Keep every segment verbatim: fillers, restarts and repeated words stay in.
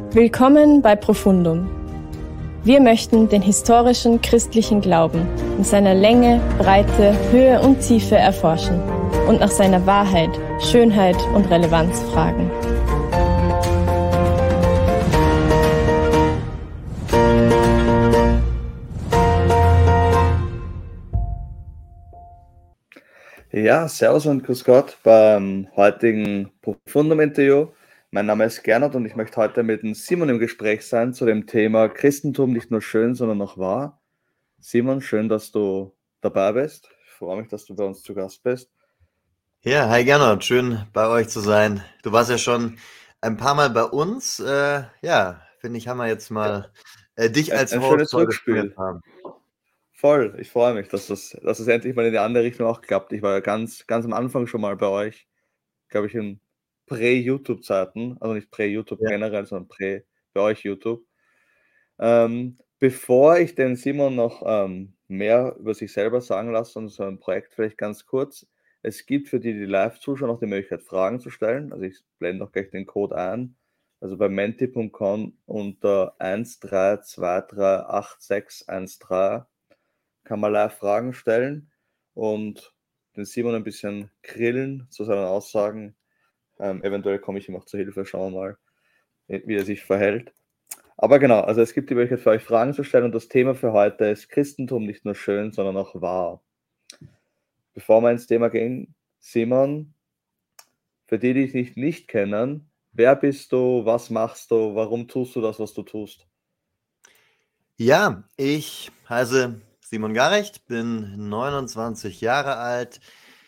Willkommen bei Profundum. Wir möchten den historischen christlichen Glauben in seiner Länge, Breite, Höhe und Tiefe erforschen und nach seiner Wahrheit, Schönheit und Relevanz fragen. Ja, servus und grüß Gott beim heutigen Profundum-Interview. Mein Name ist Gernot und ich möchte heute mit dem Simon im Gespräch sein zu dem Thema Christentum nicht nur schön, sondern auch wahr. Simon, schön, dass du dabei bist. Ich freue mich, dass du bei uns zu Gast bist. Ja, hi Gernot, schön bei euch zu sein. Du warst ja schon ein paar Mal bei uns. Äh, ja, finde ich, haben wir jetzt mal äh, dich Ein, als ein Host schönes heute Rückspiel. haben. Voll, ich freue mich, dass das, dass es endlich mal in die andere Richtung auch klappt. Ich war ja ganz, ganz am Anfang schon mal bei euch, glaube ich, in Prä-YouTube-Zeiten, also nicht Prä-YouTube Ja. generell, sondern Prä bei euch YouTube. Ähm, bevor ich den Simon noch ähm, mehr über sich selber sagen lasse und so ein Projekt vielleicht ganz kurz. Es gibt für die, die live zuschauen, auch die Möglichkeit, Fragen zu stellen. Also ich blende auch gleich den Code ein. Also bei menti punkt com unter eins drei zwei drei acht sechs eins drei kann man live Fragen stellen und den Simon ein bisschen grillen zu seinen Aussagen. Ähm, eventuell komme ich ihm auch zur Hilfe, schauen wir mal, wie er sich verhält. Aber genau, also es gibt die Möglichkeit für euch Fragen zu stellen und das Thema für heute ist Christentum nicht nur schön, sondern auch wahr. Bevor wir ins Thema gehen, Simon, für die, die dich nicht, nicht kennen, wer bist du, was machst du, warum tust du das, was du tust? Ja, ich heiße Simon Garecht, bin neunundzwanzig Jahre alt,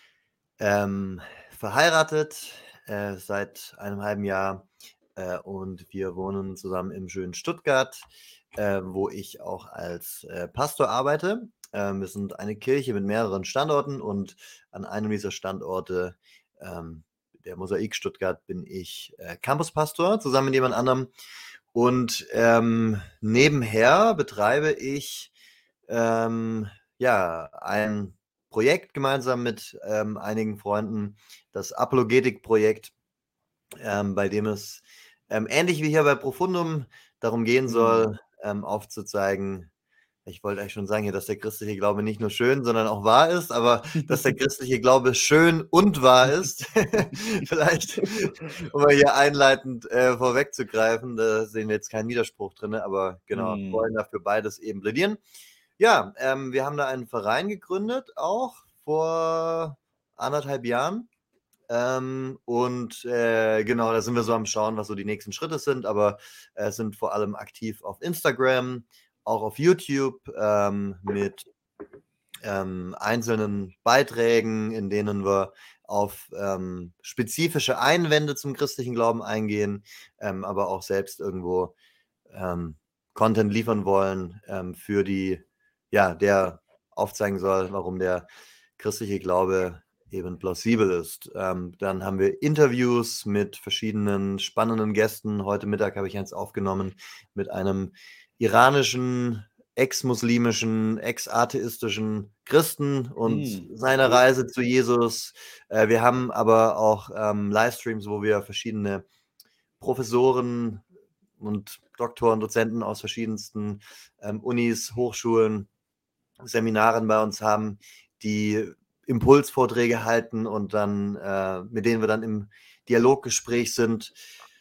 ähm, verheiratet äh, seit einem halben Jahr äh, und wir wohnen zusammen im schönen Stuttgart, äh, wo ich auch als äh, Pastor arbeite. Ähm, wir sind eine Kirche mit mehreren Standorten und an einem dieser Standorte, ähm, der Mosaik Stuttgart, bin ich äh, Campuspastor zusammen mit jemand anderem. Und ähm, nebenher betreibe ich ähm, ja ein Projekt gemeinsam mit ähm, einigen Freunden, das Apologetik-Projekt, ähm, bei dem es ähm, ähnlich wie hier bei Profundum darum gehen soll, ähm, aufzuzeigen, ich wollte eigentlich schon sagen hier, dass der christliche Glaube nicht nur schön, sondern auch wahr ist, aber dass der christliche Glaube schön und wahr ist. Vielleicht, um mal hier einleitend äh, vorwegzugreifen, da sehen wir jetzt keinen Widerspruch drin, aber genau, Hm. wollen dafür beides eben plädieren. Ja, ähm, wir haben da einen Verein gegründet, auch vor anderthalb Jahren. Ähm, und äh, genau, da sind wir so am Schauen, was so die nächsten Schritte sind, aber äh, sind vor allem aktiv auf Instagram, auch auf YouTube ähm, mit ähm, einzelnen Beiträgen, in denen wir auf ähm, spezifische Einwände zum christlichen Glauben eingehen, ähm, aber auch selbst irgendwo ähm, Content liefern wollen, ähm, für die, ja, der aufzeigen soll, warum der christliche Glaube eben plausibel ist. Ähm, dann haben wir Interviews mit verschiedenen spannenden Gästen. Heute Mittag habe ich eins aufgenommen mit einem iranischen, ex-muslimischen, ex-atheistischen Christen und Hm, seiner cool. Reise zu Jesus. Äh, wir haben aber auch ähm, Livestreams, wo wir verschiedene Professoren und Doktoren, Dozenten aus verschiedensten ähm, Unis, Hochschulen, Seminaren bei uns haben, die Impulsvorträge halten und dann, äh, mit denen wir dann im Dialoggespräch sind.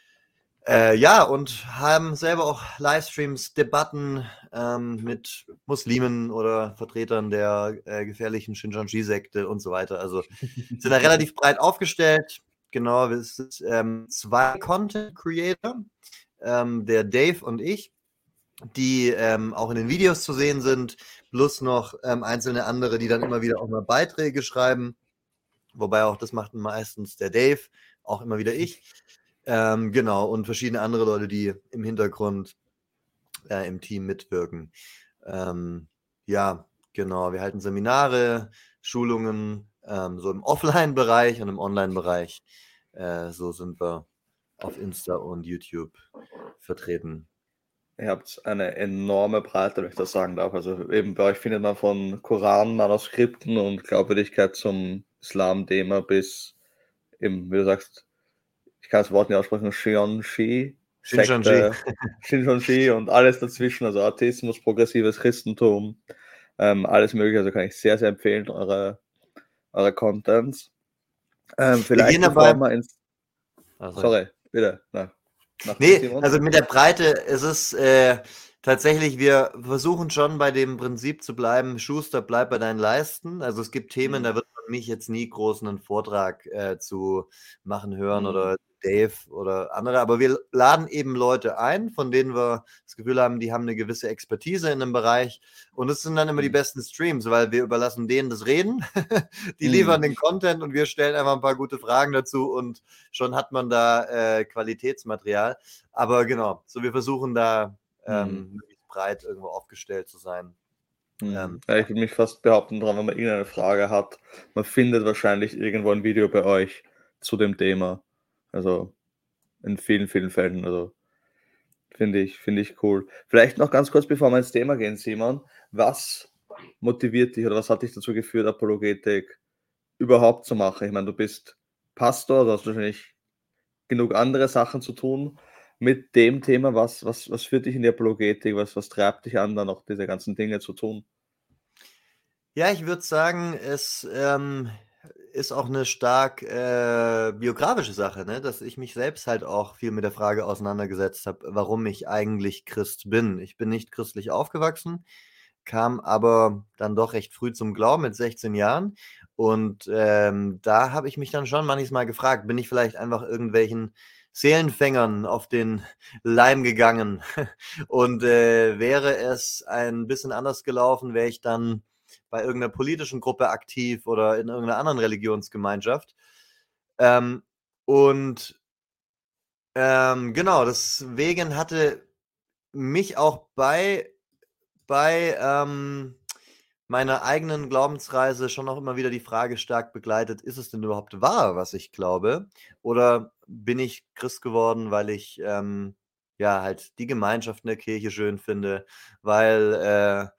Äh, ja, und haben selber auch Livestreams, Debatten ähm, mit Muslimen oder Vertretern der äh, gefährlichen Shinjanji-Sekte und so weiter. Also sind da relativ breit aufgestellt. Genau, wir sind ähm, zwei Content Creator, ähm, der Dave und ich, die ähm, auch in den Videos zu sehen sind, plus noch ähm, einzelne andere, die dann immer wieder auch mal Beiträge schreiben. Wobei auch das macht meistens der Dave, auch immer wieder ich. Ähm, genau, und verschiedene andere Leute, die im Hintergrund äh, im Team mitwirken. Ähm, ja, genau, wir halten Seminare, Schulungen, ähm, so im Offline-Bereich und im Online-Bereich. Äh, so sind wir auf Insta und YouTube vertreten. Ihr habt eine enorme Breite, wenn ich das sagen darf. Also eben bei euch findet man von Koran, Manuskripten und Glaubwürdigkeit zum Islam-Thema bis eben, wie du sagst, ich kann das Wort nicht aussprechen, Shinjanji, Sekte, Shincheonji und alles dazwischen, also Atheismus, progressives Christentum, ähm, alles mögliche, also kann ich sehr, sehr empfehlen, eure, eure Contents. Ähm, vielleicht bevor wir ins... Oh, sorry. sorry, bitte. Nein. Nee, also mit der Breite ist es äh, tatsächlich, wir versuchen schon bei dem Prinzip zu bleiben, Schuster, bleib bei deinen Leisten. Also es gibt Themen, mhm. da wird man mich jetzt nie groß einen Vortrag äh, zu machen hören mhm. oder Dave oder andere, aber wir laden eben Leute ein, von denen wir das Gefühl haben, die haben eine gewisse Expertise in einem Bereich und das sind dann immer mhm. die besten Streams, weil wir überlassen denen das Reden, die mhm. liefern den Content und wir stellen einfach ein paar gute Fragen dazu und schon hat man da äh, Qualitätsmaterial. Aber genau, so wir versuchen da ähm, mhm. möglichst breit irgendwo aufgestellt zu sein. Mhm. Ähm, ja, ich würde mich fast behaupten, dran, wenn man irgendeine Frage hat, man findet wahrscheinlich irgendwo ein Video bei euch zu dem Thema. Also in vielen, vielen Fällen. Also finde ich, finde ich cool. Vielleicht noch ganz kurz, bevor wir ins Thema gehen, Simon, was motiviert dich oder was hat dich dazu geführt, Apologetik überhaupt zu machen? Ich meine, du bist Pastor, du hast wahrscheinlich genug andere Sachen zu tun mit dem Thema. Was, was, was führt dich in die Apologetik? Was, was treibt dich an, dann noch diese ganzen Dinge zu tun? Ja, ich würde sagen, es ähm, ist auch eine stark äh, biografische Sache, ne? Dass ich mich selbst halt auch viel mit der Frage auseinandergesetzt habe, warum ich eigentlich Christ bin. Ich bin nicht christlich aufgewachsen, kam aber dann doch recht früh zum Glauben mit sechzehn Jahren und ähm, da habe ich mich dann schon manchmal gefragt, bin ich vielleicht einfach irgendwelchen Seelenfängern auf den Leim gegangen und äh, wäre es ein bisschen anders gelaufen, wäre ich dann bei irgendeiner politischen Gruppe aktiv oder in irgendeiner anderen Religionsgemeinschaft. Ähm, und ähm, genau, deswegen hatte mich auch bei, bei ähm, meiner eigenen Glaubensreise schon auch immer wieder die Frage stark begleitet, ist es denn überhaupt wahr, was ich glaube? Oder bin ich Christ geworden, weil ich ähm, ja halt die Gemeinschaft in der Kirche schön finde, weil äh,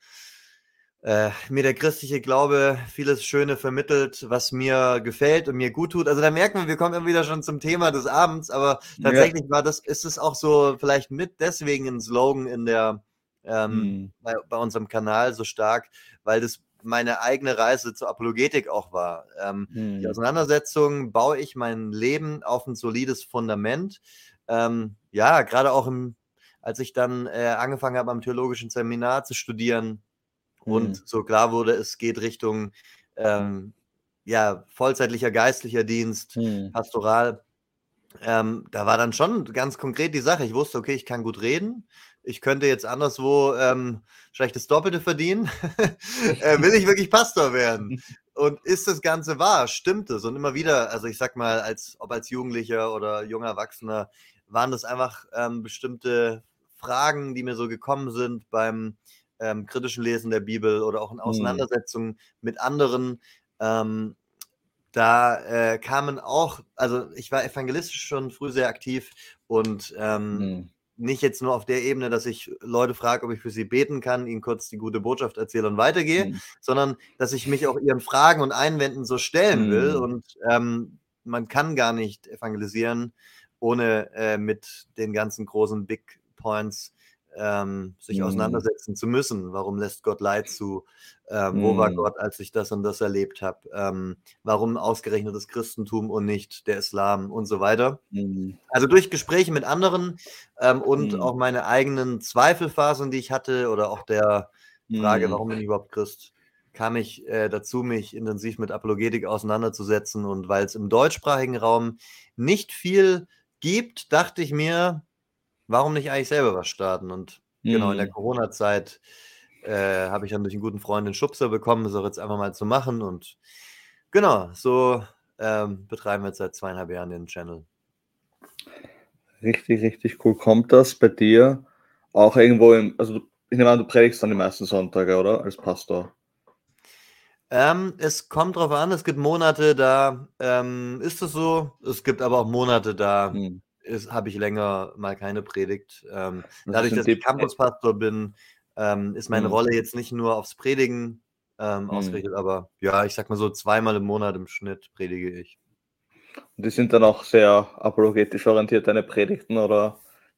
äh, mir der christliche Glaube vieles Schöne vermittelt, was mir gefällt und mir gut tut. Also da merken wir, wir kommen immer wieder schon zum Thema des Abends, aber tatsächlich ja. war das, ist es auch so vielleicht mit deswegen ein Slogan in der ähm, hm. bei, bei unserem Kanal so stark, weil das meine eigene Reise zur Apologetik auch war. Ähm, hm. Die Auseinandersetzung, baue ich mein Leben auf ein solides Fundament. Ähm, ja, gerade auch im, als ich dann äh, angefangen habe, am theologischen Seminar zu studieren, und hm. so klar wurde, es geht Richtung ähm, ja, vollzeitlicher geistlicher Dienst, hm. Pastoral. Ähm, da war dann schon ganz konkret die Sache. Ich wusste, okay, ich kann gut reden. Ich könnte jetzt anderswo ähm, vielleicht das Doppelte verdienen. äh, will ich wirklich Pastor werden? Und ist das Ganze wahr? Stimmt es? Und immer wieder, also ich sag mal, als, ob als Jugendlicher oder junger Erwachsener, waren das einfach ähm, bestimmte Fragen, die mir so gekommen sind beim Ähm, kritischen Lesen der Bibel oder auch in Auseinandersetzungen hm. mit anderen. Ähm, da äh, kamen auch, also ich war evangelistisch schon früh sehr aktiv und ähm, hm. nicht jetzt nur auf der Ebene, dass ich Leute frage, ob ich für sie beten kann, ihnen kurz die gute Botschaft erzähle und weitergehe, hm. sondern dass ich mich auch ihren Fragen und Einwänden so stellen hm. will und ähm, man kann gar nicht evangelisieren, ohne äh, mit den ganzen großen Big Points Ähm, sich mm. auseinandersetzen zu müssen. Warum lässt Gott Leid zu? Ähm, mm. Wo war Gott, als ich das und das erlebt habe? Ähm, warum ausgerechnet das Christentum und nicht der Islam und so weiter? Mm. Also durch Gespräche mit anderen ähm, und mm. auch meine eigenen Zweifelphasen, die ich hatte oder auch der Frage, mm. warum bin ich überhaupt Christ, kam ich äh, dazu, mich intensiv mit Apologetik auseinanderzusetzen und weil es im deutschsprachigen Raum nicht viel gibt, dachte ich mir, warum nicht eigentlich selber was starten? Und mhm. genau, in der Corona-Zeit äh, habe ich dann durch einen guten Freund den Schubser bekommen, das auch jetzt einfach mal zu machen. Und genau, so ähm, betreiben wir jetzt seit zweieinhalb Jahren den Channel. Richtig, richtig cool. Kommt das bei dir auch irgendwo im, also ich nehme an, du predigst dann die meisten Sonntage, oder? Als Pastor? Ähm, es kommt drauf an, es gibt Monate, da ähm, ist es so. Es gibt aber auch Monate, da mhm. habe ich länger mal keine Predigt. Ähm, dadurch, dass ich Campuspastor bin, ähm, ist meine mhm. Rolle jetzt nicht nur aufs Predigen ähm, mhm. ausgerichtet, aber ja, ich sag mal so zweimal im Monat im Schnitt predige ich. Und die sind dann auch sehr apologetisch orientiert, deine Predigten, oder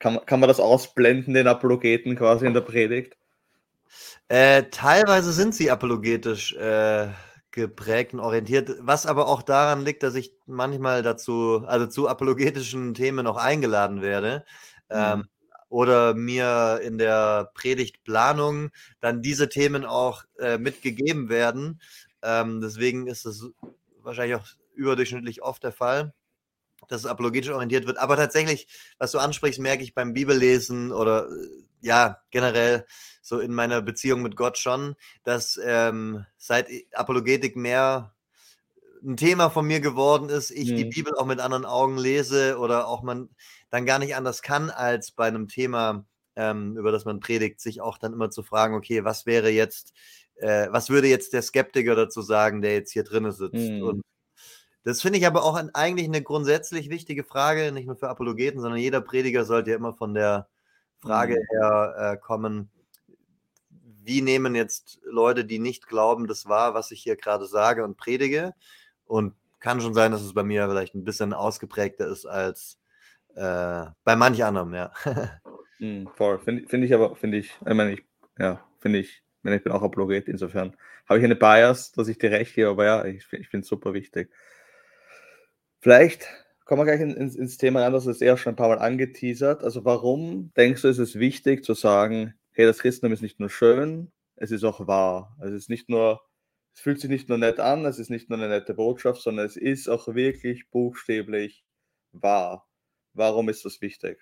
Kann, man- kann man das ausblenden, den Apologeten quasi in der Predigt? Äh, teilweise sind sie apologetisch äh, geprägt und orientiert, was aber auch daran liegt, dass ich manchmal dazu, also zu apologetischen Themen auch eingeladen werde. Ähm, Mhm. oder mir in der Predigtplanung dann diese Themen auch äh, mitgegeben werden. Ähm, deswegen ist es wahrscheinlich auch überdurchschnittlich oft der Fall, dass es apologetisch orientiert wird. Aber tatsächlich, was du ansprichst, merke ich beim Bibellesen oder äh, ja, generell so in meiner Beziehung mit Gott schon, dass ähm, seit Apologetik mehr ein Thema von mir geworden ist, ich die Mhm. Bibel auch mit anderen Augen lese oder auch man dann gar nicht anders kann, als bei einem Thema, ähm, über das man predigt, sich auch dann immer zu fragen, okay, was wäre jetzt, äh, was würde jetzt der Skeptiker dazu sagen, der jetzt hier drinnen sitzt? Mhm. Und das finde ich aber auch ein, eigentlich eine grundsätzlich wichtige Frage, nicht nur für Apologeten, sondern jeder Prediger sollte ja immer von der Frage Mhm. her äh, kommen, wie nehmen jetzt Leute, die nicht glauben, das wahr, was ich hier gerade sage und predige? Und kann schon sein, dass es bei mir vielleicht ein bisschen ausgeprägter ist als äh, bei manch anderem, ja. Mhm. Voll. Finde find ich aber, finde ich, ich meine, ich, ja, finde ich, ich meine, ich bin auch Apologet, insofern habe ich eine Bias, dass ich dir recht gebe, aber ja, ich, ich finde es super wichtig. Vielleicht kommen wir gleich in, ins, ins Thema rein, das ist eher schon ein paar Mal angeteasert. Also warum denkst du, ist es wichtig zu sagen, hey, das Christentum ist nicht nur schön, es ist auch wahr. Also es ist nicht nur, es fühlt sich nicht nur nett an, es ist nicht nur eine nette Botschaft, sondern es ist auch wirklich buchstäblich wahr. Warum ist das wichtig?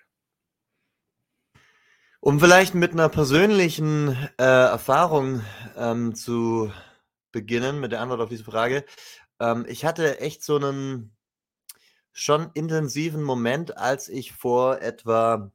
Um vielleicht mit einer persönlichen äh, Erfahrung ähm, zu beginnen, mit der Antwort auf diese Frage. Ähm, ich hatte echt so einen schon intensiven Moment, als ich vor etwa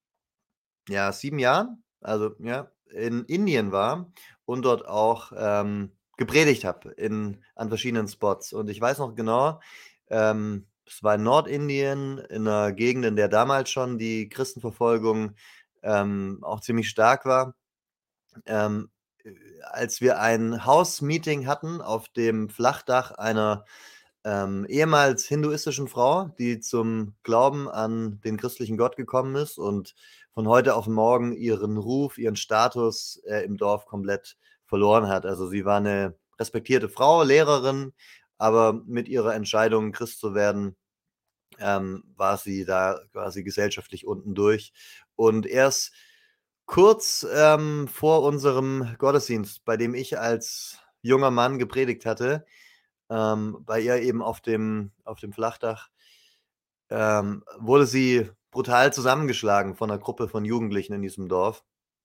ja, sieben Jahren, also ja, in Indien war und dort auch ähm, gepredigt habe in, an verschiedenen Spots. Und ich weiß noch genau, ähm, es war in Nordindien, in einer Gegend, in der damals schon die Christenverfolgung ähm, auch ziemlich stark war. Ähm, äh, als wir ein Hausmeeting hatten auf dem Flachdach einer ähm, ehemals hinduistischen Frau, die zum Glauben an den christlichen Gott gekommen ist und von heute auf morgen ihren Ruf, ihren Status äh, im Dorf komplett verloren hat. Also sie war eine respektierte Frau, Lehrerin, aber mit ihrer Entscheidung, Christ zu werden, ähm, war sie da quasi gesellschaftlich unten durch. Und erst kurz ähm, vor unserem Gottesdienst, bei dem ich als junger Mann gepredigt hatte, ähm, bei ihr eben auf dem, auf dem Flachdach, ähm, wurde sie brutal zusammengeschlagen von einer Gruppe von Jugendlichen in diesem Dorf.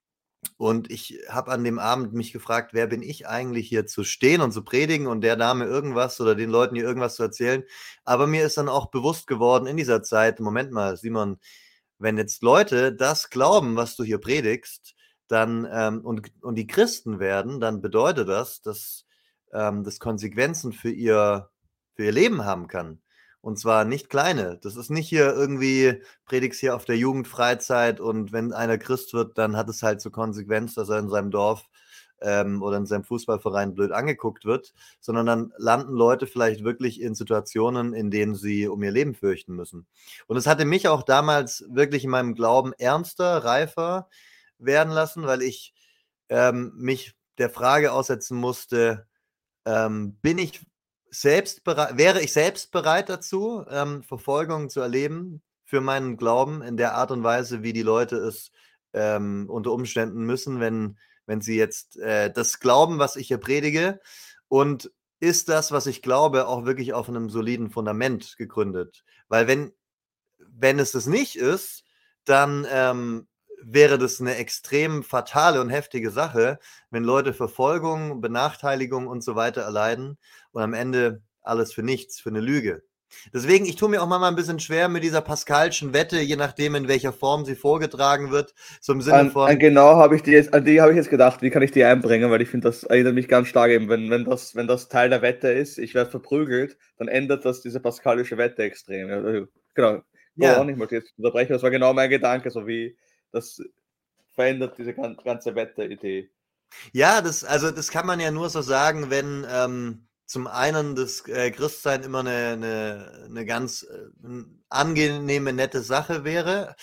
Und ich habe an dem Abend mich gefragt, wer bin ich eigentlich hier zu stehen und zu predigen und der Dame irgendwas oder den Leuten hier irgendwas zu erzählen. Aber mir ist dann auch bewusst geworden in dieser Zeit, Moment mal, Simon, wenn jetzt Leute das glauben, was du hier predigst, dann ähm, und, und die Christen werden, dann bedeutet das, dass ähm, das Konsequenzen für ihr, für ihr Leben haben kann. Und zwar nicht kleine. Das ist nicht hier irgendwie, predigst hier auf der Jugendfreizeit und wenn einer Christ wird, dann hat es halt zur Konsequenz, dass er in seinem Dorf ähm, oder in seinem Fußballverein blöd angeguckt wird, sondern dann landen Leute vielleicht wirklich in Situationen, in denen sie um ihr Leben fürchten müssen. Und es hatte mich auch damals wirklich in meinem Glauben ernster, reifer werden lassen, weil ich ähm, mich der Frage aussetzen musste, ähm, bin ich selbst bereit, wäre ich selbst bereit dazu, ähm, Verfolgung zu erleben für meinen Glauben in der Art und Weise, wie die Leute es ähm, unter Umständen müssen, wenn, wenn sie jetzt äh, das glauben, was ich hier predige? Und ist das, was ich glaube, auch wirklich auf einem soliden Fundament gegründet? Weil wenn, wenn es das nicht ist, dann ähm, wäre das eine extrem fatale und heftige Sache, wenn Leute Verfolgung, Benachteiligung und so weiter erleiden und am Ende alles für nichts, für eine Lüge. Deswegen, ich tue mir auch mal ein bisschen schwer mit dieser Pascalschen Wette, je nachdem, in welcher Form sie vorgetragen wird, so im Sinne An, an von, genau habe ich die jetzt, an die habe ich jetzt gedacht, wie kann ich die einbringen, weil ich finde, das erinnert mich ganz stark eben, wenn, wenn, das, wenn das Teil der Wette ist, ich werde verprügelt, dann ändert das diese pascalische Wette extrem. Ja, also, genau, go on, ja, ich wollte jetzt unterbrechen, das war genau mein Gedanke, so wie das verändert diese gan- ganze Wette-Idee. ja, das, also das kann man ja nur so sagen, wenn ähm, zum einen das äh, Christsein immer eine, eine, eine ganz äh, angenehme, nette Sache wäre.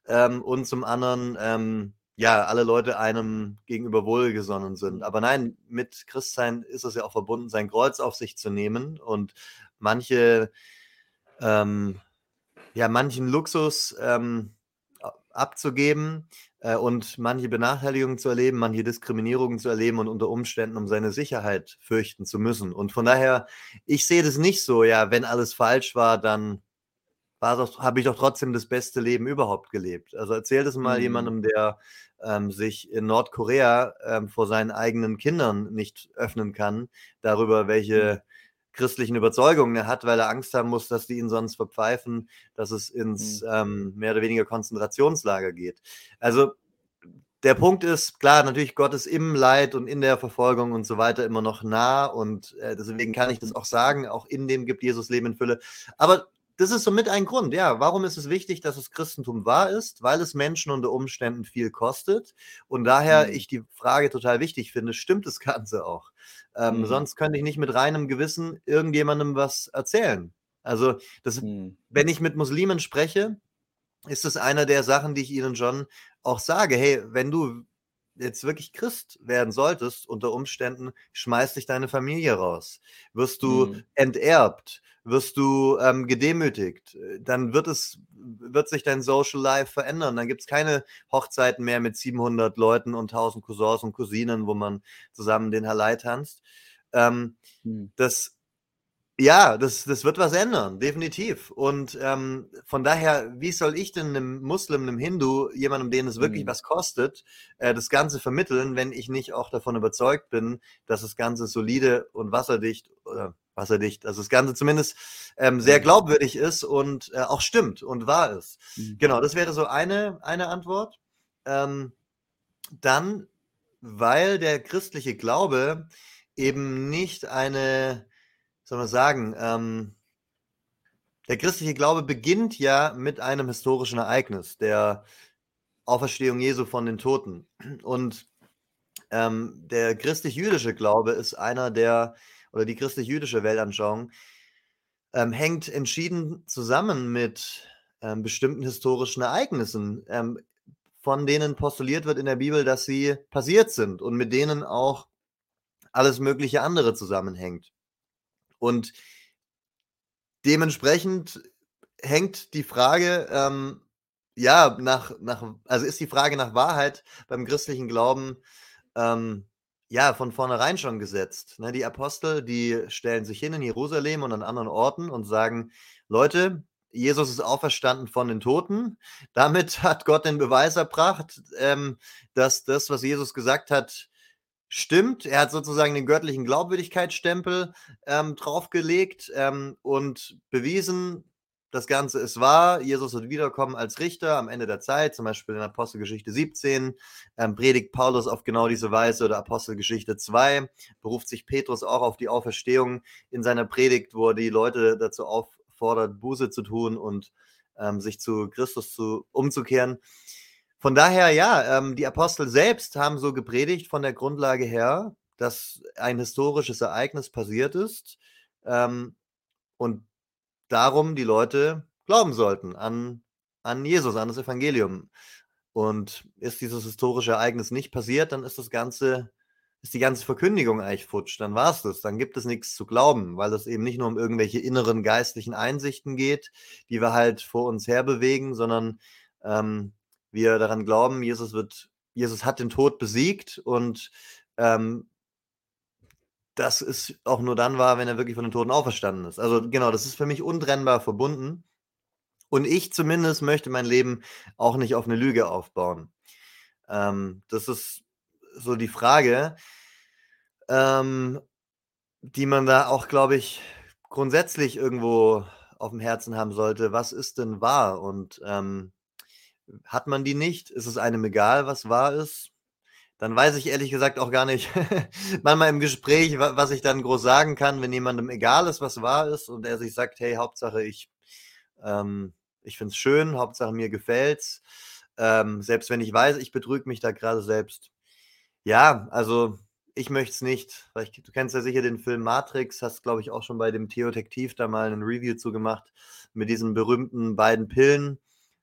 ähm, und zum anderen, ähm, ja, alle Leute einem gegenüber wohlgesonnen sind. Aber nein, mit Christsein ist es ja auch verbunden, sein Kreuz auf sich zu nehmen und manche, ähm, ja, manchen Luxus ähm, abzugeben äh, und manche Benachteiligungen zu erleben, manche Diskriminierungen zu erleben und unter Umständen um seine Sicherheit fürchten zu müssen. Und von daher, ich sehe das nicht so, ja, wenn alles falsch war, dann habe ich doch trotzdem das beste Leben überhaupt gelebt. Also erzähl das mal Mhm. jemandem, der ähm, sich in Nordkorea ähm, vor seinen eigenen Kindern nicht öffnen kann, darüber, welche christlichen Überzeugungen er hat, weil er Angst haben muss, dass die ihn sonst verpfeifen, dass es ins ähm, mehr oder weniger Konzentrationslager geht. Also der Punkt ist, klar, natürlich Gott ist im Leid und in der Verfolgung und so weiter immer noch nah und äh, deswegen kann ich das auch sagen, auch in dem gibt Jesus Leben in Fülle. Aber das ist somit ein Grund, ja. Warum ist es wichtig, dass das Christentum wahr ist? Weil es Menschen unter Umständen viel kostet und daher Mhm. ich die Frage total wichtig finde, stimmt das Ganze auch? Ähm, Mhm. Sonst könnte ich nicht mit reinem Gewissen irgendjemandem was erzählen. Also das, Mhm. wenn ich mit Muslimen spreche, ist es einer der Sachen, die ich ihnen schon auch sage, hey, wenn du jetzt wirklich Christ werden solltest, unter Umständen schmeißt dich deine Familie raus, wirst du Mhm. enterbt, wirst du ähm, gedemütigt, dann wird es, wird sich dein Social Life verändern, dann gibt es keine Hochzeiten mehr mit siebenhundert Leuten und tausend Cousins und Cousinen, wo man zusammen den Halai tanzt. Ähm, Mhm. das Ja, das das wird was ändern, definitiv. Und, ähm, von daher, wie soll ich denn 'nem Muslim, 'nem Hindu, jemandem, den es wirklich Mhm. was kostet, äh, das Ganze vermitteln, wenn ich nicht auch davon überzeugt bin, dass das Ganze solide und wasserdicht oder wasserdicht, dass das Ganze zumindest, ähm, sehr Ja. glaubwürdig ist und, äh, auch stimmt und wahr ist. Mhm. Genau, das wäre so eine eine Antwort. Ähm, dann, weil der christliche Glaube eben nicht eine, soll man sagen, ähm der christliche Glaube beginnt ja mit einem historischen Ereignis, der Auferstehung Jesu von den Toten. Und ähm, der christlich-jüdische Glaube ist einer der, oder die christlich-jüdische Weltanschauung ähm, hängt entschieden zusammen mit ähm, bestimmten historischen Ereignissen, ähm, von denen postuliert wird in der Bibel, dass sie passiert sind und mit denen auch alles mögliche andere zusammenhängt. Und dementsprechend hängt die Frage, ähm, ja, nach nach also ist die Frage nach Wahrheit beim christlichen Glauben, ähm, ja, von vornherein schon gesetzt, ne? Die Apostel, die stellen sich hin in Jerusalem und an anderen Orten und sagen: „Leute, Jesus ist auferstanden von den Toten. Damit hat Gott den Beweis erbracht, ähm, dass das, was Jesus gesagt hat, stimmt." Er hat sozusagen den göttlichen Glaubwürdigkeitsstempel ähm, draufgelegt ähm, und bewiesen, das Ganze ist wahr. Jesus wird wiederkommen als Richter am Ende der Zeit, zum Beispiel in Apostelgeschichte siebzehn, ähm, predigt Paulus auf genau diese Weise, oder Apostelgeschichte zwei, beruft sich Petrus auch auf die Auferstehung in seiner Predigt, wo er die Leute dazu auffordert, Buße zu tun und ähm, sich zu Christus zu, umzukehren. Von daher, ja, ähm, die Apostel selbst haben so gepredigt von der Grundlage her, dass ein historisches Ereignis passiert ist ähm, und darum die Leute glauben sollten an, an Jesus, an das Evangelium. Und ist dieses historische Ereignis nicht passiert, dann ist das Ganze, ist die ganze Verkündigung eigentlich futsch. Dann war es das. Dann gibt es nichts zu glauben, weil es eben nicht nur um irgendwelche inneren geistlichen Einsichten geht, die wir halt vor uns herbewegen, sondern ähm, wir daran glauben, Jesus wird, Jesus hat den Tod besiegt und ähm, das ist auch nur dann wahr, wenn er wirklich von den Toten auferstanden ist. Also genau, das ist für mich untrennbar verbunden. Und ich zumindest möchte mein Leben auch nicht auf eine Lüge aufbauen. Ähm, das ist so die Frage, ähm, die man da auch, glaube ich, grundsätzlich irgendwo auf dem Herzen haben sollte. Was ist denn wahr? Und ähm, hat man die nicht? Ist es einem egal, was wahr ist? Dann weiß ich ehrlich gesagt auch gar nicht, manchmal im Gespräch, wa was ich dann groß sagen kann, wenn jemandem egal ist, was wahr ist und er sich sagt: „Hey, Hauptsache ich ähm, ich finde es schön, Hauptsache mir gefällt's." Ähm, selbst wenn ich weiß, ich betrüge mich da gerade selbst. Ja, also ich möchte es nicht, weil ich, du kennst ja sicher den Film Matrix, hast, glaube ich, auch schon bei dem Theotektiv da mal 'nen Review zu gemacht mit diesen berühmten beiden Pillen,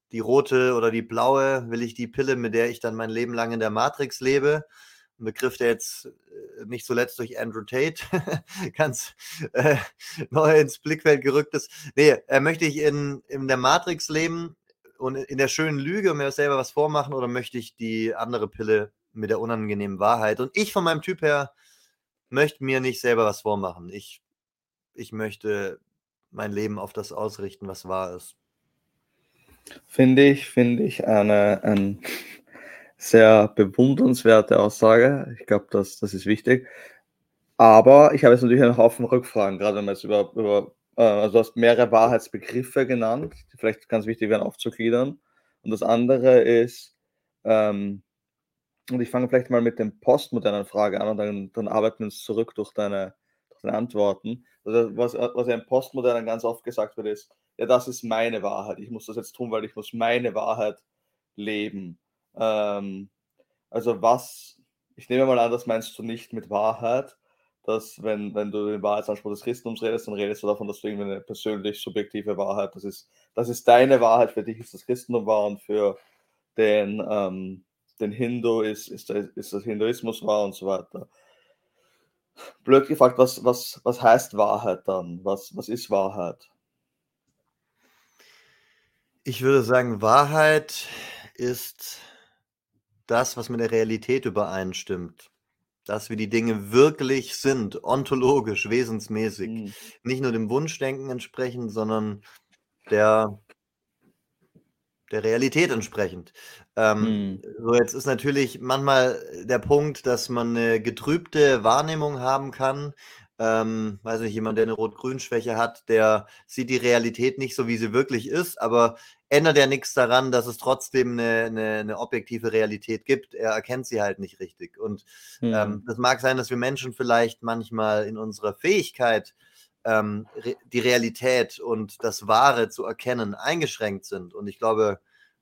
die rote oder die blaue? Will ich die Pille, mit der ich dann mein Leben lang in der Matrix lebe? Ein Begriff, der jetzt äh, nicht zuletzt durch Andrew Tate ganz äh, neu ins Blickfeld gerückt ist. Nee, äh, möchte ich in, in der Matrix leben und in der schönen Lüge und mir selber was vormachen, oder möchte ich die andere Pille mit der unangenehmen Wahrheit? Und ich von meinem Typ her möchte mir nicht selber was vormachen. Ich, ich möchte mein Leben auf das ausrichten, was wahr ist. Finde ich, finde ich eine, ein sehr bewundernswerte Aussage. Ich glaube, das, das ist wichtig. Aber ich habe jetzt natürlich einen Haufen Rückfragen, gerade wenn wir jetzt über, über äh, also du hast mehrere Wahrheitsbegriffe genannt, die vielleicht ganz wichtig wären aufzugliedern. Und das andere ist, ähm, und ich fange vielleicht mal mit den postmodernen Fragen an und dann, dann arbeiten wir uns zurück durch deine, durch deine Antworten. Also was, was ja im Postmodernen ganz oft gesagt wird, ist, ja, das ist meine Wahrheit. Ich muss das jetzt tun, weil ich muss meine Wahrheit leben. Ähm, also was, ich nehme mal an, das meinst du nicht mit Wahrheit, dass wenn, wenn du den Wahrheitsanspruch des Christentums redest, dann redest du davon, dass du irgendwie eine persönlich subjektive Wahrheit, das ist, das ist deine Wahrheit, für dich ist das Christentum wahr und für den, ähm, den Hindu ist, ist, ist das Hinduismus wahr und so weiter. Blöd gefragt, was, was, was heißt Wahrheit dann? Was, was ist Wahrheit? Ich würde sagen, Wahrheit ist das, was mit der Realität übereinstimmt. Das, wie die Dinge wirklich sind, ontologisch, wesensmäßig. Hm. Nicht nur dem Wunschdenken entsprechend, sondern der, der Realität entsprechend. Ähm, Hm. so jetzt ist natürlich manchmal der Punkt, dass man eine getrübte Wahrnehmung haben kann. Ähm, weiß nicht, jemand, der eine Rot-Grün-Schwäche hat, der sieht die Realität nicht so, wie sie wirklich ist, aber ändert ja nichts daran, dass es trotzdem eine, eine, eine objektive Realität gibt. Er erkennt sie halt nicht richtig. Und Hm. ähm, das mag sein, dass wir Menschen vielleicht manchmal in unserer Fähigkeit, ähm, re die Realität und das Wahre zu erkennen, eingeschränkt sind. Und ich glaube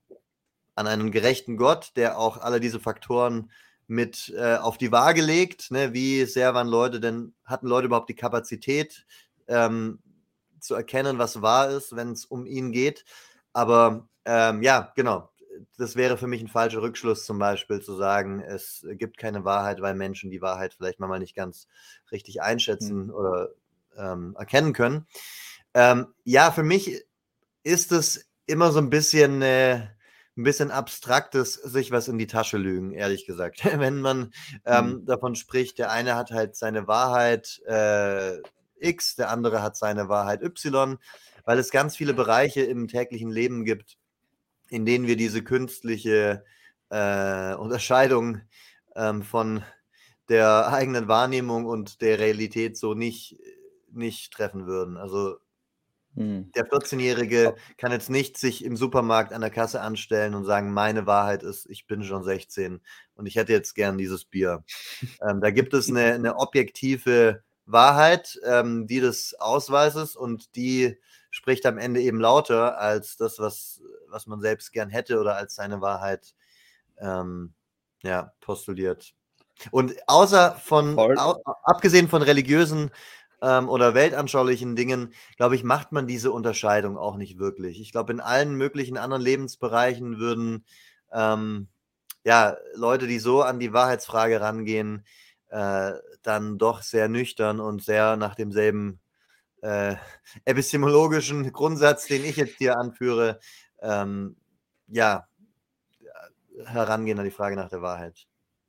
an einen gerechten Gott, der auch alle diese Faktoren mit äh, auf die Waage legt, ne? Wie sehr waren Leute denn, hatten Leute überhaupt die Kapazität, ähm, zu erkennen, was wahr ist, wenn es um ihn geht. Aber ähm, ja, genau, das wäre für mich ein falscher Rückschluss, zum Beispiel zu sagen, es gibt keine Wahrheit, weil Menschen die Wahrheit vielleicht mal nicht ganz richtig einschätzen Hm. oder ähm, erkennen können. Ähm, ja, für mich ist es immer so ein bisschen äh, ein bisschen abstraktes, sich was in die Tasche lügen, ehrlich gesagt. Wenn man ähm, Hm. davon spricht, der eine hat halt seine Wahrheit äh, X, der andere hat seine Wahrheit Y, weil es ganz viele Bereiche im täglichen Leben gibt, in denen wir diese künstliche äh, Unterscheidung ähm, von der eigenen Wahrnehmung und der Realität so nicht, nicht treffen würden. Also Hm. der vierzehnjährige kann jetzt nicht sich im Supermarkt an der Kasse anstellen und sagen, meine Wahrheit ist, ich bin schon sechzehn und ich hätte jetzt gern dieses Bier. Ähm, da gibt es eine, eine objektive Wahrheit, ähm, die des Ausweises, und die spricht am Ende eben lauter als das, was, was man selbst gern hätte oder als seine Wahrheit ähm, ja, postuliert. Und außer von, Voll. au, abgesehen von religiösen ähm, oder weltanschaulichen Dingen, glaube ich, macht man diese Unterscheidung auch nicht wirklich. Ich glaube, in allen möglichen anderen Lebensbereichen würden ähm, ja, Leute, die so an die Wahrheitsfrage rangehen, äh, dann doch sehr nüchtern und sehr nach demselben äh, epistemologischen Grundsatz, den ich jetzt hier anführe, ähm, ja, herangehen an die Frage nach der Wahrheit.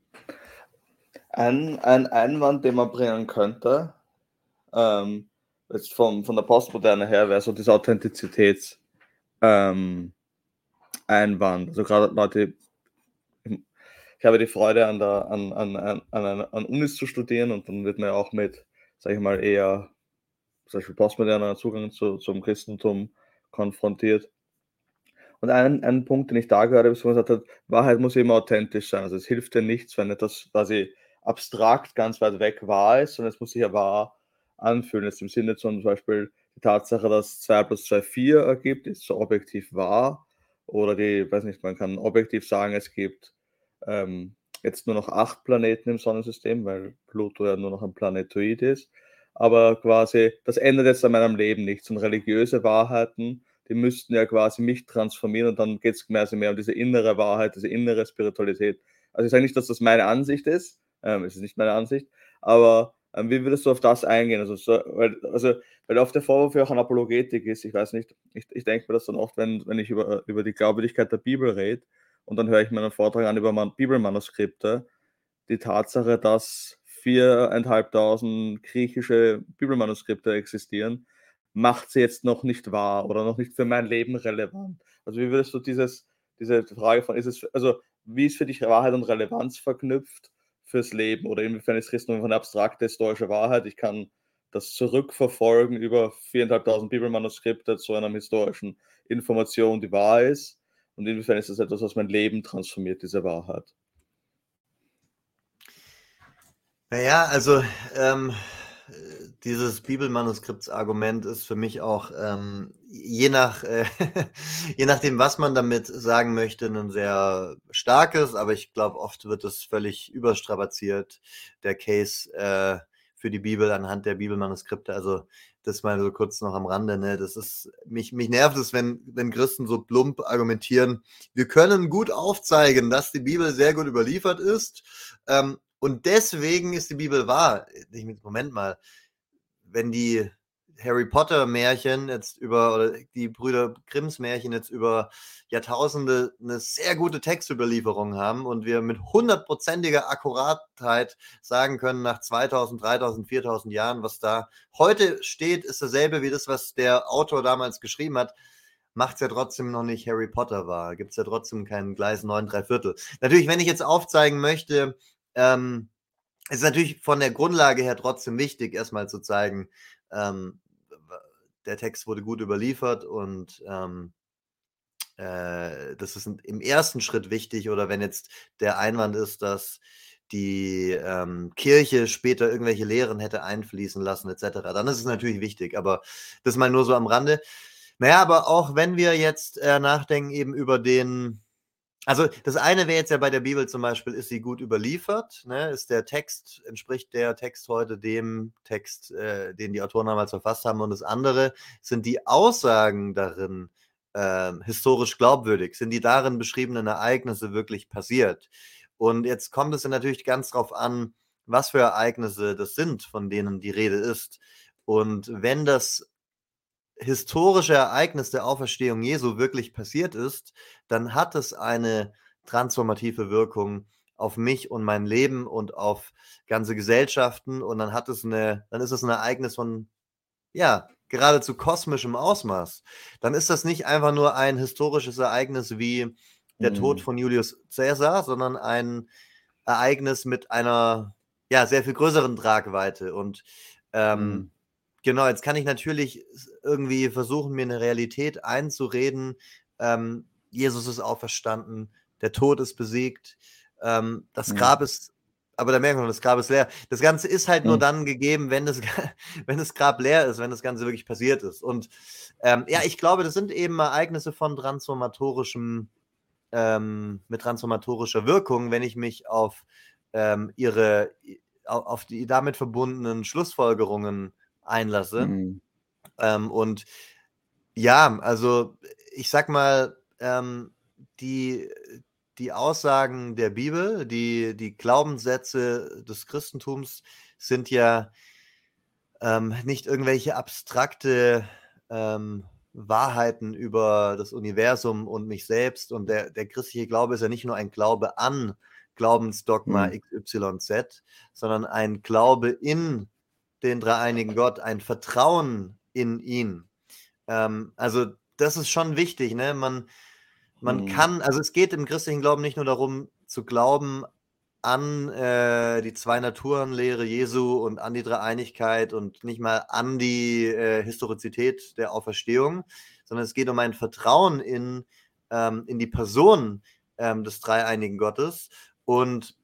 Ein, ein Einwand, den man bringen könnte, ähm, jetzt vom, von der Postmoderne her, wäre so dieser Authentizitäts ähm, Einwand. Also gerade Leute, ich habe die Freude an der an, an, an, an, an Unis zu studieren und dann wird man ja auch mit, sage ich mal, eher zum Beispiel postmoderner Zugang zu, zum Christentum konfrontiert. Und ein, ein Punkt, den ich da gehört habe, ist, wo man gesagt hat, Wahrheit muss immer authentisch sein. Also es hilft dir nichts, wenn etwas quasi abstrakt ganz weit weg wahr ist, sondern es muss sich ja wahr anfühlen. Jetzt im Sinne zum Beispiel die Tatsache, dass zwei plus zwei vier ergibt, ist so objektiv wahr. Oder die, weiß nicht, man kann objektiv sagen, es gibt ähm, jetzt nur noch acht Planeten im Sonnensystem, weil Pluto ja nur noch ein Planetoid ist. Aber quasi, das ändert jetzt an meinem Leben nichts. Und religiöse Wahrheiten die müssten ja quasi mich transformieren und dann geht es mehr, also mehr um diese innere Wahrheit, diese innere Spiritualität. Also ich sage nicht, dass das meine Ansicht ist, ähm, es ist nicht meine Ansicht, aber ähm, wie würdest du auf das eingehen? Also, so, weil, also, weil oft der Vorwurf ja auch an Apologetik ist, ich weiß nicht, ich, ich denke mir das dann oft, wenn, wenn ich über, über die Glaubwürdigkeit der Bibel rede und dann höre ich mir einen Vortrag an über Man Bibelmanuskripte, die Tatsache, dass viertausendfünfhundert griechische Bibelmanuskripte existieren, macht sie jetzt noch nicht wahr oder noch nicht für mein Leben relevant. Also wie würdest du dieses, diese Frage von, ist es, also wie ist für dich Wahrheit und Relevanz verknüpft fürs Leben oder inwiefern ist Christentum eine abstrakte historische Wahrheit? Ich kann das zurückverfolgen über viertausendfünfhundert Bibelmanuskripte zu einer historischen Information, die wahr ist. Und inwiefern ist das etwas, was mein Leben transformiert, diese Wahrheit? Naja, also ähm, dieses Bibelmanuskriptsargument ist für mich auch ähm, je nach äh, je nachdem, was man damit sagen möchte, ein sehr starkes, aber ich glaube, oft wird es völlig überstrapaziert, der Case äh, für die Bibel anhand der Bibelmanuskripte. Also das mal so kurz noch am Rande, ne? Das ist, mich, mich nervt es, wenn, wenn Christen so plump argumentieren, wir können gut aufzeigen, dass die Bibel sehr gut überliefert ist. Ähm, Und deswegen ist die Bibel wahr. Moment mal, wenn die Harry Potter Märchen jetzt über, oder die Brüder Grimms Märchen jetzt über Jahrtausende eine sehr gute Textüberlieferung haben und wir mit hundertprozentiger Akkuratheit sagen können, nach zweitausend, dreitausend, viertausend Jahren, was da heute steht, ist dasselbe wie das, was der Autor damals geschrieben hat, macht es ja trotzdem noch nicht Harry Potter wahr. Gibt es ja trotzdem keinen Gleis neun, drei Viertel. Natürlich, wenn ich jetzt aufzeigen möchte, ähm, es ist natürlich von der Grundlage her trotzdem wichtig, erstmal zu zeigen, ähm, der Text wurde gut überliefert und ähm, äh, das ist im ersten Schritt wichtig. Oder wenn jetzt der Einwand ist, dass die ähm, Kirche später irgendwelche Lehren hätte einfließen lassen et cetera, dann ist es natürlich wichtig, aber das mal nur so am Rande. Naja, aber auch wenn wir jetzt äh, nachdenken eben über den, also das eine wäre jetzt ja bei der Bibel zum Beispiel, ist sie gut überliefert, ne? Ist der Text, entspricht der Text heute dem Text, äh, den die Autoren damals verfasst haben, und das andere, sind die Aussagen darin äh, historisch glaubwürdig, sind die darin beschriebenen Ereignisse wirklich passiert? Und jetzt kommt es ja natürlich ganz drauf an, was für Ereignisse das sind, von denen die Rede ist. Und wenn das historische Ereignis der Auferstehung Jesu wirklich passiert ist, dann hat es eine transformative Wirkung auf mich und mein Leben und auf ganze Gesellschaften, und dann hat es eine, dann ist es ein Ereignis von, ja, geradezu kosmischem Ausmaß. Dann ist das nicht einfach nur ein historisches Ereignis wie der Mhm. Tod von Julius Caesar, sondern ein Ereignis mit einer, ja, sehr viel größeren Tragweite. Und ähm, Mhm. genau, jetzt kann ich natürlich irgendwie versuchen, mir eine Realität einzureden. Ähm, Jesus ist auferstanden, der Tod ist besiegt, ähm, das Mhm. Grab ist, aber da merken wir, das Grab ist leer. Das Ganze ist halt nur Mhm. dann gegeben, wenn das, wenn das Grab leer ist, wenn das Ganze wirklich passiert ist. Und ähm, ja, ich glaube, das sind eben Ereignisse von transformatorischem, ähm, mit transformatorischer Wirkung, wenn ich mich auf ähm, ihre, auf die damit verbundenen Schlussfolgerungen einlasse. Mhm. Ähm, und ja, also ich sag mal, ähm, die, die Aussagen der Bibel, die, die Glaubenssätze des Christentums sind ja ähm, nicht irgendwelche abstrakte ähm, Wahrheiten über das Universum und mich selbst. Und der, der christliche Glaube ist ja nicht nur ein Glaube an Glaubensdogma Mhm. X Y Z, sondern ein Glaube in den dreieinigen Gott, ein Vertrauen in ihn. Ähm, also das ist schon wichtig, ne? Man, man Mhm. kann, also es geht im christlichen Glauben nicht nur darum zu glauben an äh, die Zwei-Naturen-Lehre Jesu und an die Dreieinigkeit und nicht mal an die äh, Historizität der Auferstehung, sondern es geht um ein Vertrauen in, ähm, in die Person ähm, des dreieinigen Gottes. Und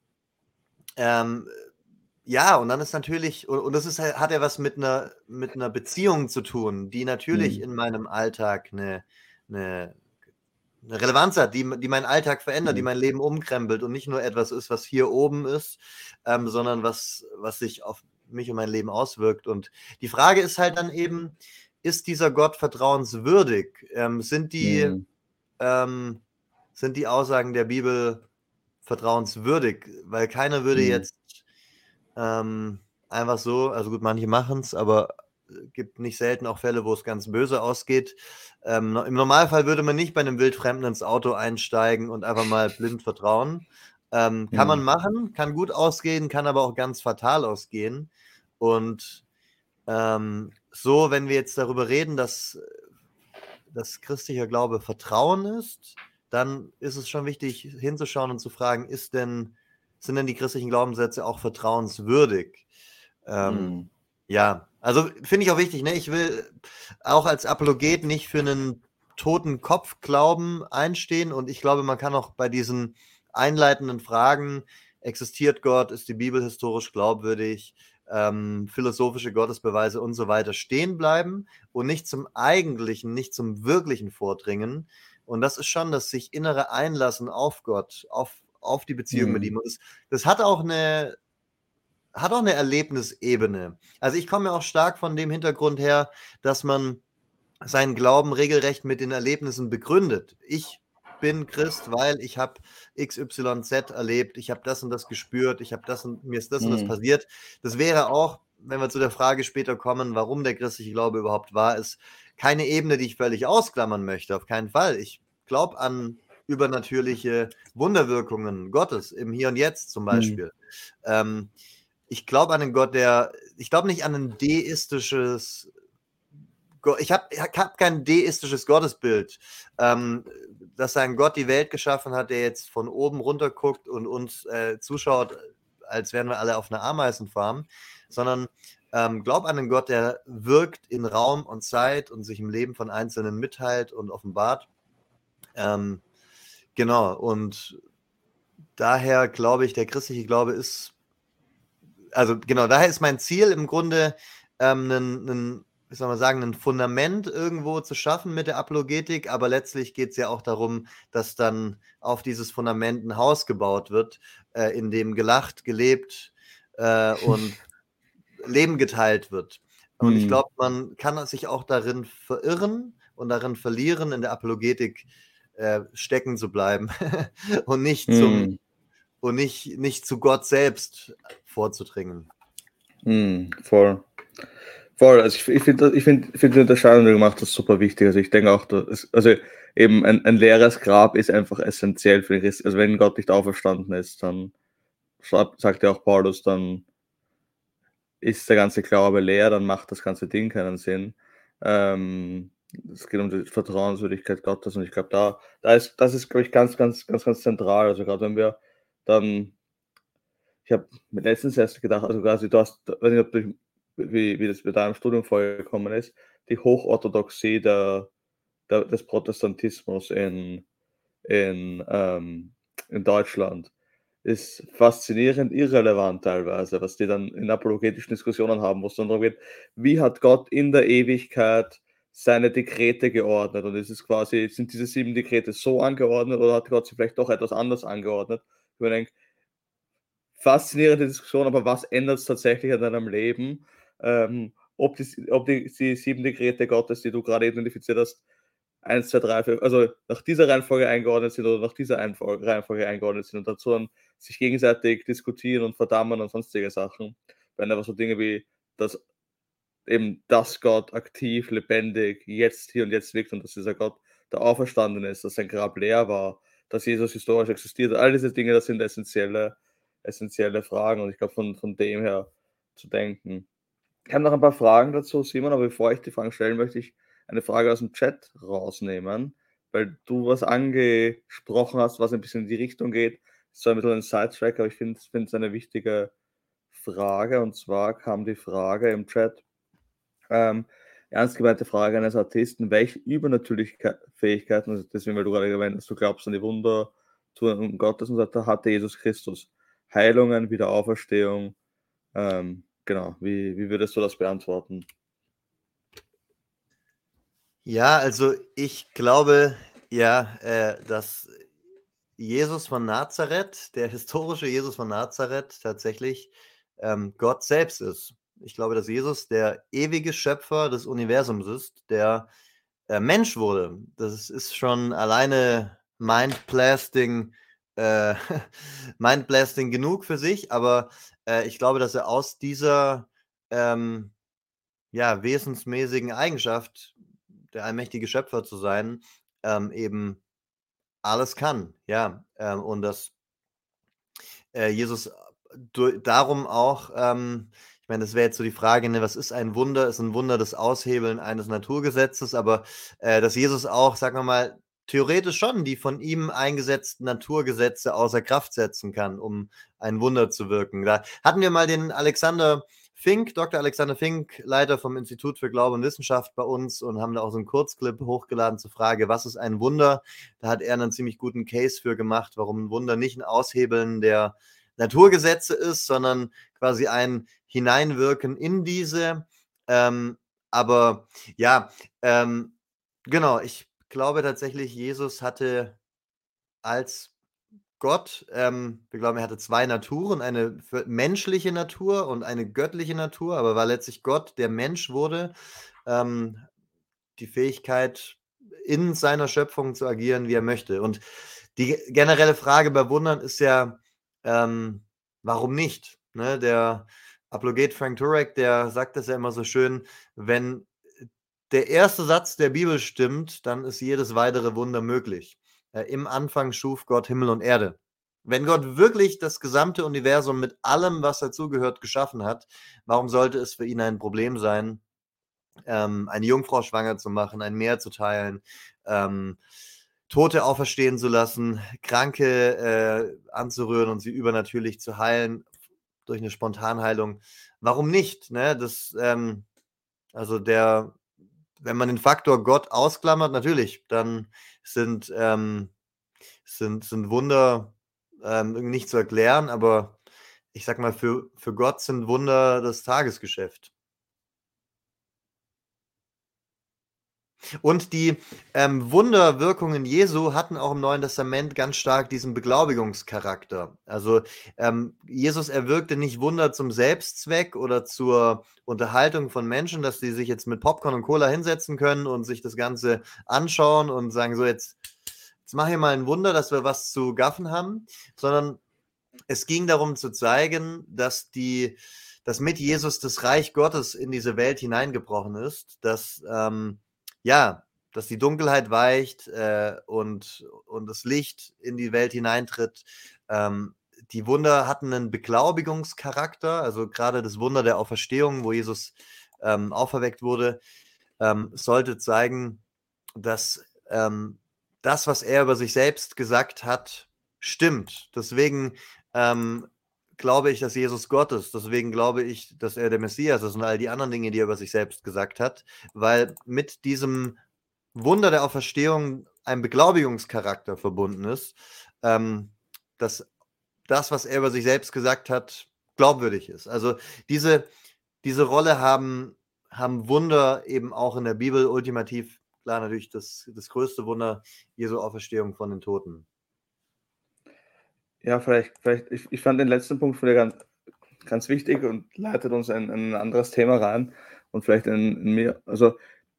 ähm, ja, und dann ist natürlich, und, und das ist, hat ja was mit einer, mit einer Beziehung zu tun, die natürlich Mhm. in meinem Alltag eine, eine, eine Relevanz hat, die, die meinen Alltag verändert, die Mhm. mein Leben umkrempelt und nicht nur etwas ist, was hier oben ist, ähm, sondern was, was sich auf mich und mein Leben auswirkt. Und die Frage ist halt dann eben, ist dieser Gott vertrauenswürdig? Ähm, sind die, Hm. ähm, sind die Aussagen der Bibel vertrauenswürdig? Weil keiner würde Hm. jetzt ähm, einfach so, also gut, manche machen es, aber es gibt nicht selten auch Fälle, wo es ganz böse ausgeht. Ähm, no- Im Normalfall würde man nicht bei einem Wildfremden ins Auto einsteigen und einfach mal blind vertrauen. Ähm, kann man Hm. machen, kann gut ausgehen, kann aber auch ganz fatal ausgehen. Und ähm, so, wenn wir jetzt darüber reden, dass, dass christlicher Glaube Vertrauen ist, dann ist es schon wichtig hinzuschauen und zu fragen, ist denn, sind denn die christlichen Glaubenssätze auch vertrauenswürdig? Ähm, Hm. ja, also finde ich auch wichtig, ne? Ich will auch als Apologet nicht für einen toten Kopfglauben einstehen und ich glaube, man kann auch bei diesen einleitenden Fragen, existiert Gott, ist die Bibel historisch glaubwürdig, ähm, philosophische Gottesbeweise und so weiter stehen bleiben und nicht zum Eigentlichen, nicht zum Wirklichen vordringen. Und das ist schon das sich innere Einlassen auf Gott, auf, auf die Beziehung mit Hm. ihm. Und das, das hat auch eine hat auch eine Erlebnisebene. Also ich komme ja auch stark von dem Hintergrund her, dass man seinen Glauben regelrecht mit den Erlebnissen begründet. Ich bin Christ, weil ich habe X Y Z erlebt, ich habe das und das gespürt, ich habe das und mir ist das und das Hm. passiert. Das wäre auch, wenn wir zu der Frage später kommen, warum der christliche Glaube überhaupt wahr ist, keine Ebene, die ich völlig ausklammern möchte, auf keinen Fall. Ich glaube an übernatürliche Wunderwirkungen Gottes im Hier und Jetzt zum Hm. Beispiel. Ähm, ich glaube an einen Gott, der, ich glaube nicht an ein deistisches, Go- ich habe ich hab kein deistisches Gottesbild, ähm, dass ein Gott die Welt geschaffen hat, der jetzt von oben runter guckt und uns äh, zuschaut, als wären wir alle auf einer Ameisenfarm, sondern ähm, glaub an einen Gott, der wirkt in Raum und Zeit und sich im Leben von Einzelnen mitteilt und offenbart. Ähm, genau, und daher glaube ich, der christliche Glaube ist, also genau, daher ist mein Ziel im Grunde, ähm, einen, einen, wie soll man sagen, ein Fundament irgendwo zu schaffen mit der Apologetik, aber letztlich geht es ja auch darum, dass dann auf dieses Fundament ein Haus gebaut wird, äh, in dem gelacht, gelebt äh, und Leben geteilt wird. Und ich Hm. glaube, man kann sich auch darin verirren und darin verlieren, in der Apologetik äh, stecken zu bleiben und nicht zum Hm. und nicht, nicht zu Gott selbst vorzudringen. Hm. Voll. Voll. Also ich, ich finde ich find, ich find die Unterscheidung, die du gemacht hast, super wichtig. Also ich denke auch, dass, also eben ein, ein leeres Grab ist einfach essentiell für den Christ. Also wenn Gott nicht auferstanden ist, dann schreibt, sagt ja auch Paulus, dann ist der ganze Glaube leer, dann macht das ganze Ding keinen Sinn. Ähm, es geht um die Vertrauenswürdigkeit Gottes und ich glaube, da, da ist, das ist, glaube ich, ganz, ganz, ganz, ganz zentral. Also gerade wenn wir dann, ich habe mir letztens erst gedacht, also quasi, du hast, weiß nicht, ob du, wie, wie das bei deinem Studium vorgekommen ist, die Hochorthodoxie der, der, des Protestantismus in, in, ähm, in Deutschland ist faszinierend irrelevant teilweise, was die dann in apologetischen Diskussionen haben, wo es dann darum geht, wie hat Gott in der Ewigkeit seine Dekrete geordnet und ist es quasi, sind diese sieben Dekrete so angeordnet oder hat Gott sie vielleicht doch etwas anders angeordnet? Ich mir denke, faszinierende Diskussion, aber was ändert es tatsächlich an deinem Leben? Ähm, ob die, ob die, die sieben Dekrete Gottes, die du gerade identifiziert hast, eins, zwei, drei, vier, also nach dieser Reihenfolge eingeordnet sind oder nach dieser Einfolge, Reihenfolge eingeordnet sind und dazu dann sich gegenseitig diskutieren und verdammen und sonstige Sachen. Wenn aber so Dinge wie, dass eben, dass Gott aktiv, lebendig, jetzt, hier und jetzt wirkt und dass dieser Gott der auferstanden ist, dass sein Grab leer war, dass Jesus historisch existiert, all diese Dinge, das sind essentielle, essentielle Fragen und ich glaube, von, von dem her zu denken. Ich habe noch ein paar Fragen dazu, Simon, aber bevor ich die Fragen stellen, möchte ich eine Frage aus dem Chat rausnehmen, weil du was angesprochen hast, was ein bisschen in die Richtung geht. Das ist zwar ein bisschen ein Sidetrack, aber ich finde es eine wichtige Frage. Und zwar kam die Frage im Chat, ähm, ernst gemeinte Frage eines Artisten, welche übernatürliche Fähigkeiten, also deswegen, weil du gerade erwähnt hast, du glaubst an die Wunder tun Gottes und so weiter, hatte Jesus Christus? Heilungen, Wiederauferstehung, ähm, genau, wie, wie würdest du das beantworten? Ja, also ich glaube, ja, äh, dass Jesus von Nazareth, der historische Jesus von Nazareth, tatsächlich ähm, Gott selbst ist. Ich glaube, dass Jesus der ewige Schöpfer des Universums ist, der äh, Mensch wurde. Das ist schon alleine mind-blasting, äh, mind-blasting genug für sich, aber äh, ich glaube, dass er aus dieser ähm, ja, wesensmäßigen Eigenschaft, der allmächtige Schöpfer zu sein, ähm, eben alles kann. Ja, ähm, und dass äh, Jesus du darum auch, ähm ich meine, das wäre jetzt so die Frage, ne, was ist ein Wunder? Ist ein Wunder das Aushebeln eines Naturgesetzes, aber äh, dass Jesus auch, sagen wir mal, theoretisch schon die von ihm eingesetzten Naturgesetze außer Kraft setzen kann, um ein Wunder zu wirken. Da hatten wir mal den Alexander Fink, Doktor Alexander Fink, Leiter vom Institut für Glaube und Wissenschaft bei uns, und haben da auch so einen Kurzclip hochgeladen zur Frage, was ist ein Wunder? Da hat er einen ziemlich guten Case für gemacht, warum ein Wunder nicht ein Aushebeln der Naturgesetze ist, sondern quasi ein Hineinwirken in diese. Ähm, aber ja, ähm, genau, ich glaube tatsächlich, Jesus hatte als Gott, ähm, wir glauben, er hatte zwei Naturen, eine für menschliche Natur und eine göttliche Natur, aber war letztlich Gott, der Mensch wurde, ähm, die Fähigkeit, in seiner Schöpfung zu agieren, wie er möchte. Und die generelle Frage bei Wundern ist ja, ähm, warum nicht? Ne? Der Apologet Frank Turek, der sagt das ja immer so schön, wenn der erste Satz der Bibel stimmt, dann ist jedes weitere Wunder möglich. Äh, Im Anfang schuf Gott Himmel und Erde. Wenn Gott wirklich das gesamte Universum mit allem, was dazugehört, geschaffen hat, warum sollte es für ihn ein Problem sein, ähm, eine Jungfrau schwanger zu machen, ein Meer zu teilen, ähm, Tote auferstehen zu lassen, Kranke äh, anzurühren und sie übernatürlich zu heilen durch eine Spontanheilung? Warum nicht? Ne? Das, ähm, also der, wenn man den Faktor Gott ausklammert, natürlich, dann sind, ähm, sind, sind Wunder ähm, nicht zu erklären, aber ich sag mal, für, für Gott sind Wunder das Tagesgeschäft. Und die ähm, Wunderwirkungen Jesu hatten auch im Neuen Testament ganz stark diesen Beglaubigungscharakter. Also ähm, Jesus erwirkte nicht Wunder zum Selbstzweck oder zur Unterhaltung von Menschen, dass die sich jetzt mit Popcorn und Cola hinsetzen können und sich das Ganze anschauen und sagen, so jetzt, jetzt mach hier mal ein Wunder, dass wir was zu gaffen haben, sondern es ging darum zu zeigen, dass die, dass mit Jesus das Reich Gottes in diese Welt hineingebrochen ist, dass ähm, ja, dass die Dunkelheit weicht äh, und, und das Licht in die Welt hineintritt. Ähm, die Wunder hatten einen Beglaubigungscharakter, also gerade das Wunder der Auferstehung, wo Jesus ähm, auferweckt wurde, ähm, sollte zeigen, dass ähm, das, was er über sich selbst gesagt hat, stimmt. Deswegen ähm, glaube ich, dass Jesus Gott ist. Deswegen glaube ich, dass er der Messias ist und all die anderen Dinge, die er über sich selbst gesagt hat, weil mit diesem Wunder der Auferstehung ein Beglaubigungscharakter verbunden ist, ähm, dass das, was er über sich selbst gesagt hat, glaubwürdig ist. Also diese, diese Rolle haben, haben Wunder eben auch in der Bibel ultimativ, klar natürlich das, das größte Wunder, Jesu Auferstehung von den Toten. Ja, vielleicht, vielleicht ich, ich fand den letzten Punkt von dir ganz, ganz wichtig und leitet uns in, in ein anderes Thema rein und vielleicht in, in mir, also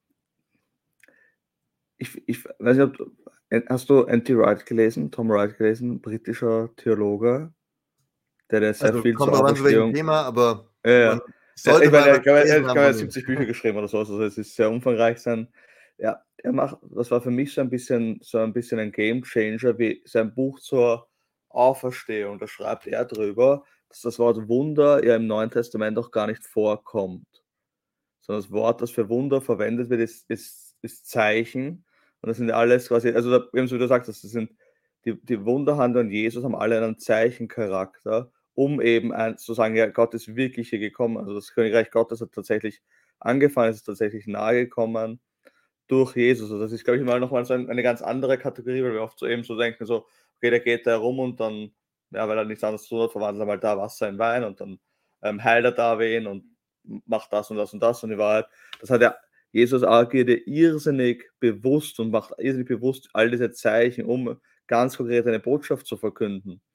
ich, ich weiß nicht, ob du, hast du N T Wright gelesen, Tom Wright gelesen, britischer Theologe, der der sehr Also viel kommt zur drauf an, zu welchem Auferstehung. Thema, aber Ja, ja. man Ja, sollte ich meine, mal er was kann, er gelesen kann haben ja von ihm. siebzig Bücher geschrieben oder so, also es ist sehr umfangreich sein. Ja, er macht, das war für mich so ein bisschen, so ein bisschen ein Game Changer, wie sein Buch zur Auferstehung. Da schreibt er drüber, dass das Wort Wunder ja im Neuen Testament auch gar nicht vorkommt. Sondern das Wort, das für Wunder verwendet wird, ist, ist, ist Zeichen. Und das sind alles quasi, also da, wie du wieder sagst, das sind die, die Wunderhandlungen Jesus haben alle einen Zeichencharakter, um eben ein, zu sagen, ja, Gott ist wirklich hier gekommen. Also das Königreich Gottes hat tatsächlich angefangen, es ist tatsächlich nahe gekommen durch Jesus. Also das ist, glaube ich, mal nochmal so eine ganz andere Kategorie, weil wir oft so eben so denken, so, okay, der geht da rum und dann, ja, weil er nichts anderes zu tun hat, verwandelt er mal da Wasser in Wein und dann ähm, heilt er da wen und macht das und das und das und die Wahrheit, das hat ja, Jesus agiert ja irrsinnig bewusst und macht irrsinnig bewusst all diese Zeichen, um ganz konkret eine Botschaft zu verkünden.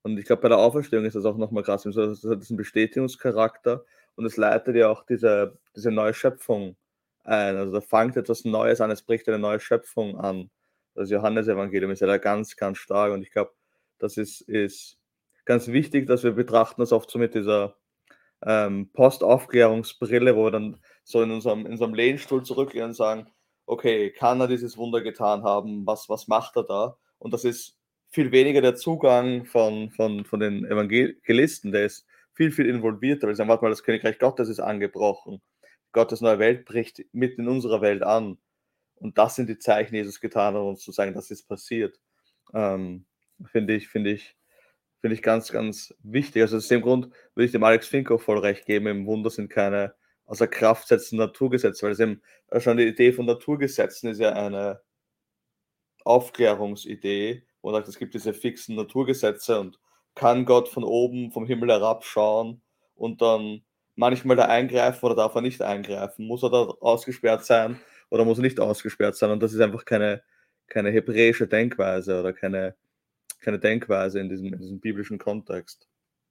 Und ich glaube, bei der Auferstehung ist das auch nochmal krass. Das hat diesen Bestätigungscharakter und es leitet ja auch diese, diese neue Schöpfung ein. Also da fängt etwas Neues an, es bricht eine neue Schöpfung an. Das Johannesevangelium ist ja da ganz, ganz stark und ich glaube, das ist, ist ganz wichtig, dass wir betrachten das oft so mit dieser ähm, Postaufklärungsbrille, wo wir dann so in unserem, in unserem Lehnstuhl zurückgehen und sagen, okay, kann er dieses Wunder getan haben? Was, was macht er da? Und das ist viel weniger der Zugang von, von, von den Evangelisten, der ist viel, viel involvierter, weil sie sagen, warte mal, das Königreich Gottes ist angebrochen. Gottes neue Welt bricht mitten in unserer Welt an. Und das sind die Zeichen, die Jesus getan hat, um uns zu sagen, das ist passiert. Ähm, finde ich, finde ich, finde ich ganz, ganz wichtig. Also aus dem Grund würde ich dem Alex Fink auch voll recht geben, im Wunder sind keine außer Kraft setzende Naturgesetze, weil es eben schon die Idee von Naturgesetzen ist ja eine Aufklärungsidee, wo man sagt, es gibt diese fixen Naturgesetze und kann Gott von oben vom Himmel herabschauen und dann manchmal da eingreifen oder darf er nicht eingreifen? Muss er da ausgesperrt sein oder muss er nicht ausgesperrt sein? Und das ist einfach keine, keine hebräische Denkweise oder keine, keine Denkweise in diesem, in diesem biblischen Kontext.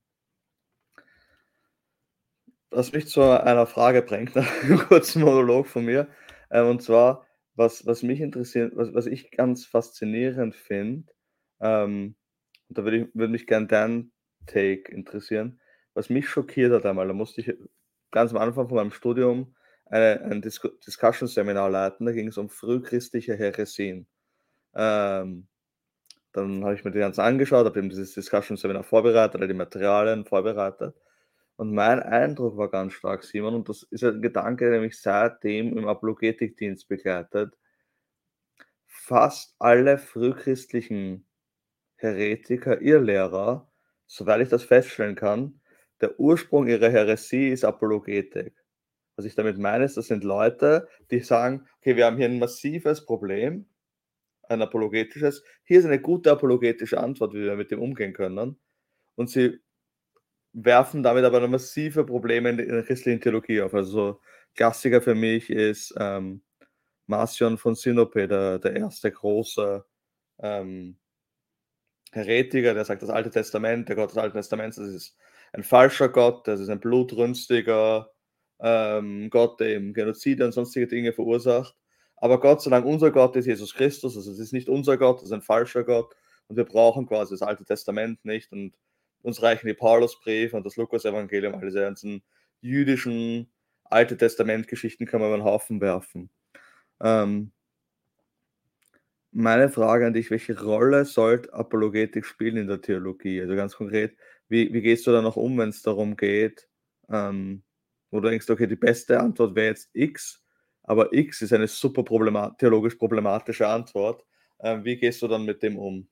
Was mich zu einer Frage bringt, nach einem kurzen Monolog von mir, ähm, und zwar, was, was mich interessiert, was, was ich ganz faszinierend finde, ähm, und da würde ich, würde mich gern dein Take interessieren, was mich schockiert hat einmal, da musste ich ganz am Anfang von meinem Studium eine, ein Dis Discussion-Seminar leiten, da ging es um frühchristliche Häresien. Ähm, dann habe ich mir die ganzen angeschaut, habe eben dieses Discussion-Seminar vorbereitet, die Materialien vorbereitet. Und mein Eindruck war ganz stark, Simon, und das ist ein Gedanke, der mich seitdem im Apologetikdienst begleitet. Fast alle frühchristlichen Heretiker, Irrlehrer, soweit ich das feststellen kann, der Ursprung ihrer Häresie ist Apologetik. Was ich damit meine, ist, das sind Leute, die sagen, okay, wir haben hier ein massives Problem, ein apologetisches. Hier ist eine gute apologetische Antwort, wie wir mit dem umgehen können. Und sie werfen damit aber massive Probleme in der christlichen Theologie auf. Also so Klassiker für mich ist ähm, Marcion von Sinope, der, der erste große ähm, Heretiker, der sagt, das Alte Testament, der Gott des Alten Testaments, das ist ein falscher Gott, das ist ein blutrünstiger ähm, Gott, der eben Genozide und sonstige Dinge verursacht. Aber Gott sei Dank, unser Gott ist Jesus Christus, also es ist nicht unser Gott, das ist ein falscher Gott und wir brauchen quasi das Alte Testament nicht und uns reichen die Paulusbriefe und das Lukas-Evangelium, all diese ganzen jüdischen Alte Testament-Geschichten kann man über den Haufen werfen. Ähm, meine Frage an dich, welche Rolle sollte Apologetik spielen in der Theologie? Also ganz konkret, wie, wie gehst du da noch um, wenn es darum geht, ähm, wo du denkst, okay, die beste Antwort wäre jetzt X, aber X ist eine super problemat theologisch problematische Antwort. Ähm, wie gehst du dann mit dem um?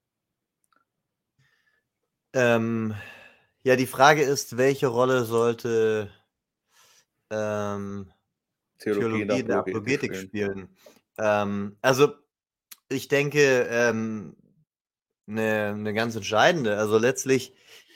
Ähm, ja, die Frage ist, welche Rolle sollte ähm, Theologie in der Theologie in der Apologetik Apologetik spielen. spielen? Ähm, also ich denke, ähm, eine, eine ganz entscheidende. Also letztlich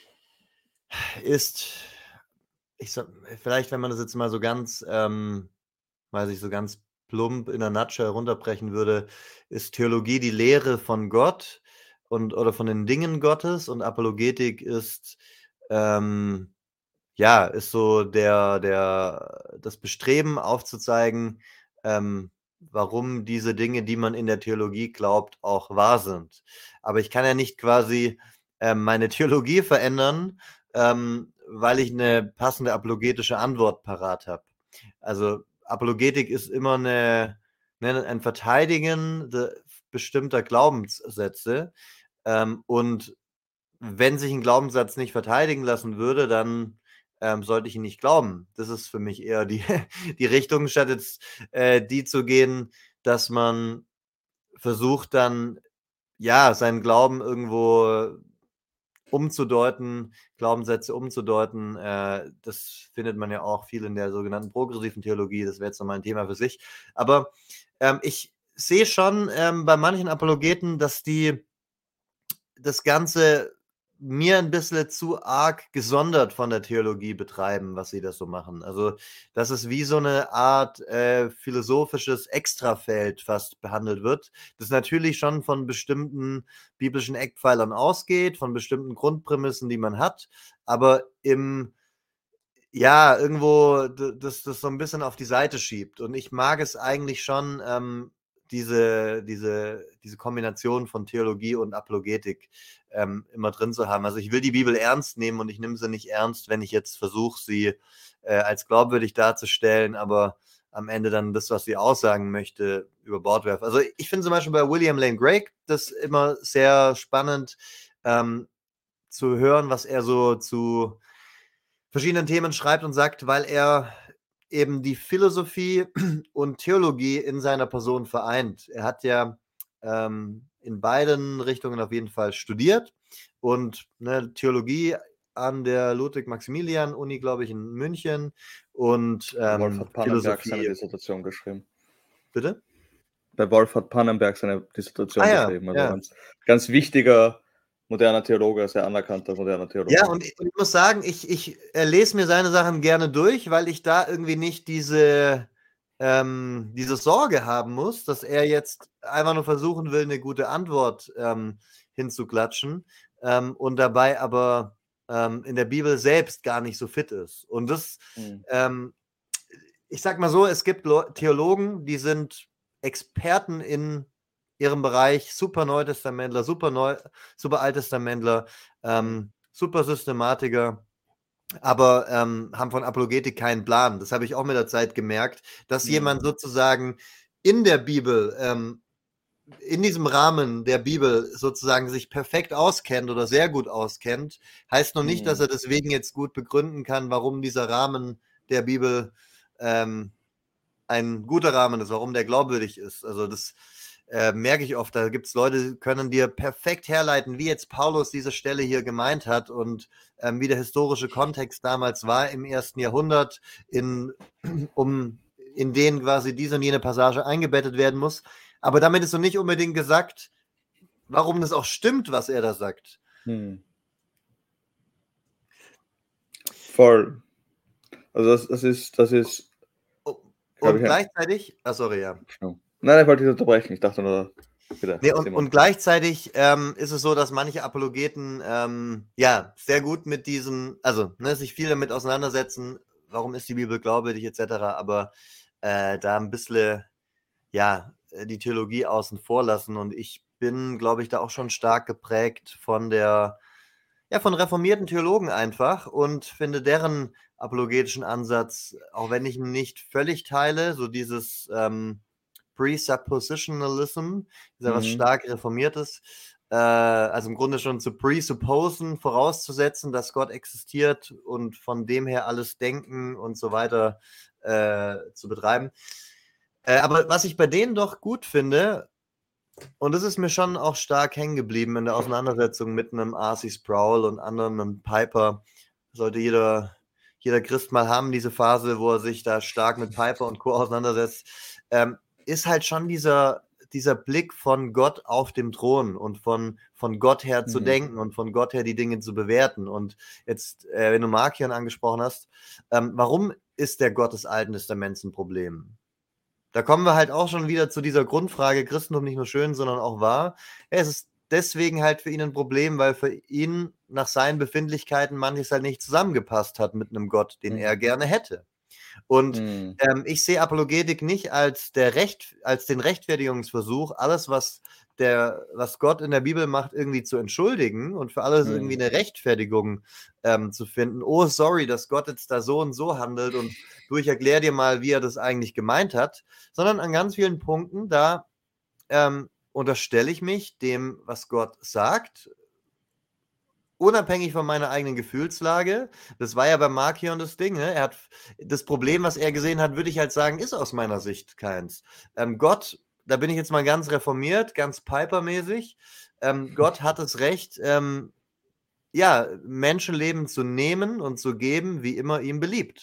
ist, ich sag, vielleicht, wenn man das jetzt mal so ganz, ähm, weiß ich, so ganz plump in der Nutshell runterbrechen würde, ist Theologie die Lehre von Gott und oder von den Dingen Gottes und Apologetik ist ähm, ja, ist so der der das Bestreben aufzuzeigen, ähm, warum diese Dinge, die man in der Theologie glaubt, auch wahr sind. Aber ich kann ja nicht quasi, ähm, meine Theologie verändern, ähm, weil ich eine passende apologetische Antwort parat habe. Also, Apologetik ist immer 'ne ne, ein Verteidigen de bestimmter Glaubenssätze, ähm, und wenn sich ein Glaubenssatz nicht verteidigen lassen würde, dann, ähm, sollte ich ihn nicht glauben. Das ist für mich eher die die Richtung, statt jetzt, äh, die zu gehen, dass man versucht dann, ja, seinen Glauben irgendwo umzudeuten, Glaubenssätze umzudeuten. Äh, das findet man ja auch viel in der sogenannten progressiven Theologie. Das wäre jetzt noch mal 'n Thema für sich. Aber, ähm, ich sehe schon, ähm, bei manchen Apologeten, dass die das Ganze mir ein bisschen zu arg gesondert von der Theologie betreiben, was sie das so machen. Also, dass es wie so eine Art äh, philosophisches Extrafeld fast behandelt wird, das natürlich schon von bestimmten biblischen Eckpfeilern ausgeht, von bestimmten Grundprämissen, die man hat, aber im ja, irgendwo d das das so ein bisschen auf die Seite schiebt. Und ich mag es eigentlich schon, ähm, diese diese diese Kombination von Theologie und Apologetik, ähm, immer drin zu haben. Also, ich will die Bibel ernst nehmen und ich nehme sie nicht ernst, wenn ich jetzt versuche, sie, äh, als glaubwürdig darzustellen, aber am Ende dann das, was sie aussagen möchte, über Bord werfe. Also, ich finde zum Beispiel bei William Lane Craig das immer sehr spannend, ähm, zu hören, was er so zu verschiedenen Themen schreibt und sagt, weil er eben die Philosophie und Theologie in seiner Person vereint. Er hat ja ähm, in beiden Richtungen auf jeden Fall studiert und ne, Theologie an der Ludwig-Maximilian-Uni, glaube ich, in München und ähm, Wolfhard Pannenberg seine Philosophie. Dissertation geschrieben. Bitte? Bei Wolfhard Pannenberg seine Dissertation Ah ja, geschrieben. Also ja. ganz, ganz wichtiger moderner Theologe, sehr anerkannter moderner Theologe. Ja, und ich, und ich muss sagen, ich, ich äh, lese mir seine Sachen gerne durch, weil ich da irgendwie nicht diese, ähm, diese Sorge haben muss, dass er jetzt einfach nur versuchen will, eine gute Antwort ähm, hinzuklatschen ähm, und dabei aber ähm, in der Bibel selbst gar nicht so fit ist. Und das, Mhm. ähm, ich sag mal so, es gibt Leu- Theologen, die sind Experten in ihrem Bereich, super Neutestamentler, super, Neu super Alttestamentler, ähm, super Systematiker, aber ähm, haben von Apologetik keinen Plan. Das habe ich auch mit der Zeit gemerkt, dass Mhm. jemand sozusagen in der Bibel, ähm, in diesem Rahmen der Bibel sozusagen sich perfekt auskennt oder sehr gut auskennt, heißt noch nicht, Mhm. dass er deswegen jetzt gut begründen kann, warum dieser Rahmen der Bibel ähm, ein guter Rahmen ist, warum der glaubwürdig ist. Also das äh, merke ich oft. Da gibt es Leute, die können dir perfekt herleiten, wie jetzt Paulus diese Stelle hier gemeint hat und ähm, wie der historische Kontext damals war im ersten Jahrhundert, in, um, in den quasi diese und jene Passage eingebettet werden muss. Aber damit ist noch nicht unbedingt gesagt, warum das auch stimmt, was er da sagt. Mhm. Voll. Also das, das ist, das ist. Und gleichzeitig, ah, sorry, ja. Nein, ich wollte dich unterbrechen. Ich dachte nur, bitte. Nee, und, und gleichzeitig ähm, ist es so, dass manche Apologeten ähm, ja sehr gut mit diesen, also ne, sich viel damit auseinandersetzen, warum ist die Bibel glaubwürdig et cetera, aber äh, da ein bisschen ja die Theologie außen vor lassen. Und ich bin, glaube ich, da auch schon stark geprägt von der, ja, von reformierten Theologen einfach und finde deren apologetischen Ansatz, auch wenn ich ihn nicht völlig teile, so dieses ähm, Presuppositionalism, ist ja Mhm. was stark Reformiertes, äh, also im Grunde schon zu presupposen, vorauszusetzen, dass Gott existiert und von dem her alles Denken und so weiter äh, zu betreiben. Äh, aber was ich bei denen doch gut finde, und das ist mir schon auch stark hängen geblieben in der Auseinandersetzung mit einem R C Sproul und anderen, einem Piper, sollte jeder, jeder Christ mal haben, diese Phase, wo er sich da stark mit Piper und Co. auseinandersetzt, ähm, ist halt schon dieser, dieser Blick von Gott auf dem Thron und von, von Gott her zu Mhm. denken und von Gott her die Dinge zu bewerten. Und jetzt, äh, wenn du Markion angesprochen hast, ähm, warum ist der Gott des Alten Testaments ein Problem? Da kommen wir halt auch schon wieder zu dieser Grundfrage, Christentum nicht nur schön, sondern auch wahr. Ja, es ist deswegen halt für ihn ein Problem, weil für ihn nach seinen Befindlichkeiten manches halt nicht zusammengepasst hat mit einem Gott, den Mhm. er gerne hätte. Und Mhm. ähm, ich sehe Apologetik nicht als, der Recht, als den Rechtfertigungsversuch, alles, was, der, was Gott in der Bibel macht, irgendwie zu entschuldigen und für alles Mhm. irgendwie eine Rechtfertigung ähm, zu finden. Oh, sorry, dass Gott jetzt da so und so handelt und du, ich erkläre dir mal, wie er das eigentlich gemeint hat, sondern an ganz vielen Punkten, da ähm, unterstelle ich mich dem, was Gott sagt, unabhängig von meiner eigenen Gefühlslage. Das war ja bei Markion das Ding. Ne? Er hat das Problem, was er gesehen hat, würde ich halt sagen, ist aus meiner Sicht keins. Ähm, Gott, da bin ich jetzt mal ganz reformiert, ganz Piper-mäßig. Ähm, Gott hat das Recht, ähm, ja, Menschenleben zu nehmen und zu geben, wie immer ihm beliebt.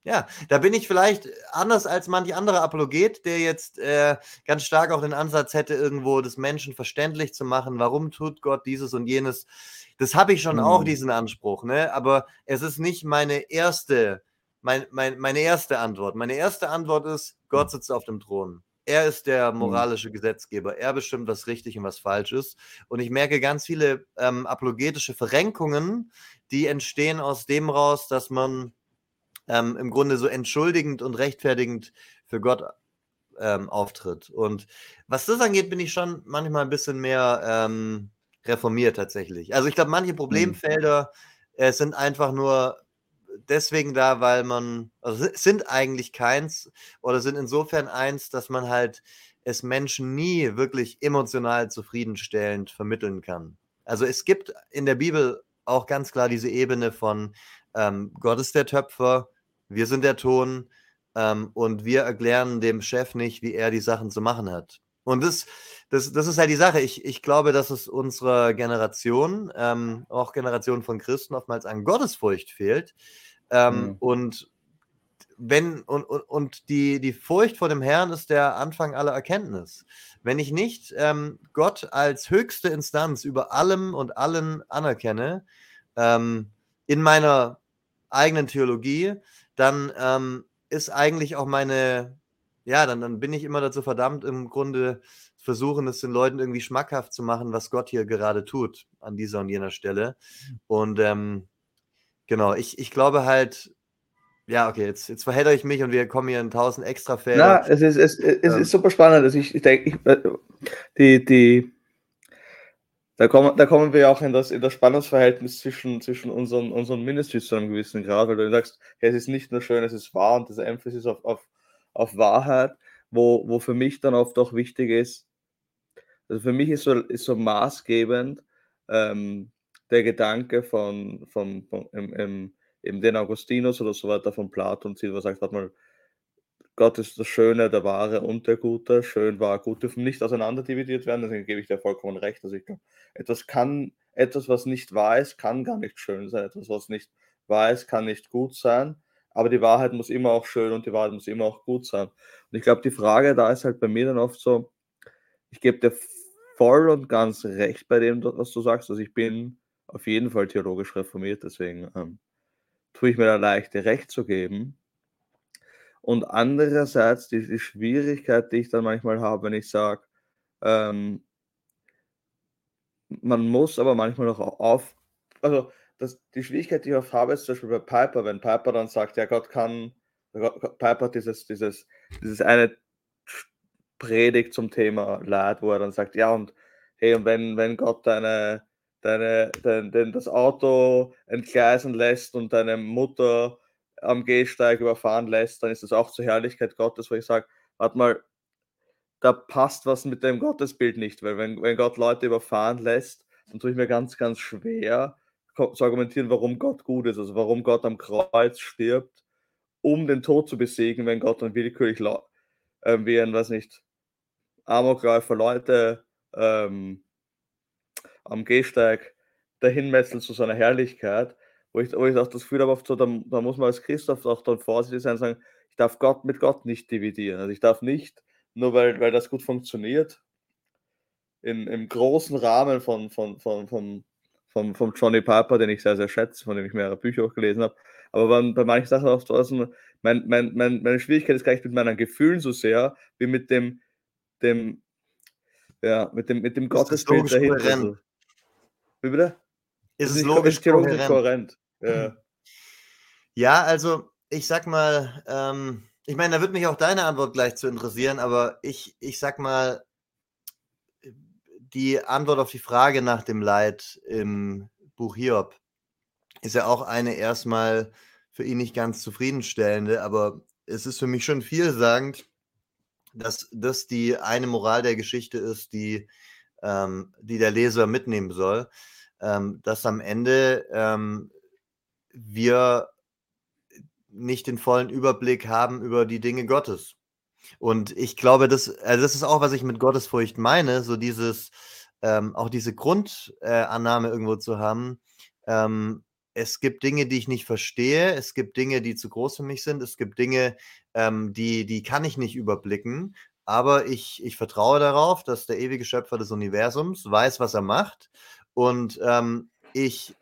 Ja, da bin ich vielleicht anders als manch anderer Apologet, der jetzt äh, ganz stark auch den Ansatz hätte, irgendwo des Menschen verständlich zu machen, warum tut Gott dieses und jenes. Das habe ich schon auch, Mhm. diesen Anspruch, ne? Aber es ist nicht meine erste, mein, mein, meine erste Antwort. Meine erste Antwort ist, Gott sitzt auf dem Thron. Er ist der Mhm. moralische Gesetzgeber. Er bestimmt, was richtig und was falsch ist. Und ich merke ganz viele ähm, apologetische Verrenkungen, die entstehen aus dem raus, dass man ähm, im Grunde so entschuldigend und rechtfertigend für Gott ähm, auftritt. Und was das angeht, bin ich schon manchmal ein bisschen mehr ähm, reformiert tatsächlich. Also ich glaube, manche Mhm. Problemfelder äh, sind einfach nur deswegen da, weil man, also si- sind eigentlich keins oder sind insofern eins, dass man halt es Menschen nie wirklich emotional zufriedenstellend vermitteln kann. Also es gibt in der Bibel auch ganz klar diese Ebene von ähm, Gott ist der Töpfer, wir sind der Ton ähm, und wir erklären dem Chef nicht, wie er die Sachen zu machen hat. Und das, das, das ist halt die Sache. Ich, ich glaube, dass es unserer Generation, ähm, auch Generation von Christen, oftmals an Gottesfurcht fehlt. Ähm, Mhm. und wenn, und, und, und die, die Furcht vor dem Herrn ist der Anfang aller Erkenntnis. Wenn ich nicht ähm, Gott als höchste Instanz über allem und allen anerkenne, ähm, in meiner eigenen Theologie, dann ähm, ist eigentlich auch meine, ja, dann, dann bin ich immer dazu verdammt, im Grunde versuchen, es den Leuten irgendwie schmackhaft zu machen, was Gott hier gerade tut, an dieser und jener Stelle. Und ähm, genau, ich, ich glaube halt, ja, okay, jetzt, jetzt verhedder ich mich und wir kommen hier in tausend Extrafelder. Na, es ist, es, es Ähm, ist super spannend. Also ich, ich denke, ich, äh, die, die, da kommen, da kommen wir auch in das, in das Spannungsverhältnis zwischen, zwischen unseren, unseren Ministries zu einem gewissen Grad, weil du sagst, ja, es ist nicht nur schön, es ist wahr und das Emphasis auf, auf, auf Wahrheit, wo, wo für mich dann oft auch wichtig ist, also für mich ist so, ist so maßgebend ähm, der Gedanke von, von, von im, im, eben den Augustinus oder so weiter von Platon zieht, wo er sagt, warte mal, Gott ist das Schöne, der Wahre und der Gute. Schön, wahr, gut dürfen nicht auseinander dividiert werden, deswegen gebe ich dir vollkommen recht. Also ich glaube, etwas kann, etwas, was nicht wahr ist, kann gar nicht schön sein. Etwas, was nicht wahr ist, kann nicht gut sein. Aber die Wahrheit muss immer auch schön und die Wahrheit muss immer auch gut sein. Und ich glaube, die Frage da ist halt bei mir dann oft so, ich gebe dir voll und ganz recht bei dem, was du sagst. Also ich bin auf jeden Fall theologisch reformiert, deswegen ähm, tue ich mir da leicht, dir recht zu geben. Und andererseits die, die Schwierigkeit, die ich dann manchmal habe, wenn ich sage, ähm, man muss aber manchmal noch auf, also das, die Schwierigkeit, die ich oft habe, ist zum Beispiel bei Piper, wenn Piper dann sagt, ja, Gott kann, Gott, Piper hat dieses, dieses, dieses eine Predigt zum Thema Leid, wo er dann sagt, ja, und hey, und wenn, wenn Gott deine, deine, dein, dein, das Auto entgleisen lässt und deine Mutter am Gehsteig überfahren lässt, dann ist das auch zur Herrlichkeit Gottes, wo ich sage, warte mal, da passt was mit dem Gottesbild nicht, weil wenn, wenn Gott Leute überfahren lässt, dann tue ich mir ganz, ganz schwer zu argumentieren, warum Gott gut ist, also warum Gott am Kreuz stirbt, um den Tod zu besiegen, wenn Gott dann willkürlich äh, wie ein, weiß nicht, Amokläufer Leute ähm, am Gehsteig dahin metzelt zu seiner Herrlichkeit, wo ich, wo ich auch das Gefühl habe, oft so, da, da muss man als Christoph auch dann vorsichtig sein und sagen, ich darf Gott mit Gott nicht dividieren. Also ich darf nicht, nur weil, weil das gut funktioniert, in, im großen Rahmen von, von, von, von, von, von Johnny Piper, den ich sehr, sehr schätze, von dem ich mehrere Bücher auch gelesen habe. Aber bei, bei manchen Sachen auch draußen, mein, mein, mein, meine Schwierigkeit ist gar nicht mit meinen Gefühlen so sehr, wie mit dem, dem ja, mit dem, mit dem ist das Gottesbild logisch dahinter. kohärent? So. Wie bitte? Ist Ist es nicht, ko- logisch ist theologisch nicht kohärent? kohärent. Ja. Ja, also ich sag mal, ähm, ich meine, da wird mich auch deine Antwort gleich zu interessieren, aber ich, ich sag mal, die Antwort auf die Frage nach dem Leid im Buch Hiob ist ja auch eine erstmal für ihn nicht ganz zufriedenstellende, aber es ist für mich schon vielsagend, dass das die eine Moral der Geschichte ist, die, ähm, die der Leser mitnehmen soll, ähm, dass am Ende ähm, wir nicht den vollen Überblick haben über die Dinge Gottes. Und ich glaube, das, also das ist auch, was ich mit Gottesfurcht meine, so dieses, ähm, auch diese Grundannahme äh, irgendwo zu haben. Ähm, es gibt Dinge, die ich nicht verstehe, es gibt Dinge, die zu groß für mich sind, es gibt Dinge, ähm, die, die kann ich nicht überblicken, aber ich, ich vertraue darauf, dass der ewige Schöpfer des Universums weiß, was er macht und ähm, ich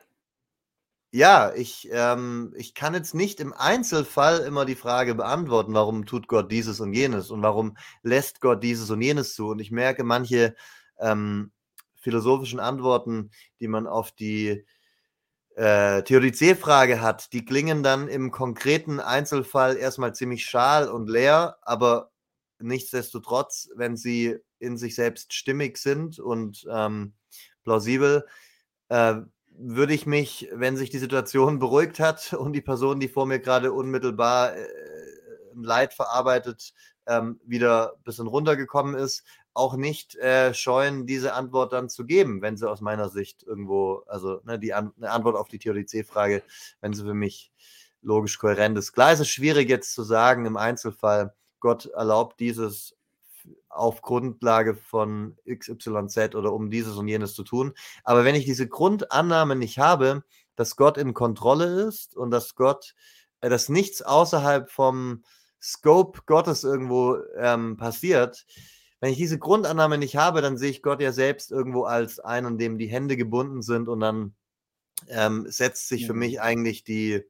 ja, ich, ähm, ich kann jetzt nicht im Einzelfall immer die Frage beantworten, warum tut Gott dieses und jenes und warum lässt Gott dieses und jenes zu. Und ich merke, manche ähm, philosophischen Antworten, die man auf die äh, Theodizee-Frage hat, die klingen dann im konkreten Einzelfall erstmal ziemlich schal und leer, aber nichtsdestotrotz, wenn sie in sich selbst stimmig sind und ähm, plausibel, äh, würde ich mich, wenn sich die Situation beruhigt hat und die Person, die vor mir gerade unmittelbar äh, Leid verarbeitet, ähm, wieder ein bisschen runtergekommen ist, auch nicht äh, scheuen, diese Antwort dann zu geben, wenn sie aus meiner Sicht irgendwo, also ne, die An eine Antwort auf die Theodizee-Frage, wenn sie für mich logisch kohärent ist. Klar ist es schwierig jetzt zu sagen im Einzelfall, Gott erlaubt dieses auf Grundlage von X Y Z oder um dieses und jenes zu tun. Aber wenn ich diese Grundannahme nicht habe, dass Gott in Kontrolle ist und dass Gott, äh, dass nichts außerhalb vom Scope Gottes irgendwo ähm, passiert, wenn ich diese Grundannahme nicht habe, dann sehe ich Gott ja selbst irgendwo als einen, dem die Hände gebunden sind und dann ähm, setzt sich für Mhm. mich eigentlich die,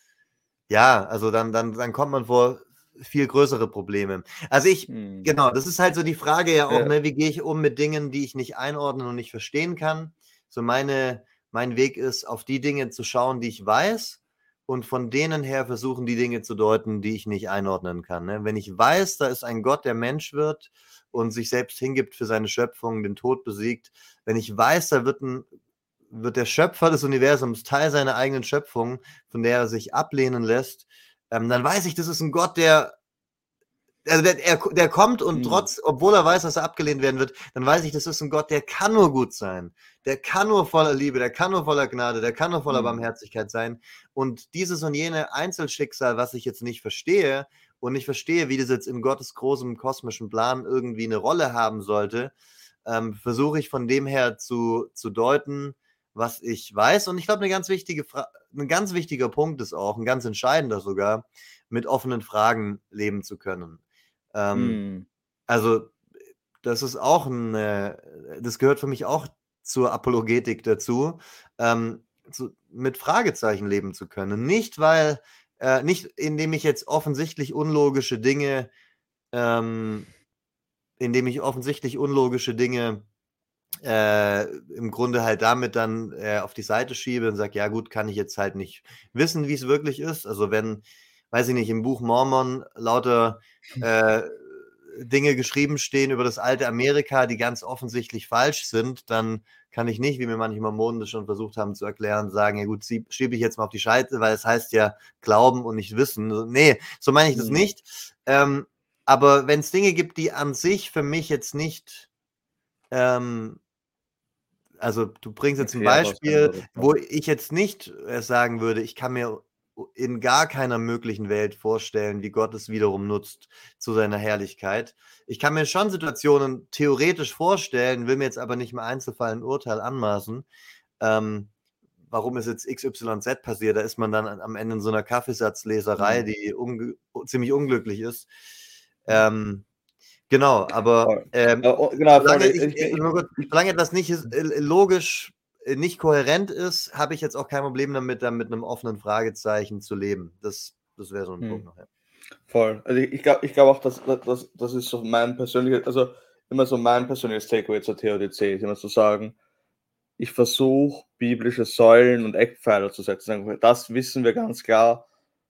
ja, also dann, dann, dann kommt man vor viel größere Probleme. Also ich, Mhm. genau, das ist halt so die Frage ja auch, Ja. ne, wie gehe ich um mit Dingen, die ich nicht einordnen und nicht verstehen kann. So meine, mein Weg ist, auf die Dinge zu schauen, die ich weiß und von denen her versuchen, die Dinge zu deuten, die ich nicht einordnen kann. Ne? Wenn ich weiß, da ist ein Gott, der Mensch wird und sich selbst hingibt für seine Schöpfung, den Tod besiegt, wenn ich weiß, da wird ein wird der Schöpfer des Universums Teil seiner eigenen Schöpfung, von der er sich ablehnen lässt, ähm, dann weiß ich, das ist ein Gott, der, also der, der, der kommt und Mhm. trotz, obwohl er weiß, dass er abgelehnt werden wird, dann weiß ich, das ist ein Gott, der kann nur gut sein. Der kann nur voller Liebe, der kann nur voller Gnade, der kann nur voller Mhm. Barmherzigkeit sein. Und dieses und jene Einzelschicksal, was ich jetzt nicht verstehe und nicht verstehe, wie das jetzt in Gottes großem kosmischen Plan irgendwie eine Rolle haben sollte, ähm, versuche ich von dem her zu, zu deuten, was ich weiß. Und ich glaube, eine ganz wichtige Fra- ein ganz wichtiger Punkt ist auch, ein ganz entscheidender sogar, mit offenen Fragen leben zu können. Ähm, Mhm. also, das ist auch ein, äh, das gehört für mich auch zur Apologetik dazu, ähm, zu, mit Fragezeichen leben zu können. Nicht, weil, äh, nicht indem ich jetzt offensichtlich unlogische Dinge, ähm, indem ich offensichtlich unlogische Dinge äh, im Grunde halt damit dann äh, auf die Seite schiebe und sage, ja gut, kann ich jetzt halt nicht wissen, wie es wirklich ist. Also wenn, weiß ich nicht, im Buch Mormon lauter äh, Dinge geschrieben stehen über das alte Amerika, die ganz offensichtlich falsch sind, dann kann ich nicht, wie mir manche Mormonen das schon versucht haben zu erklären, sagen, ja gut, sie- schiebe ich jetzt mal auf die Scheite, weil es heißt ja glauben und nicht wissen. So, nee, so meine ich das Mhm. nicht. Ähm, aber wenn es Dinge gibt, die an sich für mich jetzt nicht ähm, also du bringst jetzt ein Erklärbar sein Beispiel, oder wo so. ich jetzt nicht äh, sagen würde, ich kann mir in gar keiner möglichen Welt vorstellen, wie Gott es wiederum nutzt zu seiner Herrlichkeit. Ich kann mir schon Situationen theoretisch vorstellen, will mir jetzt aber nicht im Einzelfall ein Urteil anmaßen, ähm, warum ist jetzt X Y Z passiert. Da ist man dann am Ende in so einer Kaffeesatzleserei, Mhm. die unge ziemlich unglücklich ist. Ähm, Genau, aber Voll. ähm, Ja, oh, genau, voll. solange ich, Ich, äh, ich, nur kurz, ich, solange etwas nicht ist, äh, logisch äh, nicht kohärent ist, habe ich jetzt auch kein Problem damit, da mit einem offenen Fragezeichen zu leben. Das, das wäre so ein Punkt hm. noch. Ja. Voll. Also ich, ich glaube ich glaub auch, dass, dass das ist so mein persönliches, also immer so mein persönliches Takeaway zur T H D C, ist immer zu sagen, ich versuche biblische Säulen und Eckpfeiler zu setzen. Das wissen wir ganz klar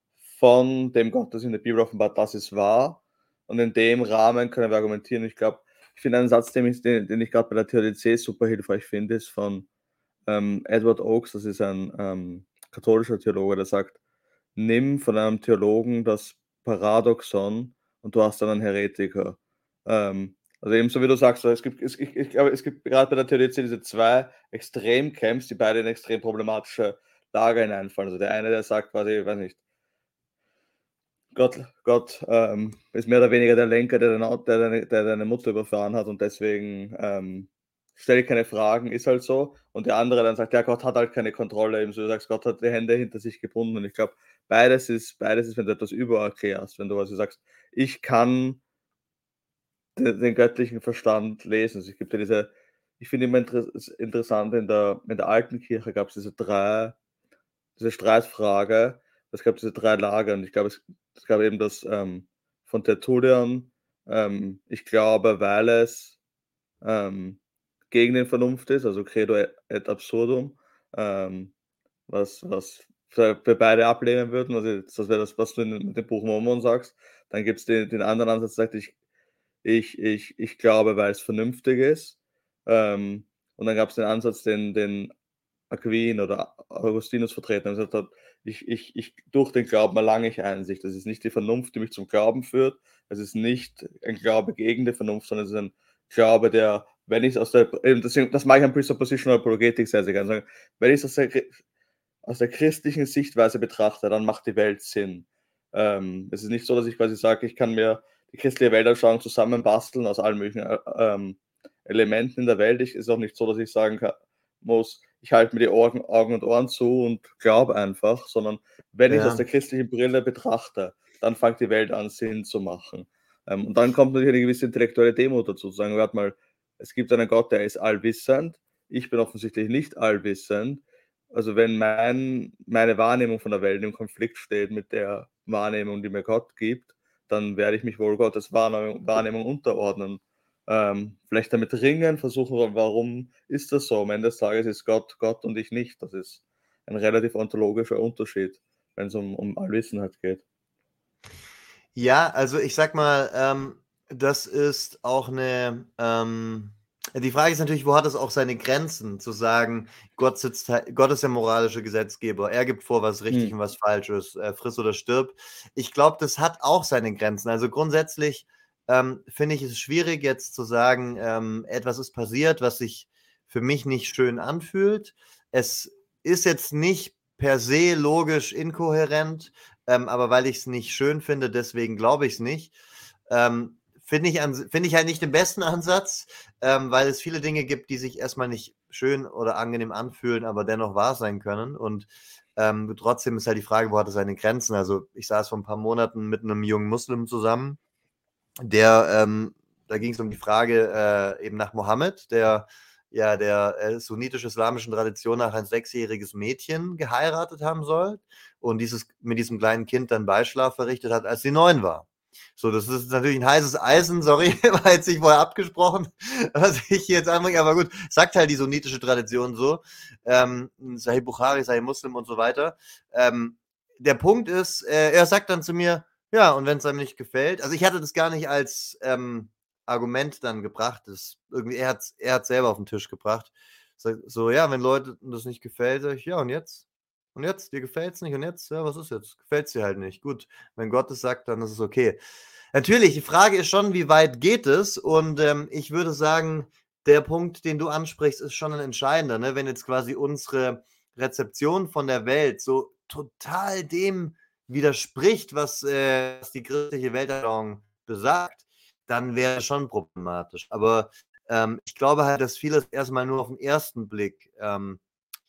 von dem Gott, das in der Bibel offenbart, das ist wahr. Und in dem Rahmen können wir argumentieren. Ich glaube, ich finde einen Satz, den ich, den, den ich gerade bei der T H D C super hilfreich finde, ist von ähm, Edward Oakes, das ist ein ähm, katholischer Theologe, der sagt, nimm von einem Theologen das Paradoxon und du hast dann einen Heretiker. Ähm, also ebenso wie du sagst, es gibt, es, ich, ich glaube, es gibt gerade bei der T H D C diese zwei Extremcamps, die beide in extrem problematische Lager hineinfallen. Also der eine, der sagt quasi, ich weiß nicht, Gott, Gott ähm, ist mehr oder weniger der Lenker, der, deine, der, deine, der deine Mutter überfahren hat und deswegen ähm, stell keine Fragen, ist halt so. Und der andere dann sagt, ja, Gott hat halt keine Kontrolle. Ebenso du sagst, Gott hat die Hände hinter sich gebunden. Und ich glaube, beides ist, beides ist, wenn du etwas übererklärst, wenn du also sagst, ich kann den, den göttlichen Verstand lesen. Also es gibt ja diese, ich finde immer inter interessant, in der, in der alten Kirche gab es diese drei, diese Streitfrage, es gab diese drei Lager und ich glaube, es, es gab eben das ähm, von Tertullian, ähm, ich glaube, weil es ähm, gegen den Vernunft ist, also credo et absurdum, ähm, was, was wir beide ablehnen würden, also das wäre das, was du in dem Buch Mormon sagst. Dann gibt es den, den anderen Ansatz, der sagt, ich, ich, ich, ich glaube, weil es vernünftig ist. Ähm, und dann gab es den Ansatz, den, den Aquin oder Augustinus vertreten haben, gesagt hat, ich, ich, ich, durch den Glauben erlange ich Einsicht. Das ist nicht die Vernunft, die mich zum Glauben führt. Es ist nicht ein Glaube gegen die Vernunft, sondern es ist ein Glaube, der, wenn ich es aus der, deswegen, das mache ich an Presuppositional Apologetik sehr, sehr gerne sagen, wenn ich es aus der, aus der christlichen Sichtweise betrachte, dann macht die Welt Sinn. Ähm, es ist nicht so, dass ich quasi sage, ich kann mir die christliche Weltanschauung zusammenbasteln aus allen möglichen äh, ähm, Elementen in der Welt. Es ist auch nicht so, dass ich sagen kann, muss, ich halte mir die Augen, Augen und Ohren zu und glaube einfach, sondern wenn ich es Ja. aus der christlichen Brille betrachte, dann fängt die Welt an, Sinn zu machen. Ähm, und dann kommt natürlich eine gewisse intellektuelle Demut dazu, zu sagen, warte mal, es gibt einen Gott, der ist allwissend, ich bin offensichtlich nicht allwissend. Also wenn mein, meine Wahrnehmung von der Welt im Konflikt steht mit der Wahrnehmung, die mir Gott gibt, dann werde ich mich wohl Gottes Wahrnehmung, Wahrnehmung unterordnen. Ähm, vielleicht damit ringen, versuchen, warum ist das so? Am Ende des Tages ist Gott Gott und ich nicht. Das ist ein relativ ontologischer Unterschied, wenn es um, um Allwissenheit geht. Ja, also ich sag mal, ähm, das ist auch eine, ähm, die Frage ist natürlich, wo hat es auch seine Grenzen, zu sagen, Gott, sitzt, Gott ist der moralische Gesetzgeber, er gibt vor, was richtig Hm. und was falsch ist, äh, friss oder stirb. Ich glaube, das hat auch seine Grenzen. Also grundsätzlich ähm, finde ich es schwierig, jetzt zu sagen, ähm, etwas ist passiert, was sich für mich nicht schön anfühlt. Es ist jetzt nicht per se logisch inkohärent, ähm, aber weil ich es nicht schön finde, deswegen glaube ich es nicht. Ähm, finde ich, find ich halt nicht den besten Ansatz, ähm, weil es viele Dinge gibt, die sich erstmal nicht schön oder angenehm anfühlen, aber dennoch wahr sein können. Und ähm, trotzdem ist halt die Frage, wo hat es seine Grenzen? Also ich saß vor ein paar Monaten mit einem jungen Muslim zusammen, der, ähm, da ging es um die Frage äh, eben nach Mohammed, der ja der äh, sunnitisch-islamischen Tradition nach ein sechsjähriges Mädchen geheiratet haben soll und dieses mit diesem kleinen Kind dann Beischlaf verrichtet hat, als sie neun war. So, das ist natürlich ein heißes Eisen, sorry, war jetzt nicht vorher abgesprochen, was ich jetzt anbringe, aber gut, sagt halt die sunnitische Tradition so, ähm, Sahih Bukhari, Sahih Muslim und so weiter. Ähm, der Punkt ist, äh, er sagt dann zu mir, ja, und wenn es einem nicht gefällt, also ich hatte das gar nicht als ähm, Argument dann gebracht, das irgendwie, er hat es er hat's selber auf den Tisch gebracht. So, ja, wenn Leuten das nicht gefällt, sag ich, ja, und jetzt? Und jetzt? Dir gefällt es nicht? Und jetzt? Ja, was ist jetzt? Gefällt es dir halt nicht. Gut, wenn Gott es sagt, dann ist es okay. Natürlich, die Frage ist schon, wie weit geht es? Und ähm, ich würde sagen, der Punkt, den du ansprichst, ist schon ein entscheidender. Ne? Wenn jetzt quasi unsere Rezeption von der Welt so total dem widerspricht, was, äh, was die christliche Weltanschauung besagt, dann wäre es schon problematisch. Aber ähm, ich glaube halt, dass vieles erstmal nur auf den ersten Blick ähm,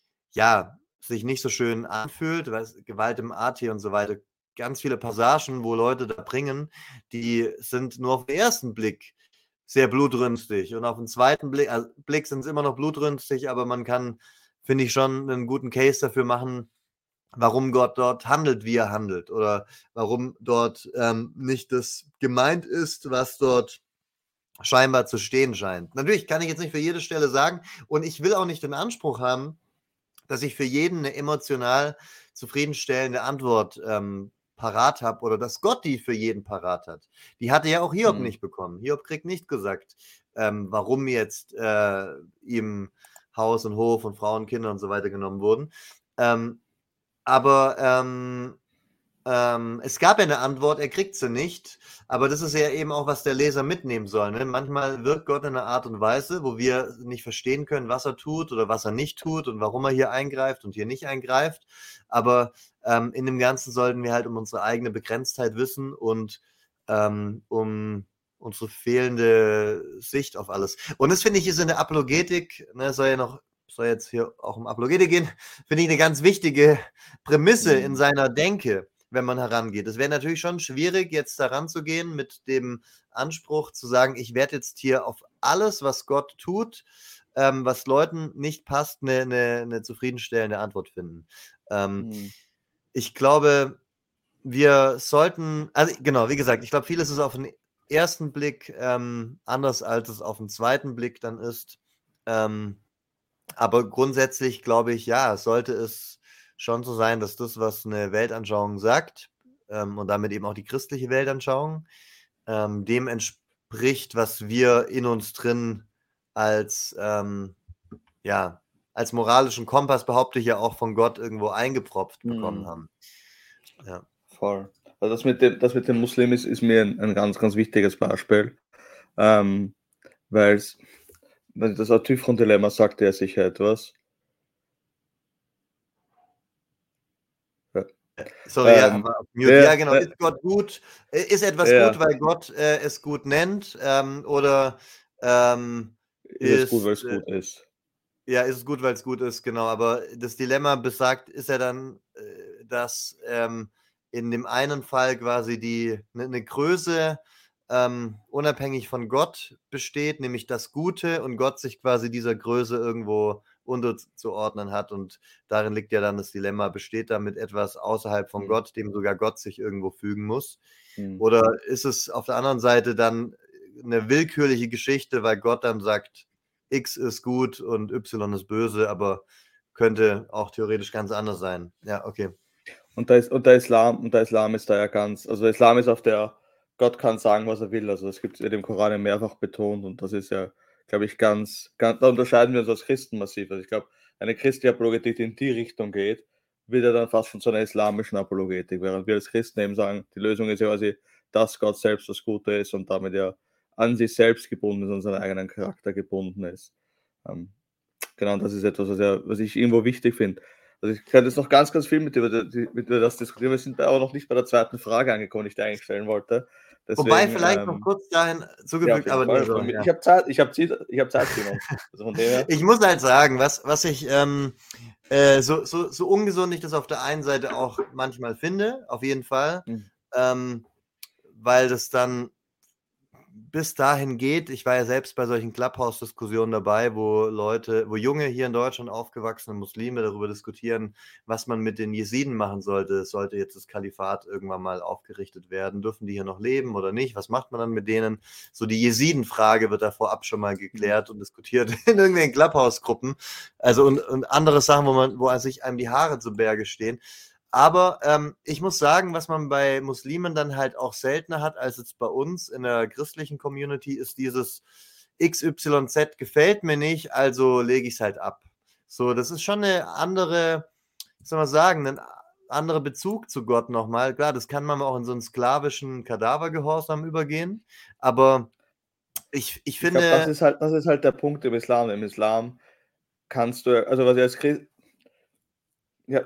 ja, sich nicht so schön anfühlt, weil Gewalt im A T und so weiter, ganz viele Passagen, wo Leute da bringen, die sind nur auf den ersten Blick sehr blutrünstig und auf den zweiten Blick, also Blick sind es immer noch blutrünstig, aber man kann, finde ich, schon einen guten Case dafür machen, warum Gott dort handelt, wie er handelt oder warum dort ähm, nicht das gemeint ist, was dort scheinbar zu stehen scheint. Natürlich kann ich jetzt nicht für jede Stelle sagen und ich will auch nicht den Anspruch haben, dass ich für jeden eine emotional zufriedenstellende Antwort ähm, parat habe oder dass Gott die für jeden parat hat. Die hatte ja auch Hiob Hm. nicht bekommen. Hiob kriegt nicht gesagt, ähm, warum jetzt äh, ihm Haus und Hof und Frauen, Kinder und so weiter genommen wurden. Ähm, aber ähm, ähm, es gab ja eine Antwort, er kriegt sie nicht, aber das ist ja eben auch, was der Leser mitnehmen soll. Ne? Manchmal wirkt Gott in einer Art und Weise, wo wir nicht verstehen können, was er tut oder was er nicht tut und warum er hier eingreift und hier nicht eingreift. Aber ähm, in dem Ganzen sollten wir halt um unsere eigene Begrenztheit wissen und ähm, um unsere fehlende Sicht auf alles. Und das finde ich ist in der Apologetik, ne, soll ja noch, soll jetzt hier auch um Apologetik gehen, finde ich eine ganz wichtige Prämisse in Mhm. seiner Denke, wenn man herangeht. Es wäre natürlich schon schwierig, jetzt daran zu gehen mit dem Anspruch zu sagen, ich werde jetzt hier auf alles, was Gott tut, ähm, was Leuten nicht passt, eine, eine, eine zufriedenstellende Antwort finden. Ähm, Mhm. ich glaube, wir sollten, also genau, wie gesagt, ich glaube, vieles ist auf den ersten Blick ähm, anders, als es auf den zweiten Blick dann ist. Ähm, aber grundsätzlich glaube ich, ja, sollte es schon so sein, dass das, was eine Weltanschauung sagt, ähm, und damit eben auch die christliche Weltanschauung, ähm, dem entspricht, was wir in uns drin als, ähm, ja, als moralischen Kompass, behaupte ich ja auch, von Gott irgendwo eingepropft bekommen Mhm. haben. Ja. Voll. Also das mit dem, das mit dem Muslim ist, ist mir ein, ein ganz, ganz wichtiges Beispiel, ähm, weil es, das Artyphron-Dilemma sagt ja sicher etwas. Ja, Sorry, ja, ähm, war auf Mute. ja, Ja, genau. ja, Ist Gott gut? Äh, Ist etwas ja, gut, weil Gott äh, es gut nennt? Ähm, oder ähm, ist es gut, weil ist, es äh, gut ist. ja, ist es gut, weil es gut ist, genau. Aber das Dilemma besagt, ist ja dann, äh, dass ähm, in dem einen Fall quasi die eine ne Größe ähm, unabhängig von Gott besteht, nämlich das Gute, und Gott sich quasi dieser Größe irgendwo unterzuordnen hat. Und darin liegt ja dann das Dilemma, besteht damit etwas außerhalb von Hm, Gott, dem sogar Gott sich irgendwo fügen muss? hm. Oder ist es auf der anderen Seite dann eine willkürliche Geschichte, weil Gott dann sagt, X ist gut und Y ist böse, aber könnte auch theoretisch ganz anders sein. Ja, okay. Und da ist, und der Islam, und der Islam ist da ja ganz, also der Islam ist auf der, Gott kann sagen, was er will. Also das gibt es ja im Koran ja mehrfach betont und das ist ja, glaube ich, ganz, ganz, da unterscheiden wir uns als Christen massiv. Also ich glaube, eine christliche Apologetik, die in die Richtung geht, wird ja dann fast schon zu einer islamischen Apologetik, während wir als Christen eben sagen, die Lösung ist ja quasi, dass Gott selbst das Gute ist und damit ja an sich selbst gebunden ist und seinen eigenen Charakter gebunden ist. Ähm, genau, und das ist etwas, was, ja, was ich irgendwo wichtig finde. Also ich könnte jetzt noch ganz, ganz viel mit dir, über die- mit dir das diskutieren. Wir sind aber noch nicht bei der zweiten Frage angekommen, die ich dir eigentlich stellen wollte. Wobei Deswegen, vielleicht noch ähm, kurz dahin ja, auf zugefügt, jeden aber nee, Fall. so, Von mir- ja. Ich habe Zeit, ich habe Zeit, ich habe Zeit, Simon. Also von dem her. Ich muss halt sagen, was, was ich, ähm, äh, so, so, so ungesund ich das auf der einen Seite auch manchmal finde, auf jeden Fall, Hm. ähm, weil das dann bis dahin geht. Ich war ja selbst bei solchen Clubhouse-Diskussionen dabei, wo Leute, wo junge hier in Deutschland aufgewachsene Muslime darüber diskutieren, was man mit den Jesiden machen sollte. Sollte jetzt das Kalifat irgendwann mal aufgerichtet werden? Dürfen die hier noch leben oder nicht? Was macht man dann mit denen? So die Jesiden-Frage wird da vorab schon mal geklärt und diskutiert in irgendwelchen Clubhouse-Gruppen. Also und, und andere Sachen, wo man, wo sich einem die Haare zu Berge stehen. Aber ähm, ich muss sagen, was man bei Muslimen dann halt auch seltener hat als jetzt bei uns in der christlichen Community, ist dieses X Y Z gefällt mir nicht, also lege ich es halt ab. So, das ist schon eine andere, wie soll man sagen, ein anderer Bezug zu Gott nochmal. Klar, das kann man auch in so einen sklavischen Kadavergehorsam übergehen, aber ich, ich Ich glaube, das finde, ist halt, das ist halt der Punkt im Islam. Im Islam kannst du, also was ich als Christ, ja,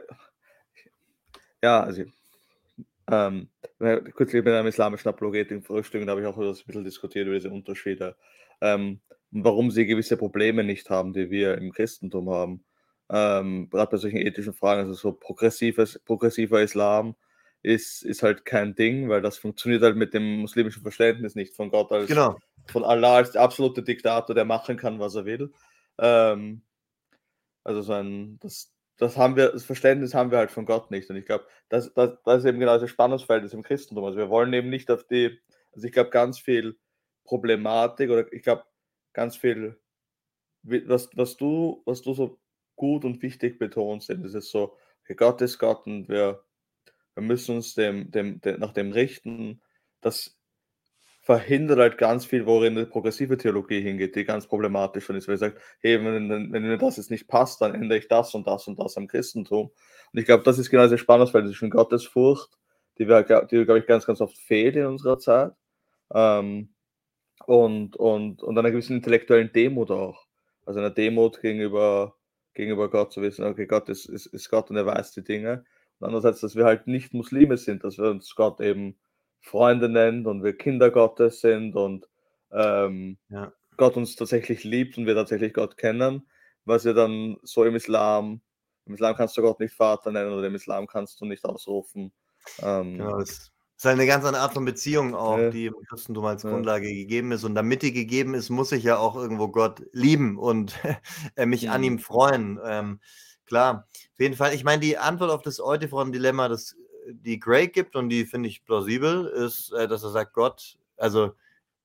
ja, also ähm, kürzlich mit einem islamischen Apologeten frühstücken, da habe ich auch das ein bisschen diskutiert über diese Unterschiede, ähm, und warum sie gewisse Probleme nicht haben, die wir im Christentum haben. Ähm, gerade bei solchen ethischen Fragen, also so progressives, progressiver Islam ist, ist halt kein Ding, weil das funktioniert halt mit dem muslimischen Verständnis nicht von Gott als, genau, von Allah als der absolute Diktator, der machen kann, was er will. Ähm, also so ein, das, das haben wir, das Verständnis haben wir halt von Gott nicht. Und ich glaube, das, das, das ist eben genau das Spannungsfeld im Christentum. Also wir wollen eben nicht auf die, also ich glaube, ganz viel Problematik oder ich glaube, ganz viel, wie- was, was du, was du so gut und wichtig betonst, eben, das ist so, okay, Gott ist Gott und wir, wir müssen uns dem, dem, dem, nach dem richten. Das verhindert halt ganz viel, worin die progressive Theologie hingeht, die ganz problematisch schon ist, weil sie sagt, hey, wenn, wenn, wenn mir das jetzt nicht passt, dann ändere ich das und das und das am Christentum. Und ich glaube, das ist genau das Spannungsfeld zwischen Gottesfurcht, die, wir, glaub- die glaube ich, ganz, ganz oft fehlt in unserer Zeit, ähm, und, und, und einer gewissen intellektuellen Demut auch. Also einer Demut gegenüber, gegenüber Gott, zu wissen, okay, Gott ist, ist, ist Gott und er weiß die Dinge. Und andererseits, dass wir halt nicht Muslime sind, dass wir uns Gott eben Freunde nennt und wir Kinder Gottes sind und ähm, Ja. Gott uns tatsächlich liebt und wir tatsächlich Gott kennen, was ja dann so im Islam, im Islam kannst du Gott nicht Vater nennen oder im Islam kannst du nicht ausrufen. Ähm, Genau, das ist halt eine ganz andere Art von Beziehung auch, Ja. die im Christentum als Ja. Grundlage gegeben ist. Und damit die gegeben ist, muss ich ja auch irgendwo Gott lieben und äh, mich an Mhm. ihm freuen. Ähm, klar, auf jeden Fall. Ich meine, die Antwort auf das Euthyphron-Dilemma, das die Gray gibt und die finde ich plausibel, ist, äh, dass er sagt, Gott, also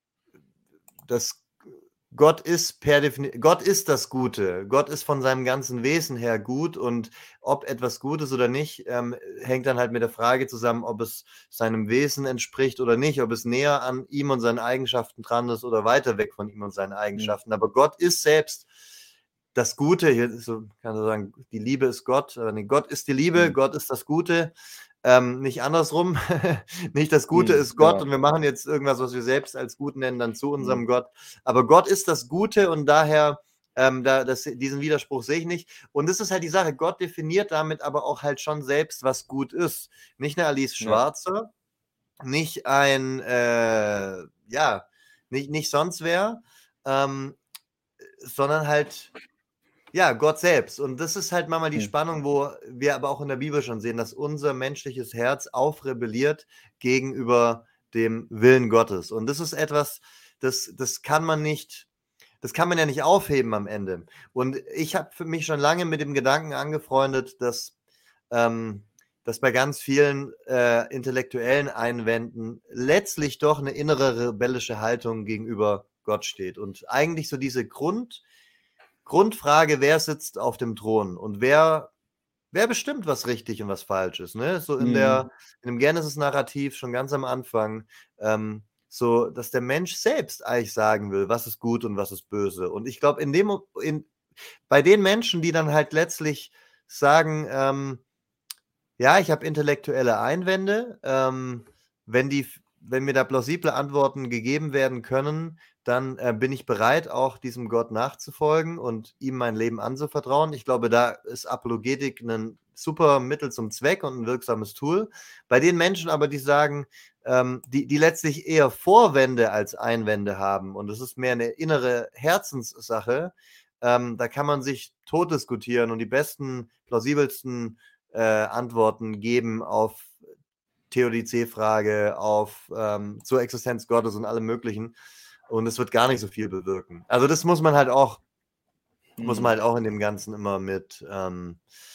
das Gott ist per Definition, Gott ist das Gute. Gott ist von seinem ganzen Wesen her gut und ob etwas gut ist oder nicht, ähm, hängt dann halt mit der Frage zusammen, ob es seinem Wesen entspricht oder nicht, ob es näher an ihm und seinen Eigenschaften dran ist oder weiter weg von ihm und seinen Eigenschaften. Mhm. Aber Gott ist selbst das Gute. Hier ist so, kann man sagen, die Liebe ist Gott. Äh, nee, Gott ist die Liebe, mhm. Gott ist das Gute. Ähm, nicht andersrum. Nicht das Gute Mhm, ist Gott genau. und wir machen jetzt irgendwas, was wir selbst als gut nennen, dann zu unserem mhm. Gott. Aber Gott ist das Gute und daher, ähm, da, das, diesen Widerspruch sehe ich nicht. Und das ist halt die Sache, Gott definiert damit aber auch halt schon selbst, was gut ist. Nicht eine Alice Schwarzer, ja. nicht ein, äh, ja, nicht, nicht sonst wer, ähm, sondern halt ja, Gott selbst. Und das ist halt manchmal die Spannung, wo wir aber auch in der Bibel schon sehen, dass unser menschliches Herz aufrebelliert gegenüber dem Willen Gottes. Und das ist etwas, das, das kann man nicht, das kann man ja nicht aufheben am Ende. Und ich habe für mich schon lange mit dem Gedanken angefreundet, dass, ähm, dass bei ganz vielen äh, intellektuellen Einwänden letztlich doch eine innere rebellische Haltung gegenüber Gott steht. Und eigentlich so diese Grund Grundfrage, wer sitzt auf dem Thron und wer, wer bestimmt, was richtig und was falsch ist. Ne? So in, der, in dem Genesis-Narrativ schon ganz am Anfang, ähm, so dass der Mensch selbst eigentlich sagen will, was ist gut und was ist böse. Und ich glaube, in dem, in, bei den Menschen, die dann halt letztlich sagen, ähm, ja, ich habe intellektuelle Einwände, ähm, wenn die, wenn mir da plausible Antworten gegeben werden können, dann äh, bin ich bereit, auch diesem Gott nachzufolgen und ihm mein Leben anzuvertrauen. Ich glaube, da ist Apologetik ein super Mittel zum Zweck und ein wirksames Tool. Bei den Menschen aber, die sagen, ähm, die, die letztlich eher Vorwände als Einwände haben und es ist mehr eine innere Herzenssache, ähm, da kann man sich tot diskutieren und die besten, plausibelsten äh, Antworten geben auf Theodizee-Frage, auf ähm, zur Existenz Gottes und allem Möglichen. Und es wird gar nicht so viel bewirken. Also das muss man halt auch, hm. muss man halt auch in dem Ganzen immer mit, ähm,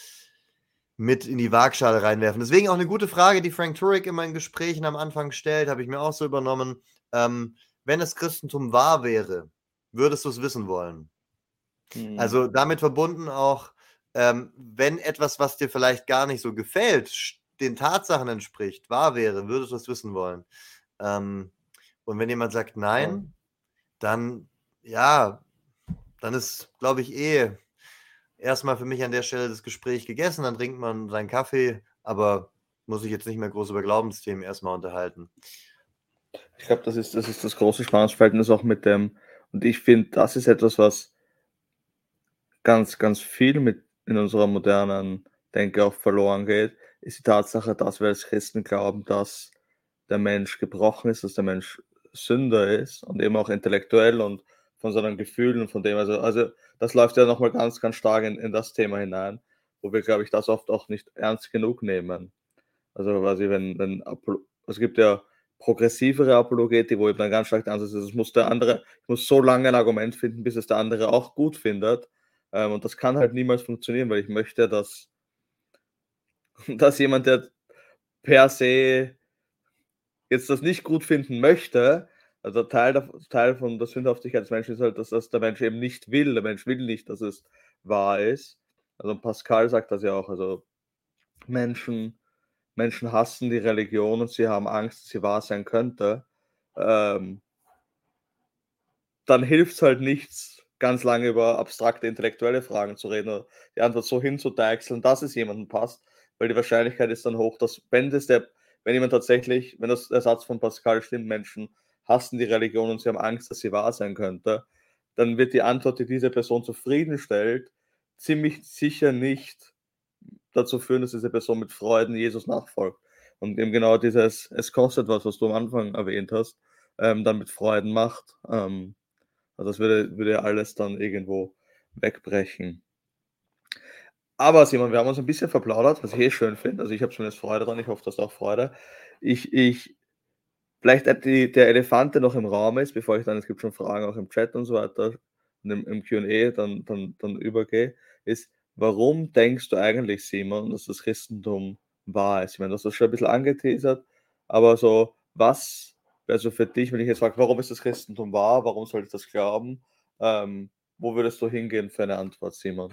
mit in die Waagschale reinwerfen. Deswegen auch eine gute Frage, die Frank Turek immer in Gesprächen am Anfang stellt, habe ich mir auch so übernommen. Ähm, wenn das Christentum wahr wäre, würdest du es wissen wollen? Hm. Also damit verbunden auch, ähm, wenn etwas, was dir vielleicht gar nicht so gefällt, den Tatsachen entspricht, wahr wäre, würdest du es wissen wollen? Ähm, und wenn jemand sagt nein, dann, ja, dann ist, glaube ich, eh erstmal für mich an der Stelle das Gespräch gegessen, dann trinkt man seinen Kaffee, aber muss sich jetzt nicht mehr groß über Glaubensthemen erstmal unterhalten. Ich glaube, das ist, das ist das große Spannungsverhältnis auch mit dem, und ich finde, das ist etwas, was ganz, ganz viel mit in unserer modernen Denke auch verloren geht, ist die Tatsache, dass wir als Christen glauben, dass der Mensch gebrochen ist, dass der Mensch Sünder ist und eben auch intellektuell und von seinen Gefühlen und von dem, also, also das läuft ja nochmal ganz, ganz stark in, in das Thema hinein, wo wir, glaube ich, das oft auch nicht ernst genug nehmen. Also quasi, wenn, wenn es gibt ja progressivere Apologetik, wo eben dann ganz stark der Ansatz ist, es muss der andere, ich muss so lange ein Argument finden, bis es der andere auch gut findet. Ähm, und das kann halt niemals funktionieren, weil ich möchte, dass, dass jemand, der per se jetzt das nicht gut finden möchte, also Teil, der, Teil von der Sündhaftigkeit des Menschen ist halt, dass das der Mensch eben nicht will. Der Mensch will nicht, dass es wahr ist. Also Pascal sagt das ja auch, also Menschen, Menschen hassen die Religion und sie haben Angst, dass sie wahr sein könnte. Ähm, dann hilft es halt nichts, ganz lange über abstrakte intellektuelle Fragen zu reden oder die Antwort so hinzudeichseln, dass es jemandem passt, weil die Wahrscheinlichkeit ist dann hoch, dass wenn das der, wenn jemand tatsächlich, wenn das der Satz von Pascal stimmt, Menschen hassen die Religion und sie haben Angst, dass sie wahr sein könnte, dann wird die Antwort, die diese Person zufriedenstellt, ziemlich sicher nicht dazu führen, dass diese Person mit Freuden Jesus nachfolgt. Und eben genau dieses, es kostet was, was du am Anfang erwähnt hast, ähm, dann mit Freuden macht. Ähm, also das würde, würde alles dann irgendwo wegbrechen. Aber Simon, wir haben uns ein bisschen verplaudert, was ich eh schön finde. Also ich habe zumindest Freude dran, ich hoffe, du hast auch Freude. Ich, ich, vielleicht äh, die, der Elefant, der noch im Raum ist, bevor ich dann, es gibt schon Fragen auch im Chat und so weiter, und im, im Q und A dann, dann, dann übergehe, ist, warum denkst du eigentlich, Simon, dass das Christentum wahr ist? Ich meine, du hast das schon ein bisschen angeteasert, aber so, was wäre so für dich, wenn ich jetzt frage, warum ist das Christentum wahr, warum soll ich das glauben? Ähm, wo würdest du hingehen für eine Antwort, Simon?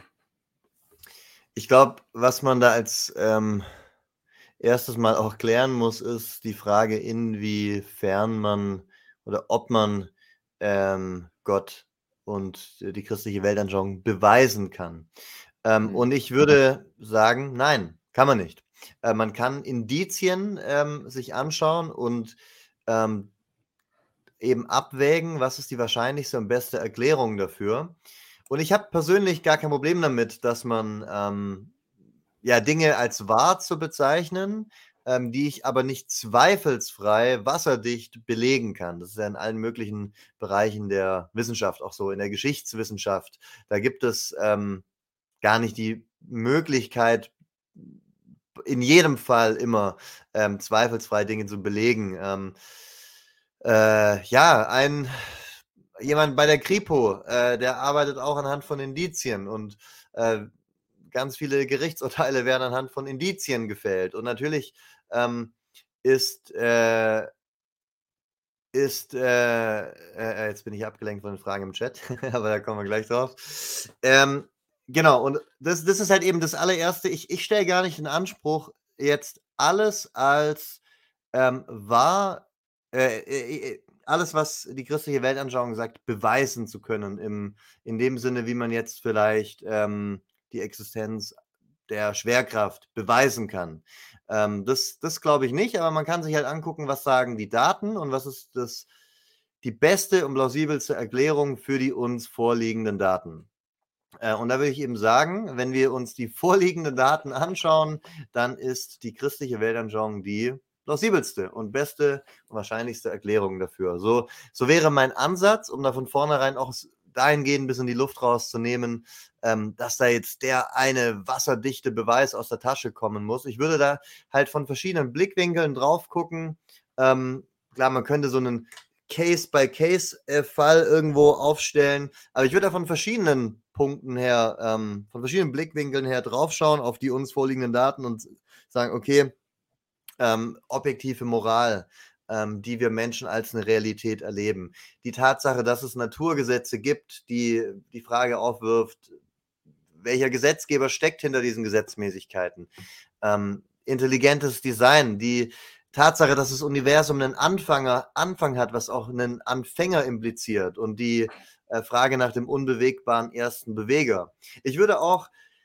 Ich glaube, was man da als ähm, erstes Mal auch klären muss, ist die Frage, inwiefern man oder ob man ähm, Gott und die christliche Weltanschauung beweisen kann. Ähm, Mhm. Und ich würde sagen, nein, kann man nicht. Äh, man kann Indizien ähm, sich anschauen und ähm, eben abwägen, was ist die wahrscheinlichste und beste Erklärung dafür. Und ich habe persönlich gar kein Problem damit, dass man ähm, ja Dinge als wahr zu bezeichnen, ähm, die ich aber nicht zweifelsfrei wasserdicht belegen kann. Das ist ja in allen möglichen Bereichen der Wissenschaft auch so, in der Geschichtswissenschaft. Da gibt es ähm, gar nicht die Möglichkeit, in jedem Fall immer ähm, zweifelsfrei Dinge zu belegen. Ähm, äh, ja, ein jemand bei der Kripo, äh, der arbeitet auch anhand von Indizien und äh, ganz viele Gerichtsurteile werden anhand von Indizien gefällt. Und natürlich ähm, ist, äh, ist äh, äh, jetzt bin ich abgelenkt von den Fragen im Chat, aber da kommen wir gleich drauf. Ähm, genau, und das, das ist halt eben das allererste. Ich, ich stelle gar nicht in Anspruch, jetzt alles als ähm, wahr, äh, äh, äh, alles, was die christliche Weltanschauung sagt, beweisen zu können, im, in dem Sinne, wie man jetzt vielleicht ähm, die Existenz der Schwerkraft beweisen kann. Ähm, das das glaube ich nicht, aber man kann sich halt angucken, was sagen die Daten und was ist das, die beste und plausibelste Erklärung für die uns vorliegenden Daten. Äh, und da würde ich eben sagen, wenn wir uns die vorliegenden Daten anschauen, dann ist die christliche Weltanschauung die plausibelste und beste und wahrscheinlichste Erklärung dafür. So, so wäre mein Ansatz, um da von vornherein auch dahingehend ein bisschen die Luft rauszunehmen, ähm, dass da jetzt der eine wasserdichte Beweis aus der Tasche kommen muss. Ich würde da halt von verschiedenen Blickwinkeln drauf gucken. Ähm, klar, man könnte so einen Case-by-Case-Fall irgendwo aufstellen, aber ich würde da von verschiedenen Punkten her, ähm, von verschiedenen Blickwinkeln her draufschauen auf die uns vorliegenden Daten und sagen, okay, ähm, objektive Moral, ähm, die wir Menschen als eine Realität erleben. Die Tatsache, dass es Naturgesetze gibt, die die Frage aufwirft, welcher Gesetzgeber steckt hinter diesen Gesetzmäßigkeiten. Ähm, intelligentes Design, die Tatsache, dass das Universum einen Anfänger, Anfang hat, was auch einen Anfänger impliziert und die äh, Frage nach dem unbewegbaren ersten Beweger. Ich würde auch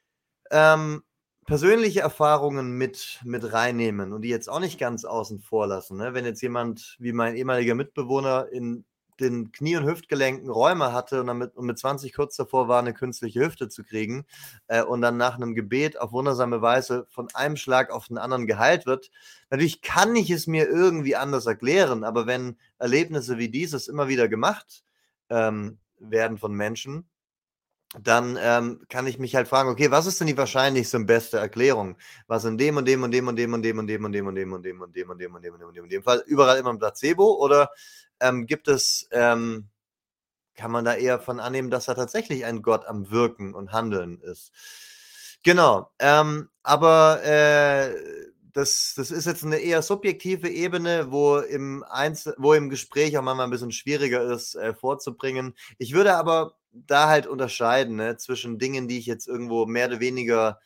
ähm, persönliche Erfahrungen mit, mit reinnehmen und die jetzt auch nicht ganz außen vor lassen. Ne? Wenn jetzt jemand wie mein ehemaliger Mitbewohner in den Knie- und Hüftgelenken Rheuma hatte und, dann mit, und mit zwanzig kurz davor war, eine künstliche Hüfte zu kriegen äh, und dann nach einem Gebet auf wundersame Weise von einem Schlag auf den anderen geheilt wird. Natürlich kann ich es mir irgendwie anders erklären, aber wenn Erlebnisse wie dieses immer wieder gemacht ähm, werden von Menschen, dann ähm, kann ich mich halt fragen, okay, was ist denn die wahrscheinlichste und beste Erklärung? Was in dem und dem und dem und dem und dem und dem und dem und dem und dem und dem und dem und dem und dem und dem und dem Fall überall immer ein Placebo oder ähm, gibt es, ähm, kann man da eher von annehmen, dass da tatsächlich ein Gott am Wirken und Handeln ist? Genau, ähm, aber äh, das, das ist jetzt eine eher subjektive Ebene, wo im, Einzel wo im Gespräch auch manchmal ein bisschen schwieriger ist äh, vorzubringen. Ich würde aber da halt unterscheiden, ne, zwischen Dingen, die ich jetzt irgendwo mehr oder weniger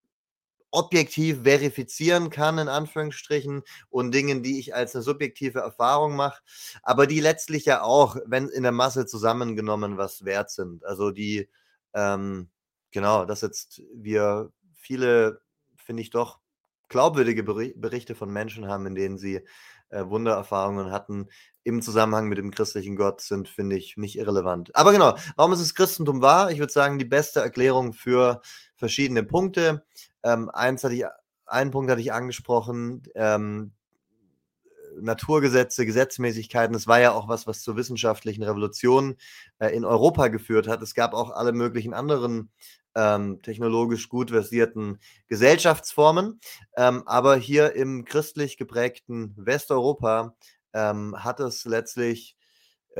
objektiv verifizieren kann, in Anführungsstrichen, und Dingen, die ich als eine subjektive Erfahrung mache, aber die letztlich ja auch, wenn in der Masse zusammengenommen, was wert sind. Also die, ähm, genau, dass jetzt wir viele, finde ich doch, glaubwürdige Beri Berichte von Menschen haben, in denen sie äh, Wundererfahrungen hatten im Zusammenhang mit dem christlichen Gott, sind, finde ich, nicht irrelevant. Aber genau, warum ist das Christentum wahr? Ich würde sagen, die beste Erklärung für verschiedene Punkte. Ähm, eins hatte ich, einen Punkt hatte ich angesprochen, ähm, Naturgesetze, Gesetzmäßigkeiten. Das war ja auch was, was zur wissenschaftlichen Revolution äh, in Europa geführt hat. Es gab auch alle möglichen anderen ähm, technologisch gut versierten Gesellschaftsformen. Ähm, aber hier im christlich geprägten Westeuropa ähm, hat es letztlich, äh,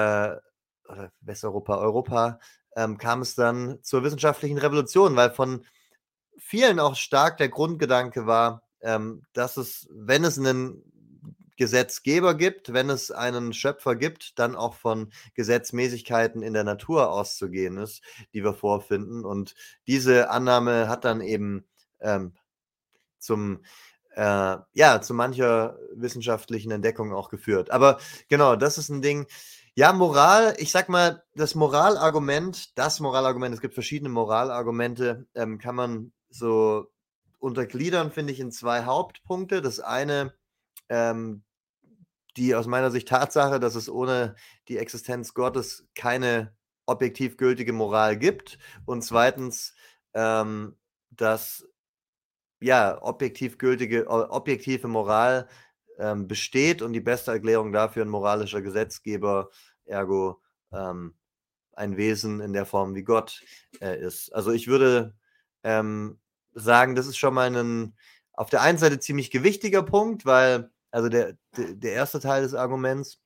oder Westeuropa, Europa, ähm, kam es dann zur wissenschaftlichen Revolution, weil von vielen auch stark der Grundgedanke war, ähm, dass es, wenn es einen Gesetzgeber gibt, wenn es einen Schöpfer gibt, dann auch von Gesetzmäßigkeiten in der Natur auszugehen ist, die wir vorfinden. Und diese Annahme hat dann eben ähm, zum, äh, ja, zu mancher wissenschaftlichen Entdeckung auch geführt. Aber genau, das ist ein Ding. Ja, Moral, ich sag mal, das Moralargument, das Moralargument, es gibt verschiedene Moralargumente, ähm, kann man so untergliedern, finde ich, in zwei Hauptpunkte. Das eine, ähm, die aus meiner Sicht Tatsache, dass es ohne die Existenz Gottes keine objektiv gültige Moral gibt. Und zweitens, ähm, dass ja, objektiv gültige, objektive Moral ähm, besteht und die beste Erklärung dafür ein moralischer Gesetzgeber, ergo ähm, ein Wesen in der Form wie Gott äh, ist. Also ich würde ähm, sagen, das ist schon mal ein auf der einen Seite ziemlich gewichtiger Punkt, weil, also der, der, der erste Teil des Arguments,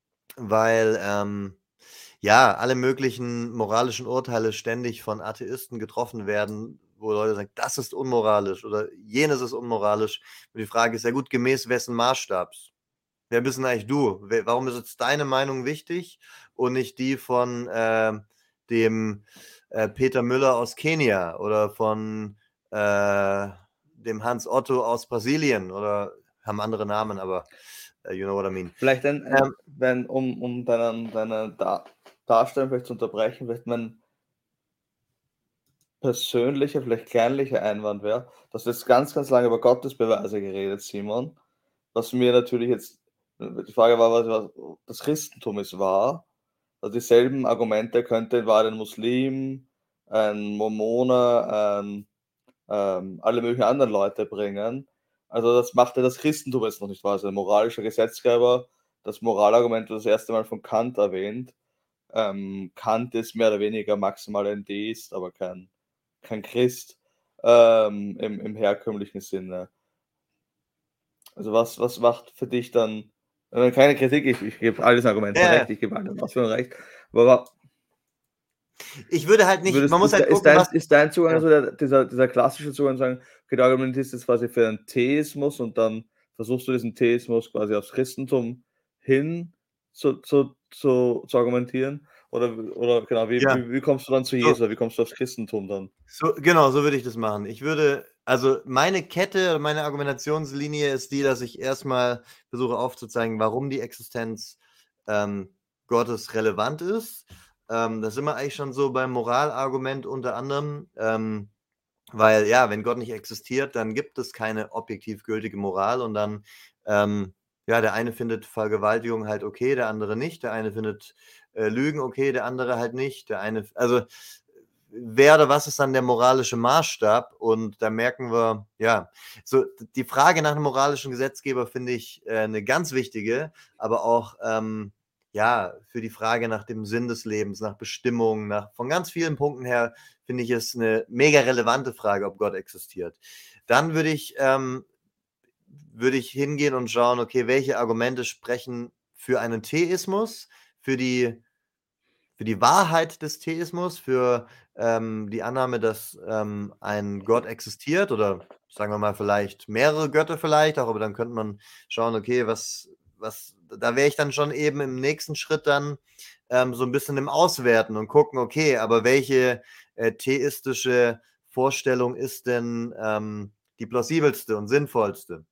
weil ähm, ja, alle möglichen moralischen Urteile ständig von Atheisten getroffen werden, wo Leute sagen, das ist unmoralisch oder jenes ist unmoralisch. Und die Frage ist ja gut, gemäß wessen Maßstabs? Wer bist denn eigentlich du? Wer, warum ist jetzt deine Meinung wichtig und nicht die von äh, dem äh, Peter Müller aus Kenia oder von äh, dem Hans Otto aus Brasilien oder haben andere Namen, aber uh, you know what I mean. Vielleicht, ein, ein, ähm, wenn, um, um deine, deine da Darstellung vielleicht zu unterbrechen, vielleicht mein persönlicher, vielleicht kleinlicher Einwand wäre, dass du jetzt ganz, ganz lange über Gottesbeweise geredet, Simon. Was mir natürlich jetzt, die Frage war, was, was das Christentum ist wahr. Also dieselben Argumente könnte in Wahrheit ein Muslim, ein Mormoner, ein, ähm, alle möglichen anderen Leute bringen. Also das macht ja das Christentum jetzt noch nicht wahr. Also ein moralischer Gesetzgeber, das Moralargument wird das erste Mal von Kant erwähnt. Ähm, Kant ist mehr oder weniger maximal ein Deist, aber kein, kein Christ ähm, im, im herkömmlichen Sinne. Also was, was macht für dich dann, äh, keine Kritik, ich, ich gebe alles Argumente Ja, recht, ich gebe alles was für recht, aber ich würde halt nicht, würdest, man muss ist, halt ist, gucken, dein, was, ist dein Zugang, ja. also der, dieser, dieser klassische Zugang, sagen, okay, der Argument ist jetzt quasi für einen Theismus und dann versuchst du diesen Theismus quasi aufs Christentum hin zu, zu, zu, zu argumentieren? Oder, oder genau, wie, Ja. wie, wie kommst du dann zu So. Jesus? Wie kommst du aufs Christentum dann? So, genau, so würde ich das machen. Ich würde, also meine Kette, meine Argumentationslinie ist die, dass ich erstmal versuche aufzuzeigen, warum die Existenz ähm, Gottes relevant ist. Ähm, das sind wir eigentlich schon so beim Moralargument unter anderem, ähm, weil ja, wenn Gott nicht existiert, dann gibt es keine objektiv gültige Moral und dann, ähm, ja, der eine findet Vergewaltigung halt okay, der andere nicht, der eine findet äh, Lügen okay, der andere halt nicht, der eine, also wer oder was ist dann der moralische Maßstab? Und da merken wir, ja, so die Frage nach einem moralischen Gesetzgeber finde ich äh, eine ganz wichtige, aber auch ähm, ja, für die Frage nach dem Sinn des Lebens, nach Bestimmung, nach von ganz vielen Punkten her finde ich es eine mega relevante Frage, ob Gott existiert. Dann würde ich, ähm, würde ich hingehen und schauen, okay, welche Argumente sprechen für einen Theismus, für die für die Wahrheit des Theismus, für ähm, die Annahme, dass ähm, ein Gott existiert oder sagen wir mal vielleicht mehrere Götter vielleicht auch, aber dann könnte man schauen, okay, was, was, da wäre ich dann schon eben im nächsten Schritt dann ähm, so ein bisschen im Auswerten und gucken, okay, aber welche äh, theistische Vorstellung ist denn ähm, die plausibelste und sinnvollste?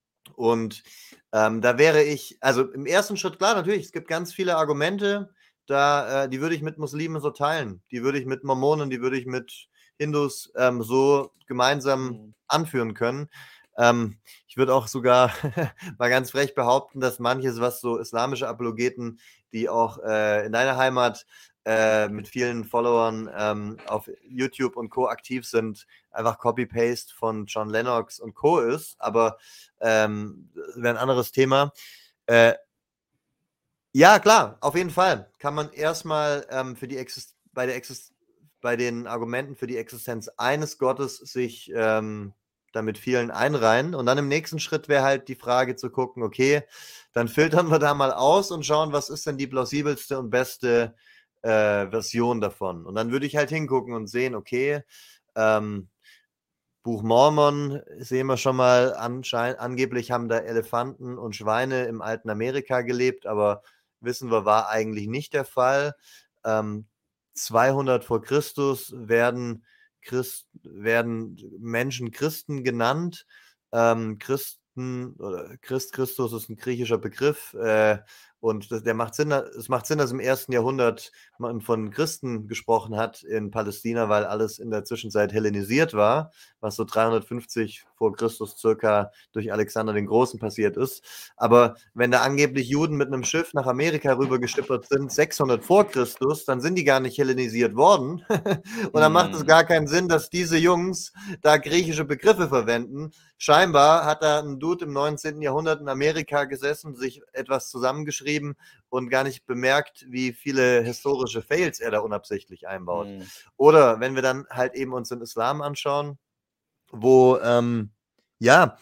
Und ähm, da wäre ich, also im ersten Schritt, klar, natürlich, es gibt ganz viele Argumente, da, äh, die würde ich mit Muslimen so teilen. Die würde ich mit Mormonen, die würde ich mit Hindus ähm, so gemeinsam Mhm. anführen können. Ähm, ich würde auch sogar mal ganz frech behaupten, dass manches, was so islamische Apologeten, die auch äh, in deiner Heimat äh, mit vielen Followern ähm, auf YouTube und Co. aktiv sind, einfach Copy-Paste von John Lennox und Co. ist, aber ähm, das wäre ein anderes Thema. Äh, ja, klar, auf jeden Fall kann man erstmal ähm, für die Exist bei der Exist bei den Argumenten für die Existenz eines Gottes sich ähm, damit vielen einreihen. Und dann im nächsten Schritt wäre halt die Frage zu gucken, okay, dann filtern wir da mal aus und schauen, was ist denn die plausibelste und beste äh, Version davon. Und dann würde ich halt hingucken und sehen, okay, ähm, Buch Mormon sehen wir schon mal, anschein angeblich haben da Elefanten und Schweine im alten Amerika gelebt, aber wissen wir, war eigentlich nicht der Fall. Ähm, zweihundert vor Christus werden, Christ, werden Menschen Christen genannt. Ähm, Christen oder Christ, Christus ist ein griechischer Begriff äh, und das, der macht Sinn, es macht Sinn, dass im ersten Jahrhundert man von Christen gesprochen hat in Palästina, weil alles in der Zwischenzeit hellenisiert war, was so dreihundertfünfzig vor Christus circa durch Alexander den Großen passiert ist. Aber wenn da angeblich Juden mit einem Schiff nach Amerika rüber geschippert sind, sechshundert vor Christus, dann sind die gar nicht hellenisiert worden. Und dann macht es gar keinen Sinn, dass diese Jungs da griechische Begriffe verwenden. Scheinbar hat da ein Dude im neunzehnten Jahrhundert in Amerika gesessen, sich etwas zusammengeschrieben und gar nicht bemerkt, wie viele historische Fails er da unabsichtlich einbaut. Mhm. Oder wenn wir dann halt eben uns den Islam anschauen, wo, ähm, ja,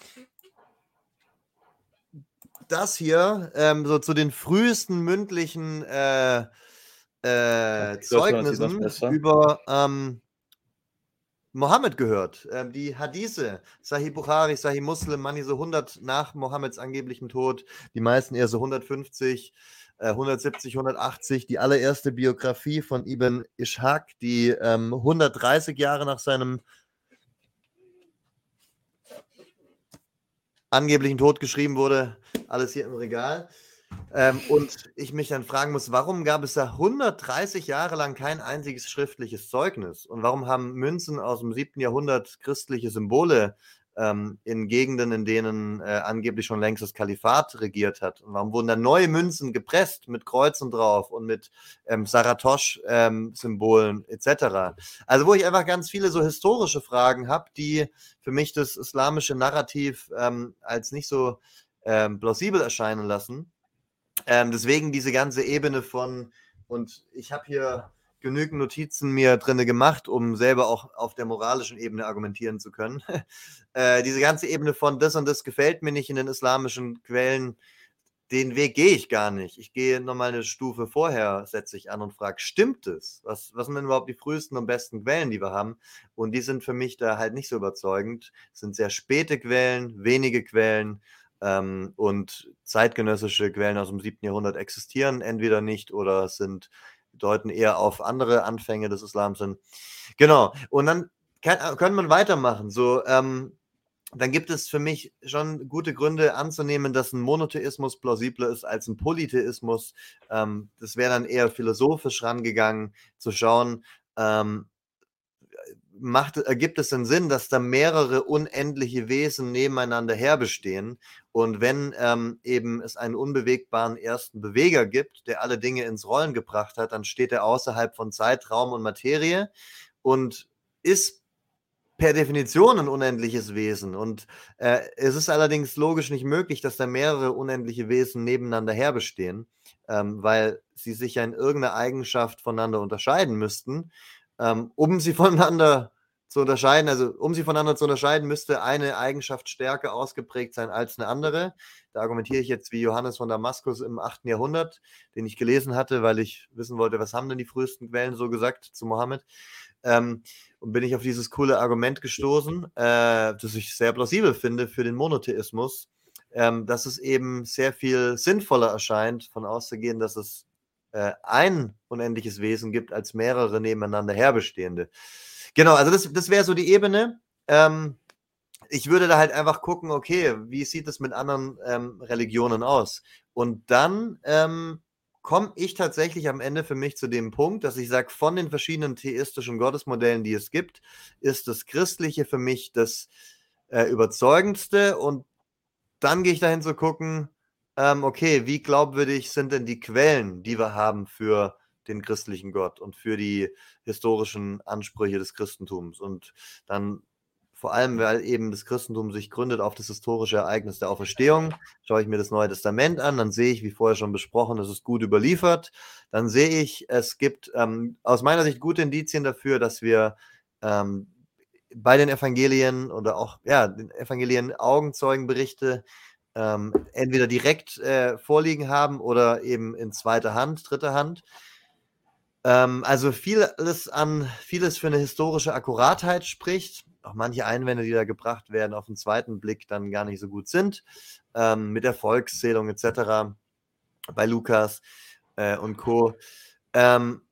das hier ähm, so zu den frühesten mündlichen äh, äh, Zeugnissen über ähm, Mohammed gehört. Ähm, die Hadithe, Sahih Bukhari, Sahih Muslim, manche so hundert nach Mohammeds angeblichem Tod, die meisten eher so hundertfünfzig, äh, hundertsiebzig, hundertachtzig. Die allererste Biografie von Ibn Ishaq, die ähm, hundertdreißig Jahre nach seinem angeblichen Tod geschrieben wurde, alles hier im Regal. Ähm, und ich mich dann fragen muss, warum gab es da hundertdreißig Jahre lang kein einziges schriftliches Zeugnis? Und warum haben Münzen aus dem siebten Jahrhundert christliche Symbole ähm, in Gegenden, in denen äh, angeblich schon längst das Kalifat regiert hat? Und warum wurden da neue Münzen gepresst mit Kreuzen drauf und mit ähm, Saratosch-Symbolen ähm, et cetera? Also wo ich einfach ganz viele so historische Fragen habe, die für mich das islamische Narrativ ähm, als nicht so ähm, plausibel erscheinen lassen. Ähm, deswegen diese ganze Ebene von, und ich habe hier genügend Notizen mir drinne gemacht, um selber auch auf der moralischen Ebene argumentieren zu können. äh, diese ganze Ebene von das und das gefällt mir nicht in den islamischen Quellen, den Weg gehe ich gar nicht. Ich gehe nochmal eine Stufe vorher, setze ich an und frage, stimmt es? Was, was sind denn überhaupt die frühesten und besten Quellen, die wir haben? Und die sind für mich da halt nicht so überzeugend. Es sind sehr späte Quellen, wenige Quellen, Ähm, und zeitgenössische Quellen aus dem siebten Jahrhundert existieren entweder nicht oder sind, deuten eher auf andere Anfänge des Islams hin. Genau. Und dann kann, können wir weitermachen. So, ähm, dann gibt es für mich schon gute Gründe anzunehmen, dass ein Monotheismus plausibler ist als ein Polytheismus. Ähm, das wäre dann eher philosophisch rangegangen, zu schauen, ähm, Macht, ergibt es denn Sinn, dass da mehrere unendliche Wesen nebeneinander herbestehen? Und wenn ähm, eben es einen unbewegbaren ersten Beweger gibt, der alle Dinge ins Rollen gebracht hat, dann steht er außerhalb von Zeit, Raum und Materie und ist per Definition ein unendliches Wesen. Und äh, es ist allerdings logisch nicht möglich, dass da mehrere unendliche Wesen nebeneinander herbestehen, ähm, weil sie sich ja in irgendeiner Eigenschaft voneinander unterscheiden müssten. Ähm, um sie voneinander zu unterscheiden, also um sie voneinander zu unterscheiden, müsste eine Eigenschaft stärker ausgeprägt sein als eine andere. Da argumentiere ich jetzt wie Johannes von Damaskus im achten Jahrhundert, den ich gelesen hatte, weil ich wissen wollte, was haben denn die frühesten Quellen so gesagt zu Mohammed. Ähm, und bin ich auf dieses coole Argument gestoßen, äh, das ich sehr plausibel finde für den Monotheismus, ähm, dass es eben sehr viel sinnvoller erscheint, von auszugehen, dass es äh, ein unendliches Wesen gibt, als mehrere nebeneinander herbestehende. Genau, also das, das wäre so die Ebene. Ähm, ich würde da halt einfach gucken, okay, wie sieht es mit anderen ähm, Religionen aus? Und dann ähm, komme ich tatsächlich am Ende für mich zu dem Punkt, dass ich sage, von den verschiedenen theistischen Gottesmodellen, die es gibt, ist das Christliche für mich das äh, überzeugendste. Und dann gehe ich dahin zu gucken, ähm, okay, wie glaubwürdig sind denn die Quellen, die wir haben für den christlichen Gott und für die historischen Ansprüche des Christentums. Und dann vor allem, weil eben das Christentum sich gründet auf das historische Ereignis der Auferstehung, schaue ich mir das Neue Testament an, dann sehe ich, wie vorher schon besprochen, es ist gut überliefert. Dann sehe ich, es gibt ähm, aus meiner Sicht gute Indizien dafür, dass wir ähm, bei den Evangelien oder auch ja, den Evangelien Augenzeugenberichte ähm, entweder direkt äh, vorliegen haben oder eben in zweiter Hand, dritter Hand. Ähm, also vieles an vieles für eine historische Akkuratheit spricht. Auch manche Einwände, die da gebracht werden, auf den zweiten Blick dann gar nicht so gut sind, ähm, mit der Volkszählung et cetera bei Lukas äh, und Co. Ähm,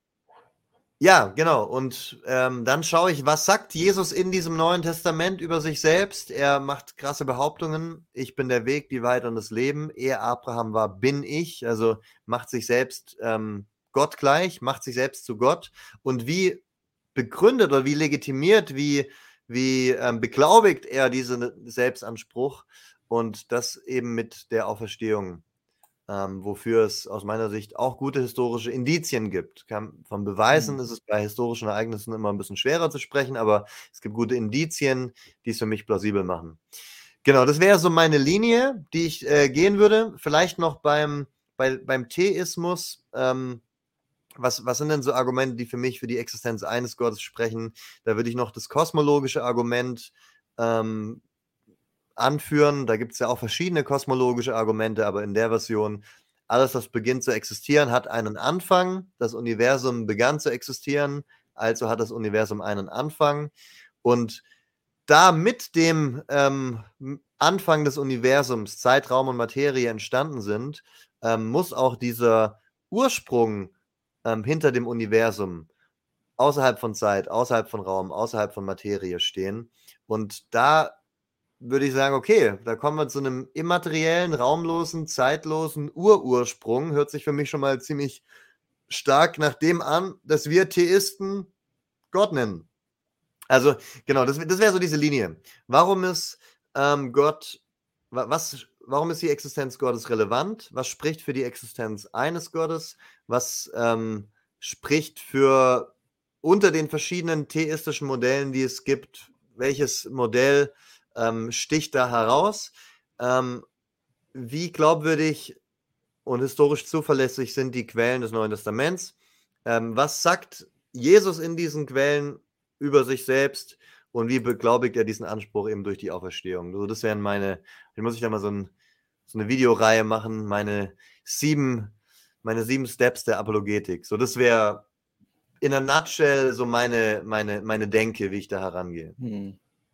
ja, genau. Und ähm, dann schaue ich, was sagt Jesus in diesem Neuen Testament über sich selbst? Er macht krasse Behauptungen. Ich bin der Weg, die Wahrheit und das Leben. Er, Abraham, war, bin ich. Also macht sich selbst ähm, Gott gleich, macht sich selbst zu Gott. Und wie begründet oder wie legitimiert, wie wie ähm, beglaubigt er diesen Selbstanspruch und das eben mit der Auferstehung, ähm, wofür es aus meiner Sicht auch gute historische Indizien gibt. Kann, von Beweisen Mhm. ist es bei historischen Ereignissen immer ein bisschen schwerer zu sprechen, aber es gibt gute Indizien, die es für mich plausibel machen. Genau, das wäre so meine Linie, die ich äh, gehen würde. Vielleicht noch beim, bei, beim Theismus. Ähm, Was, was sind denn so Argumente, die für mich für die Existenz eines Gottes sprechen? Da würde ich noch das kosmologische Argument ähm, anführen. Da gibt es ja auch verschiedene kosmologische Argumente, aber in der Version, alles, was beginnt zu existieren, hat einen Anfang. Das Universum begann zu existieren, also hat das Universum einen Anfang. Und da mit dem ähm, Anfang des Universums Zeitraum und Materie entstanden sind, ähm, muss auch dieser Ursprung ähm, hinter dem Universum außerhalb von Zeit, außerhalb von Raum, außerhalb von Materie stehen. Und da würde ich sagen, okay, da kommen wir zu einem immateriellen, raumlosen, zeitlosen Urursprung. Hört sich für mich schon mal ziemlich stark nach dem an, dass wir Theisten Gott nennen. Also, genau, das, das wäre so diese Linie. Warum ist ähm, Gott, was, warum ist die Existenz Gottes relevant? Was spricht für die Existenz eines Gottes? Was ähm, spricht für unter den verschiedenen theistischen Modellen, die es gibt? Welches Modell ähm, sticht da heraus? Ähm, wie glaubwürdig und historisch zuverlässig sind die Quellen des Neuen Testaments? Ähm, was sagt Jesus in diesen Quellen über sich selbst und wie beglaubigt er diesen Anspruch eben durch die Auferstehung? So, das wären meine, ich muss ich da mal so, ein, so eine Videoreihe machen, meine sieben, meine sieben Steps der Apologetik. So, das wäre in a nutshell so meine, meine, meine Denke, wie ich da herangehe. Hm.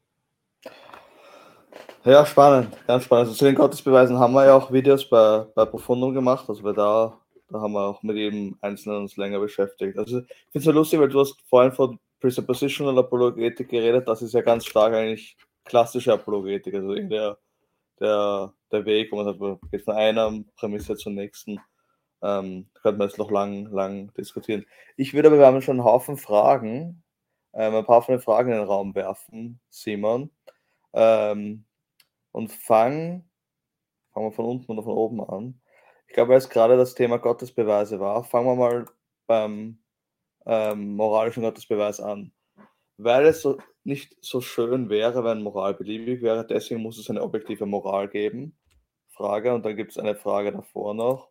Ja, spannend, ganz spannend. Also zu den Gottesbeweisen haben wir ja auch Videos bei, bei Profundum gemacht, also wir da, da haben wir auch mit jedem Einzelnen uns länger beschäftigt. Also ich finde es so lustig, weil du hast vorhin von Presuppositional Apologetik geredet, das ist ja ganz stark eigentlich klassische Apologetik, also in der, der, der Weg, wo man sagt, man geht von einer Prämisse zur nächsten, ähm, könnte man jetzt noch lang, lang diskutieren. Ich würde aber, wir haben schon einen Haufen Fragen, ähm, ein paar von den Fragen in den Raum werfen, Simon. Ähm, und fangen, fangen wir von unten oder von oben an. Ich glaube, als gerade das Thema Gottesbeweise war, fangen wir mal beim ähm, moralischen Gottesbeweis an. Weil es so nicht so schön wäre, wenn Moral beliebig wäre, deswegen muss es eine objektive Moral geben. Frage, und dann gibt es eine Frage davor noch.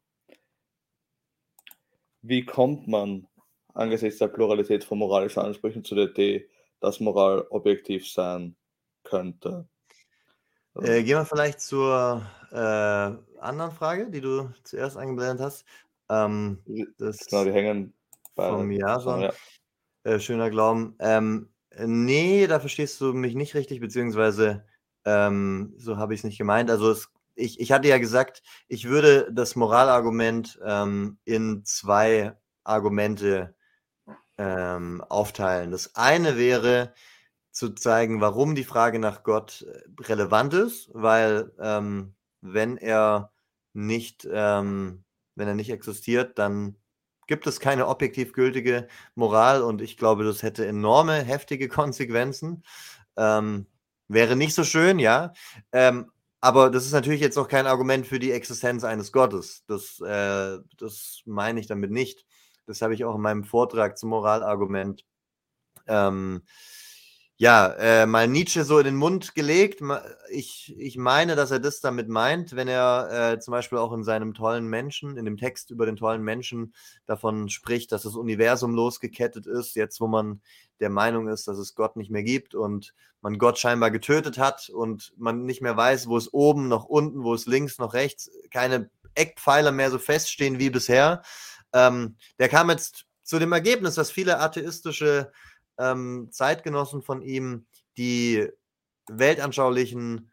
Wie kommt man angesichts der Pluralität von moralischen Ansprüchen zu der Idee, dass Moral objektiv sein könnte? Äh, gehen wir vielleicht zur äh, anderen Frage, die du zuerst eingeblendet hast. Ähm, das Genau, die hängen vom beide Jason. zusammen, ja. Äh, schöner Glauben. Ähm, nee, da verstehst du mich nicht richtig, beziehungsweise ähm, so habe ich es nicht gemeint. Also es, ich, ich hatte ja gesagt, ich würde das Moralargument ähm, in zwei Argumente ähm, aufteilen. Das eine wäre zu zeigen, warum die Frage nach Gott relevant ist, weil ähm, wenn er nicht, ähm, wenn er nicht existiert, dann gibt es keine objektiv gültige Moral und ich glaube, das hätte enorme, heftige Konsequenzen. Ähm, wäre nicht so schön, ja. Ähm, aber das ist natürlich jetzt noch kein Argument für die Existenz eines Gottes. Das, äh, das meine ich damit nicht. das habe ich auch in meinem Vortrag zum Moralargument ähm, ja, äh, mal Nietzsche so in den Mund gelegt. Ich, ich meine, dass er das damit meint, wenn er äh, zum Beispiel auch in seinem tollen Menschen, in dem Text über den tollen Menschen davon spricht, dass das Universum losgekettet ist, jetzt wo man der Meinung ist, dass es Gott nicht mehr gibt und man Gott scheinbar getötet hat und man nicht mehr weiß, wo es oben noch unten, wo es links noch rechts, keine Eckpfeiler mehr so feststehen wie bisher. Ähm, der kam jetzt zu dem Ergebnis, dass viele atheistische Ähm, Zeitgenossen von ihm die weltanschaulichen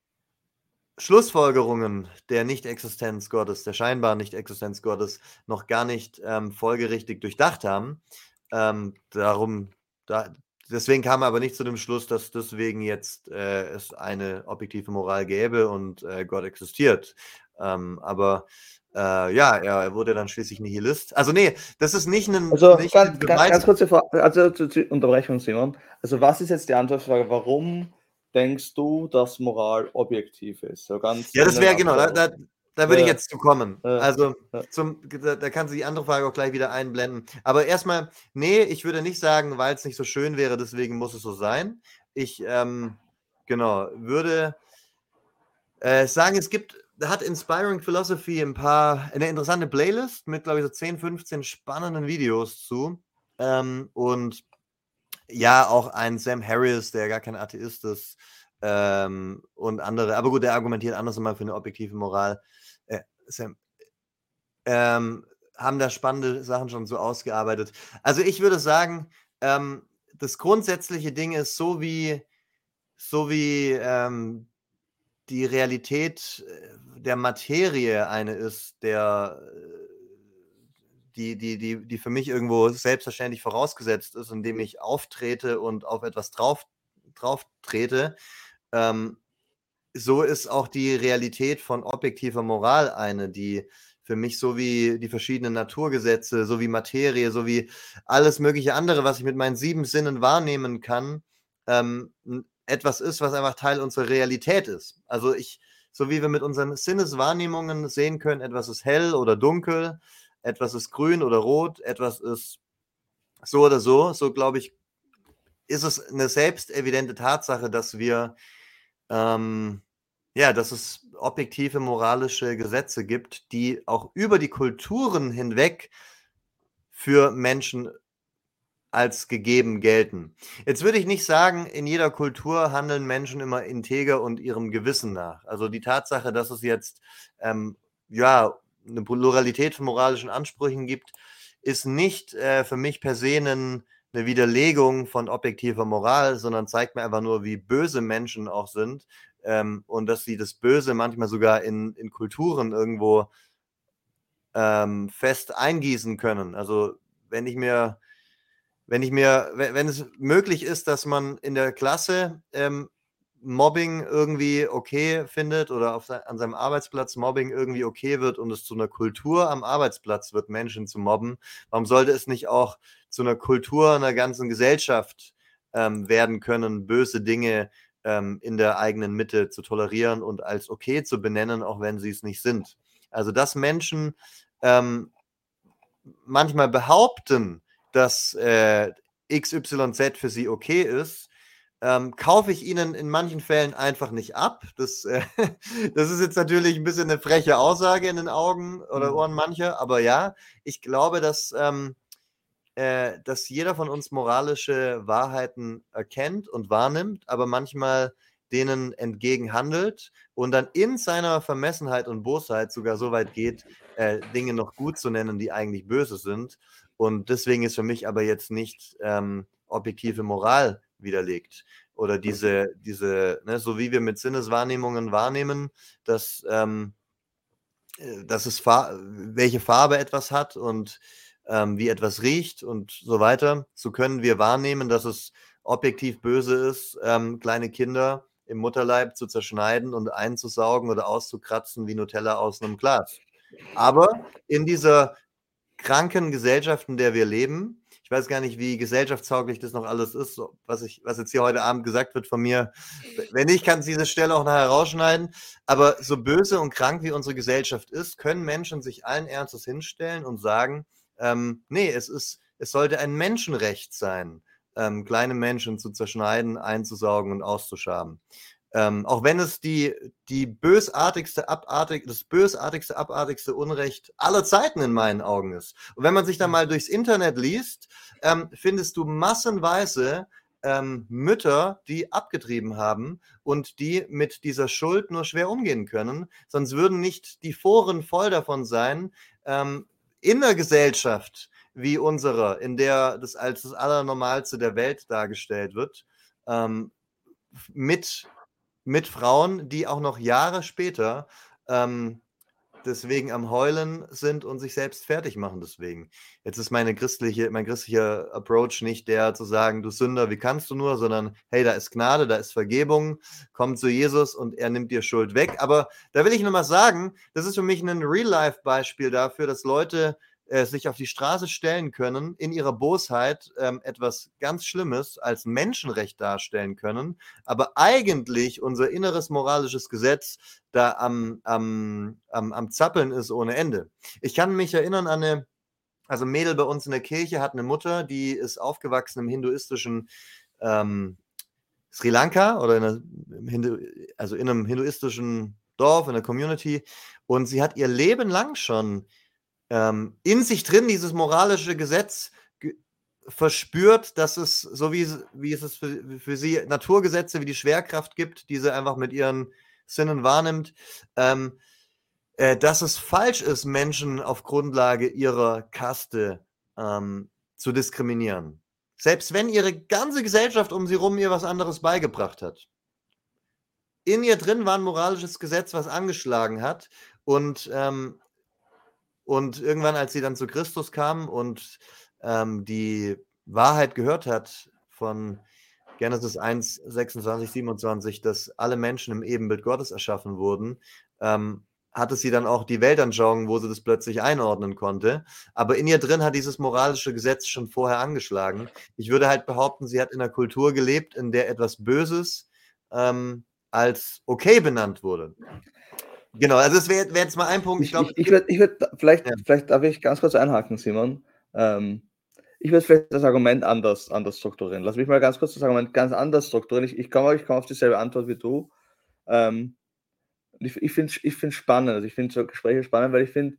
Schlussfolgerungen der Nicht-Existenz Gottes, der scheinbaren Nicht-Existenz Gottes, noch gar nicht ähm, folgerichtig durchdacht haben. Ähm, darum, da, deswegen kam er aber nicht zu dem Schluss, dass deswegen jetzt äh, es eine objektive Moral gäbe und äh, Gott existiert. Ähm, aber Äh, ja, er wurde dann schließlich Nihilist. Also nee, das ist nicht ein, also nicht ganz, ein ganz, Beweis. ganz kurze Frage, also zur zur Unterbrechung, Simon. Also was ist jetzt die Antwortfrage? Warum denkst du, dass Moral objektiv ist? So ganz Ja, das in a wäre genau, da, nutshell. da, da würde ich Ja, jetzt zu kommen. ja, Also ja. zum, da, da kannst du die andere Frage auch gleich wieder einblenden. Aber erstmal, nee, ich würde nicht sagen, weil es nicht so schön wäre, deswegen muss es so sein. Ich, ähm, genau, würde äh, sagen, es gibt, da hat Inspiring Philosophy ein paar, eine interessante Playlist mit, glaube ich, so zehn, fünfzehn spannenden Videos zu. Ähm, und ja, auch ein Sam Harris, der gar kein Atheist ist, ähm, und andere. Aber gut, der argumentiert anders immer für eine objektive Moral. Äh, Sam, ähm, haben da spannende Sachen schon so ausgearbeitet. Also ich würde sagen, ähm, das grundsätzliche Ding ist so wie, so wie ähm, die Realität der Materie eine ist, der die, die, die, die für mich irgendwo selbstverständlich vorausgesetzt ist, indem ich auftrete und auf etwas drauf, drauf trete, ähm, so ist auch die Realität von objektiver Moral eine, die für mich so wie die verschiedenen Naturgesetze, so wie Materie, so wie alles mögliche andere, was ich mit meinen sieben Sinnen wahrnehmen kann, ähm, etwas ist, was einfach Teil unserer Realität ist. Also ich, so wie wir mit unseren Sinneswahrnehmungen sehen können, etwas ist hell oder dunkel, etwas ist grün oder rot, etwas ist so oder so, so glaube ich, ist es eine selbstevidente Tatsache, dass wir ähm, ja, dass es objektive moralische Gesetze gibt, die auch über die Kulturen hinweg für Menschen als gegeben gelten. Jetzt würde ich nicht sagen, in jeder Kultur handeln Menschen immer integer und ihrem Gewissen nach. Also die Tatsache, dass es jetzt ähm, ja, eine Pluralität von moralischen Ansprüchen gibt, ist nicht äh, für mich per se einen, eine Widerlegung von objektiver Moral, sondern zeigt mir einfach nur, wie böse Menschen auch sind, ähm, und dass sie das Böse manchmal sogar in, in Kulturen irgendwo ähm, fest eingießen können. Also wenn ich mir Wenn ich mir, wenn es möglich ist, dass man in der Klasse ähm, Mobbing irgendwie okay findet oder auf se an seinem Arbeitsplatz Mobbing irgendwie okay wird und es zu einer Kultur am Arbeitsplatz wird, Menschen zu mobben, warum sollte es nicht auch zu einer Kultur einer ganzen Gesellschaft ähm, werden können, böse Dinge ähm, in der eigenen Mitte zu tolerieren und als okay zu benennen, auch wenn sie es nicht sind. Also dass Menschen ähm, manchmal behaupten, dass äh, X Y Z für sie okay ist, ähm, kaufe ich ihnen in manchen Fällen einfach nicht ab. Das, äh, das ist jetzt natürlich ein bisschen eine freche Aussage in den Augen oder Ohren mancher, aber ja, ich glaube, dass, ähm, äh, dass jeder von uns moralische Wahrheiten erkennt und wahrnimmt, aber manchmal denen entgegen handelt und dann in seiner Vermessenheit und Bosheit sogar so weit geht, äh, Dinge noch gut zu nennen, die eigentlich böse sind. Und deswegen ist für mich aber jetzt nicht ähm, objektive Moral widerlegt. Oder diese, diese, ne, so wie wir mit Sinneswahrnehmungen wahrnehmen, dass, ähm, dass es fa- welche Farbe etwas hat und ähm, wie etwas riecht und so weiter, so können wir wahrnehmen, dass es objektiv böse ist, ähm, kleine Kinder im Mutterleib zu zerschneiden und einzusaugen oder auszukratzen wie Nutella aus einem Glas. Aber in dieser kranken Gesellschaft, in der wir leben, ich weiß gar nicht, wie gesellschaftstauglich das noch alles ist, was, ich, was jetzt hier heute Abend gesagt wird von mir. Wenn nicht, kann es diese Stelle auch nachher rausschneiden. Aber so böse und krank wie unsere Gesellschaft ist, können Menschen sich allen Ernstes hinstellen und sagen, Ähm, nee, es ist, es sollte ein Menschenrecht sein, ähm, kleine Menschen zu zerschneiden, einzusaugen und auszuschaben. Ähm, auch wenn es die, die bösartigste, abartig, das bösartigste, abartigste Unrecht aller Zeiten in meinen Augen ist. Und wenn man sich da mal durchs Internet liest, ähm, findest du massenweise ähm, Mütter, die abgetrieben haben und die mit dieser Schuld nur schwer umgehen können. Sonst würden nicht die Foren voll davon sein, ähm, in der Gesellschaft wie unserer, in der das als das Allernormalste der Welt dargestellt wird, ähm, mit mit Frauen, die auch noch Jahre später ähm, deswegen am Heulen sind und sich selbst fertig machen deswegen. Jetzt ist meine christliche, mein christlicher Approach nicht der zu sagen, du Sünder, wie kannst du nur, sondern hey, da ist Gnade, da ist Vergebung, komm zu Jesus und er nimmt dir Schuld weg. Aber da will ich nur mal sagen, das ist für mich ein Real-Life-Beispiel dafür, dass Leute äh, sich auf die Straße stellen können, in ihrer Bosheit ähm, etwas ganz Schlimmes als Menschenrecht darstellen können, aber eigentlich unser inneres moralisches Gesetz da am, am, am, am Zappeln ist ohne Ende. Ich kann mich erinnern an eine, also ein Mädel bei uns in der Kirche hat eine Mutter, die ist aufgewachsen im hinduistischen ähm, Sri Lanka oder in einer, im Hindu, also in einem hinduistischen Dorf, in der Community, und sie hat ihr Leben lang schon ähm, in sich drin dieses moralische Gesetz ge- verspürt, dass es, so wie, wie es es für, für sie Naturgesetze wie die Schwerkraft gibt, die sie einfach mit ihren Sinnen wahrnimmt, ähm, äh, dass es falsch ist, Menschen auf Grundlage ihrer Kaste ähm, zu diskriminieren. Selbst wenn ihre ganze Gesellschaft um sie rum ihr was anderes beigebracht hat. In ihr drin war ein moralisches Gesetz, was angeschlagen hat. Und, ähm, und irgendwann, als sie dann zu Christus kam und ähm, die Wahrheit gehört hat von Genesis eins, sechsundzwanzig, siebenundzwanzig, dass alle Menschen im Ebenbild Gottes erschaffen wurden, ähm, hatte sie dann auch die Weltanschauung, wo sie das plötzlich einordnen konnte. Aber in ihr drin hat dieses moralische Gesetz schon vorher angeschlagen. Ich würde halt behaupten, sie hat in einer Kultur gelebt, in der etwas Böses ähm, als okay benannt wurde. Genau, also das wäre wär jetzt mal ein Punkt. Ich Ich, glaube, ich, ich würde, ich würd, vielleicht, ja. vielleicht darf ich ganz kurz einhaken, Simon. Ähm, ich würde vielleicht das Argument anders, anders strukturieren. Lass mich mal ganz kurz das Argument ganz anders strukturieren. Ich, ich komme ich komm auf dieselbe Antwort wie du. Ähm, ich ich finde es ich find's spannend. Also ich finde so Gespräche spannend, weil ich finde,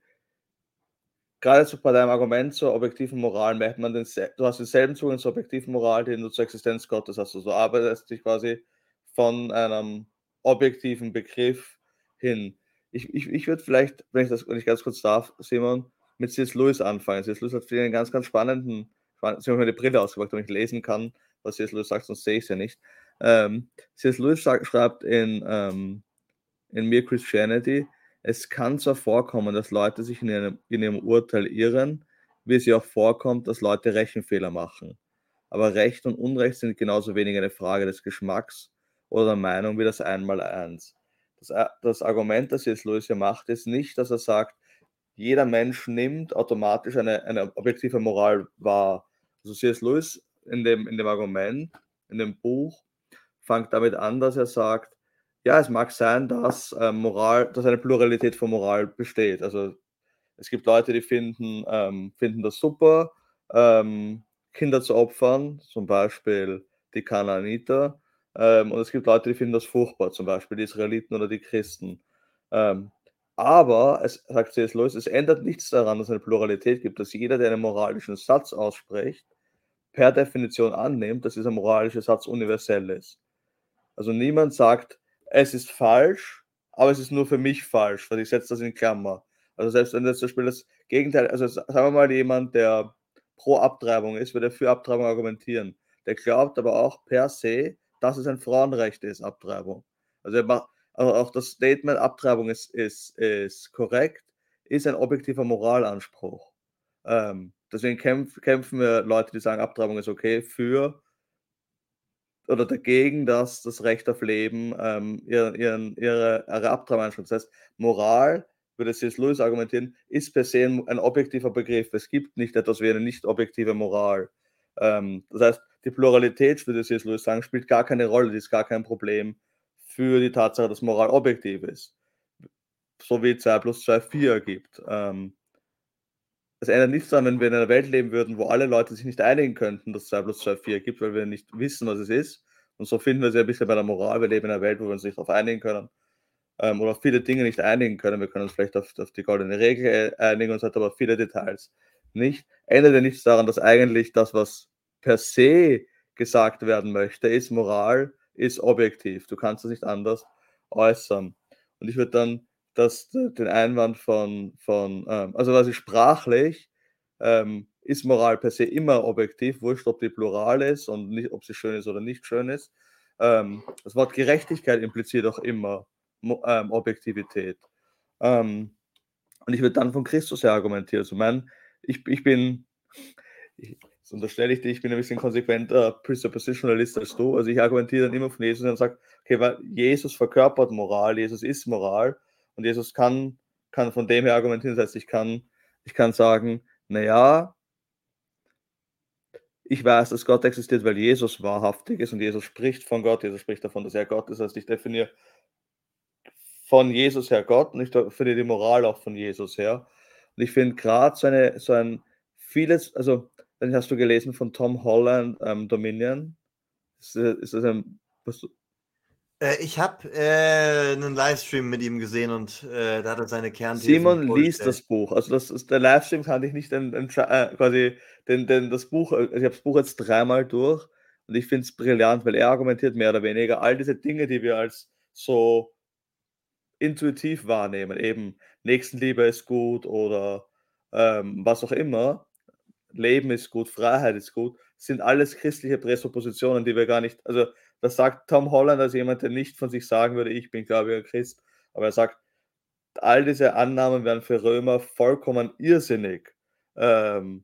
gerade so bei deinem Argument zur objektiven Moral merkt man, den, du hast denselben Zugang zur objektiven Moral, den du zur Existenz Gottes hast. Also du arbeitest dich quasi von einem objektiven Begriff hin. Ich, ich, ich würde vielleicht, wenn ich das wenn ich ganz kurz darf, Simon, mit C S. Lewis anfangen. C S. Lewis hat einen ganz, ganz spannenden, spannend, ich habe mir die Brille ausgepackt, damit ich lesen kann, was C S. Lewis sagt, sonst sehe ich es ja nicht. Ähm, C S. Lewis sagt, schreibt in, ähm, in Mere Christianity, es kann zwar vorkommen, dass Leute sich in ihrem, in ihrem Urteil irren, wie es ja auch vorkommt, dass Leute Rechenfehler machen. Aber Recht und Unrecht sind genauso wenig eine Frage des Geschmacks oder der Meinung wie das Einmaleins. Das, das Argument, das jetzt Lewis hier macht, ist nicht, dass er sagt, jeder Mensch nimmt automatisch eine, eine objektive Moral wahr. Also C S. Lewis in dem, in dem Argument, in dem Buch, fängt damit an, dass er sagt, ja, es mag sein, dass äh, Moral, dass eine Pluralität von Moral besteht. Also es gibt Leute, die finden, ähm, finden das super, ähm, Kinder zu opfern, zum Beispiel die Kanaaniter. Ähm, und es gibt Leute, die finden das furchtbar, zum Beispiel die Israeliten oder die Christen. Ähm, aber, es sagt C S. Lewis, es ändert nichts daran, dass es eine Pluralität gibt, dass jeder, der einen moralischen Satz ausspricht, per Definition annimmt, dass dieser moralische Satz universell ist. Also niemand sagt, es ist falsch, aber es ist nur für mich falsch, weil ich setze das in Klammer. Also selbst wenn das zum Beispiel das Gegenteil, also sagen wir mal jemand, der pro Abtreibung ist, würde für Abtreibung argumentieren. Der glaubt aber auch per se, dass es ein Frauenrecht ist, Abtreibung. Also er macht, also auch das Statement, Abtreibung ist, ist, ist korrekt, ist ein objektiver Moralanspruch. Ähm, deswegen kämpf, kämpfen wir Leute, die sagen, Abtreibung ist okay, für oder dagegen, dass das Recht auf Leben ähm, ihren, ihren, ihre, ihre Abtreibung einschränkt. Das heißt, Moral, würde C S. Lewis argumentieren, ist per se ein, ein objektiver Begriff. Es gibt nicht etwas wie eine nicht objektive Moral. Ähm, das heißt, die Pluralität, würde C S. Lewis sagen, spielt gar keine Rolle, die ist gar kein Problem für die Tatsache, dass Moral objektiv ist. So wie zwei plus zwei vier ergibt. Ähm, es ändert nichts daran, wenn wir in einer Welt leben würden, wo alle Leute sich nicht einigen könnten, dass zwei plus zwei vier gibt, weil wir nicht wissen, was es ist. Und so finden wir es ja ein bisschen bei der Moral. Wir leben in einer Welt, wo wir uns nicht darauf einigen können. Ähm, oder auf viele Dinge nicht einigen können. Wir können uns vielleicht auf, auf die goldene Regel einigen und so weiter, aber viele Details nicht. Ändert ja nichts daran, dass eigentlich das, was per se gesagt werden möchte, ist Moral, ist objektiv. Du kannst es nicht anders äußern. Und ich würde dann das, den Einwand von, von ähm, also quasi sprachlich, ähm, ist Moral per se immer objektiv, wurscht, ob die plural ist und nicht, ob sie schön ist oder nicht schön ist. Ähm, das Wort Gerechtigkeit impliziert auch immer Mo ähm, Objektivität. Ähm, und ich würde dann von Christus her argumentieren. Also mein, ich, ich bin, ich, das unterstelle ich dir, ich bin ein bisschen konsequenter Presuppositionalist als du. Also ich argumentiere dann immer von Jesus und sage, okay, weil Jesus verkörpert Moral, Jesus ist Moral und Jesus kann, kann von dem her argumentieren. Das heißt, ich kann, ich kann sagen, naja, ich weiß, dass Gott existiert, weil Jesus wahrhaftig ist und Jesus spricht von Gott, Jesus spricht davon, dass er Gott ist. Das heißt, ich definiere von Jesus her Gott und ich definiere die Moral auch von Jesus her. Und ich finde gerade so, eine, so ein vieles, also dann hast du gelesen von Tom Holland, ähm, Dominion. Ist, ist das ein, was du, Äh, ich habe äh, einen Livestream mit ihm gesehen und äh, da hat er seine Kernthesen Simon liest vorgestellt. das Buch. Also das ist der Livestream, kann ich nicht den, den, äh, quasi den, den, das Buch, also ich habe das Buch jetzt dreimal durch und ich finde es brillant, weil er argumentiert mehr oder weniger all diese Dinge, die wir als so intuitiv wahrnehmen, eben Nächstenliebe ist gut oder ähm, was auch immer, Leben ist gut, Freiheit ist gut, sind alles christliche Präsuppositionen, die wir gar nicht, also das sagt Tom Holland als jemand, der nicht von sich sagen würde, ich bin gläubiger Christ, aber er sagt, all diese Annahmen wären für Römer vollkommen irrsinnig. Ähm,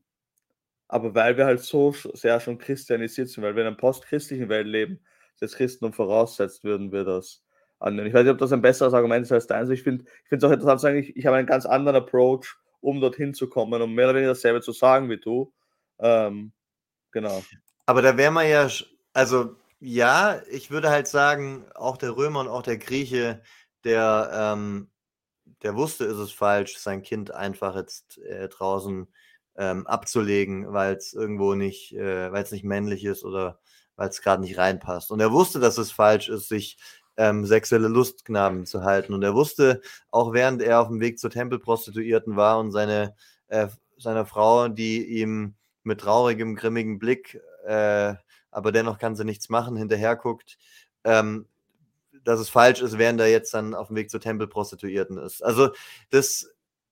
aber weil wir halt so sehr schon christianisiert sind, weil wir in einer postchristlichen Welt leben, das Christentum voraussetzt, würden wir das annehmen. Ich weiß nicht, ob das ein besseres Argument ist als deins. Ich finde ich es auch interessant zu sagen, ich, ich habe einen ganz anderen Approach, um dorthin zu kommen, um mehr oder weniger dasselbe zu sagen wie du. Ähm, genau. Aber da wäre man ja, also ja, ich würde halt sagen, auch der Römer und auch der Grieche, der, ähm, der wusste, ist es falsch, sein Kind einfach jetzt äh, draußen ähm, abzulegen, weil es irgendwo nicht, äh, weil es nicht männlich ist oder weil es gerade nicht reinpasst. Und er wusste, dass es falsch ist, sich ähm, sexuelle Lustknaben zu halten. Und er wusste, auch während er auf dem Weg zur Tempelprostituierten war und seine, äh, seiner Frau, die ihm mit traurigem, grimmigem Blick, äh, aber dennoch kann sie nichts machen, hinterherguckt, ähm, dass es falsch ist, während er jetzt dann auf dem Weg zur Tempelprostituierten ist. Also das,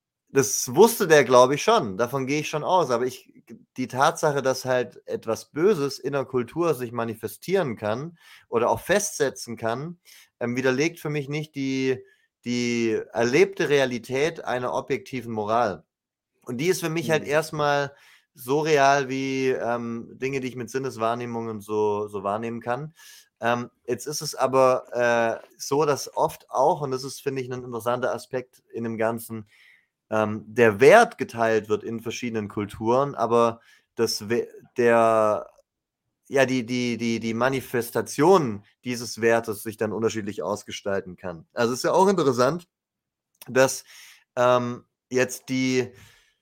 das wusste der, glaube ich, schon. Davon gehe ich schon aus. Aber ich, die Tatsache, dass halt etwas Böses in der Kultur sich manifestieren kann oder auch festsetzen kann, ähm, widerlegt für mich nicht die, die erlebte Realität einer objektiven Moral. Und die ist für mich halt Mhm. erstmal so real wie ähm, Dinge, die ich mit Sinneswahrnehmungen so, so wahrnehmen kann. Ähm, jetzt ist es aber äh, so, dass oft auch, und das ist, finde ich, ein interessanter Aspekt in dem Ganzen, ähm, der Wert geteilt wird in verschiedenen Kulturen, aber das, der, ja, die, die, die, die Manifestation dieses Wertes sich dann unterschiedlich ausgestalten kann. Also es ist ja auch interessant, dass ähm, jetzt die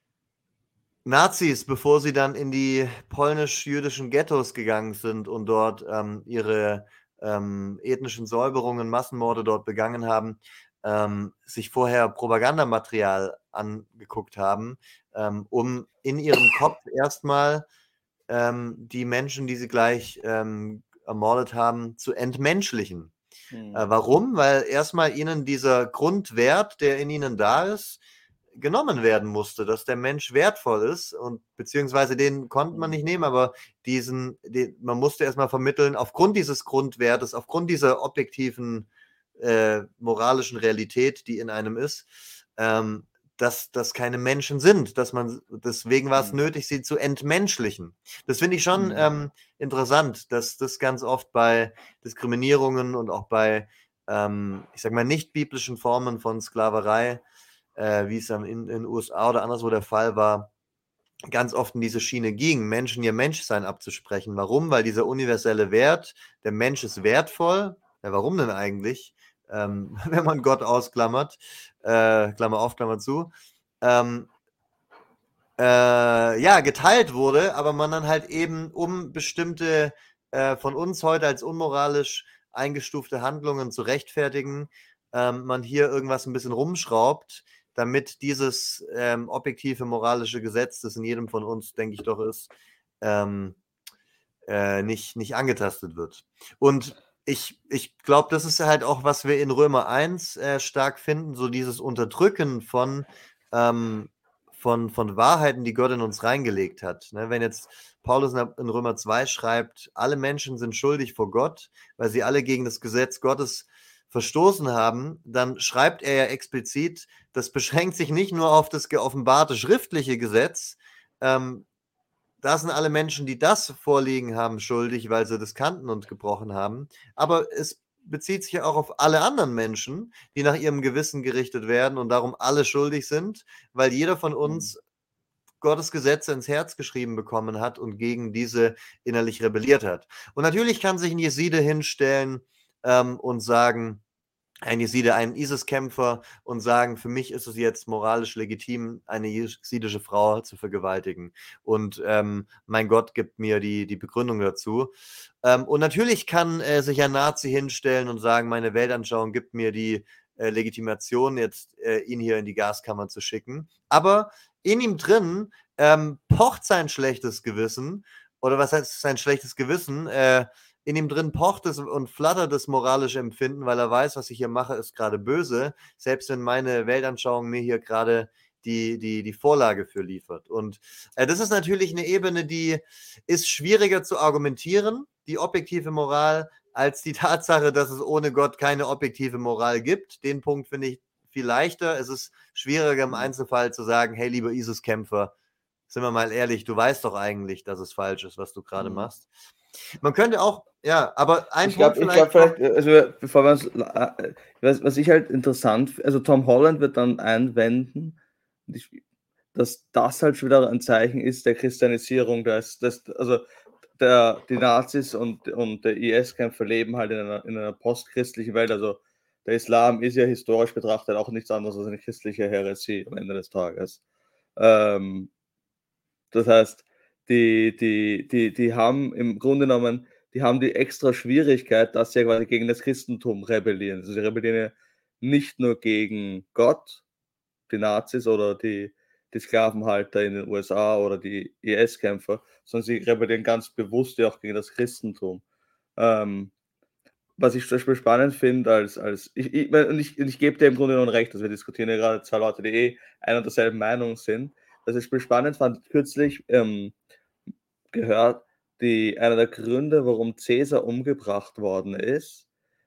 Nazis, bevor sie dann in die polnisch-jüdischen Ghettos gegangen sind und dort ähm, ihre ähm, ethnischen Säuberungen, Massenmorde dort begangen haben, ähm, sich vorher Propagandamaterial angeguckt haben, ähm, um in ihrem Kopf erstmal ähm, die Menschen, die sie gleich ähm, ermordet haben, zu entmenschlichen. Mhm. Äh, warum? Weil erstmal ihnen dieser Grundwert, der in ihnen da ist, genommen werden musste, dass der Mensch wertvoll ist und beziehungsweise den konnte man nicht nehmen, aber diesen, den, man musste erstmal vermitteln, aufgrund dieses Grundwertes, aufgrund dieser objektiven äh, moralischen Realität, die in einem ist, ähm, dass das keine Menschen sind, dass man, deswegen war es Mhm. nötig, sie zu entmenschlichen. Das finde ich schon Mhm. ähm, interessant, dass das ganz oft bei Diskriminierungen und auch bei, ähm, ich sag mal, nicht biblischen Formen von Sklaverei, äh, wie es dann in den U S A oder anderswo der Fall war, ganz oft in diese Schiene ging, Menschen ihr Menschsein abzusprechen. Warum? Weil dieser universelle Wert, der Mensch ist wertvoll. Ja, warum denn eigentlich? Ähm, wenn man Gott ausklammert, äh, Klammer auf, Klammer zu. Ähm, äh, ja, geteilt wurde, aber man dann halt eben, um bestimmte äh, von uns heute als unmoralisch eingestufte Handlungen zu rechtfertigen, ähm, man hier irgendwas ein bisschen rumschraubt, damit dieses ähm, objektive moralische Gesetz, das in jedem von uns, denke ich doch, ist, ähm, äh, nicht, nicht angetastet wird. Und ich, ich glaube, das ist halt auch, was wir in Römer eins äh, stark finden, so dieses Unterdrücken von, ähm, von, von Wahrheiten, die Gott in uns reingelegt hat. Ne? Wenn jetzt Paulus in Römer zwei schreibt, alle Menschen sind schuldig vor Gott, weil sie alle gegen das Gesetz Gottes verstoßen haben, dann schreibt er ja explizit, das beschränkt sich nicht nur auf das geoffenbarte schriftliche Gesetz, ähm, da sind alle Menschen, die das vorliegen haben, schuldig, weil sie das kannten und gebrochen haben. Aber es bezieht sich ja auch auf alle anderen Menschen, die nach ihrem Gewissen gerichtet werden und darum alle schuldig sind, weil jeder von uns Gottes Gesetze ins Herz geschrieben bekommen hat und gegen diese innerlich rebelliert hat. Und natürlich kann sich ein Jeside hinstellen ähm, und sagen, ein Jeside, ein ISIS-Kämpfer und sagen, für mich ist es jetzt moralisch legitim, eine jesidische Frau zu vergewaltigen. Und ähm, mein Gott gibt mir die, die Begründung dazu. Ähm, und natürlich kann äh, sich ein Nazi hinstellen und sagen, meine Weltanschauung gibt mir die äh, Legitimation, jetzt äh, ihn hier in die Gaskammer zu schicken. Aber in ihm drin ähm, pocht sein schlechtes Gewissen, oder was heißt sein schlechtes Gewissen, äh, in ihm drin pocht es und flattert das moralische Empfinden, weil er weiß, was ich hier mache, ist gerade böse, selbst wenn meine Weltanschauung mir hier gerade die, die, die Vorlage für liefert. Und äh, das ist natürlich eine Ebene, die ist schwieriger zu argumentieren, die objektive Moral, als die Tatsache, dass es ohne Gott keine objektive Moral gibt. Den Punkt finde ich viel leichter. Es ist schwieriger im Einzelfall zu sagen, hey, lieber ISIS-Kämpfer, sind wir mal ehrlich, du weißt doch eigentlich, dass es falsch ist, was du gerade Mhm. machst. Man könnte auch, ja, aber ein Ich glaube, Punkt ich glaube vielleicht. vielleicht, also bevor wir uns, äh, was, was ich halt interessant, also Tom Holland wird dann einwenden, ich, dass das halt schon wieder ein Zeichen ist der Christianisierung, dass, dass also der, die Nazis und, und der I S-Kämpfer leben halt in einer, in einer postchristlichen Welt, also der Islam ist ja historisch betrachtet auch nichts anderes als eine christliche Häresie am Ende des Tages. Ähm, das heißt, die, die, die, die haben im Grunde genommen, die haben die extra Schwierigkeit, dass sie ja quasi gegen das Christentum rebellieren. Also sie rebellieren ja nicht nur gegen Gott, die Nazis oder die, die Sklavenhalter in den U S A oder die I S-Kämpfer, sondern sie rebellieren ganz bewusst ja auch gegen das Christentum. Ähm, was ich zum Beispiel spannend finde, als, als ich, ich, und ich, und ich gebe dir im Grunde genommen recht, dass wir diskutieren ja gerade zwei Leute, die eh einer und derselben Meinung sind. Was ich spannend fand, kürzlich ähm, gehört, die, einer der Gründe, warum Cäsar umgebracht worden ist,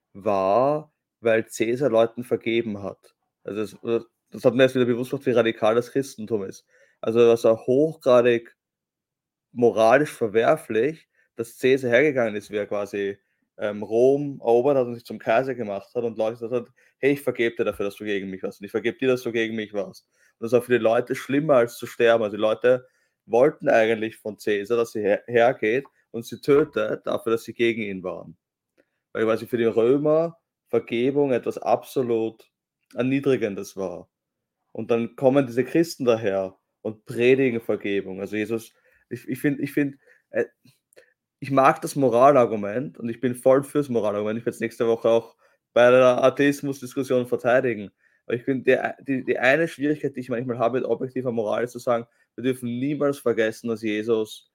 war, weil Cäsar Leuten vergeben hat. Also das, das hat mir jetzt wieder bewusst gemacht, wie radikal das Christentum ist. Also das war hochgradig moralisch verwerflich, dass Cäsar hergegangen ist, wie er quasi ähm, Rom erobert hat und sich zum Kaiser gemacht hat und Leute gesagt hat, hey, ich vergebe dir dafür, dass du gegen mich warst und ich vergebe dir, dass du gegen mich warst. Und das war für die Leute schlimmer als zu sterben. Also die Leute wollten eigentlich von Cäsar, dass sie her hergeht und sie tötet dafür, dass sie gegen ihn waren. Weil quasi für die Römer Vergebung etwas absolut Erniedrigendes war. Und dann kommen diese Christen daher und predigen Vergebung. Also Jesus, ich, ich finde, ich finde, äh, ich mag das Moralargument und ich bin voll fürs Moralargument. Ich werde es nächste Woche auch bei der Atheismus-Diskussion verteidigen. Aber ich finde, die, die, die eine Schwierigkeit, die ich manchmal habe mit objektiver Moral, ist zu sagen, wir dürfen niemals vergessen, dass Jesus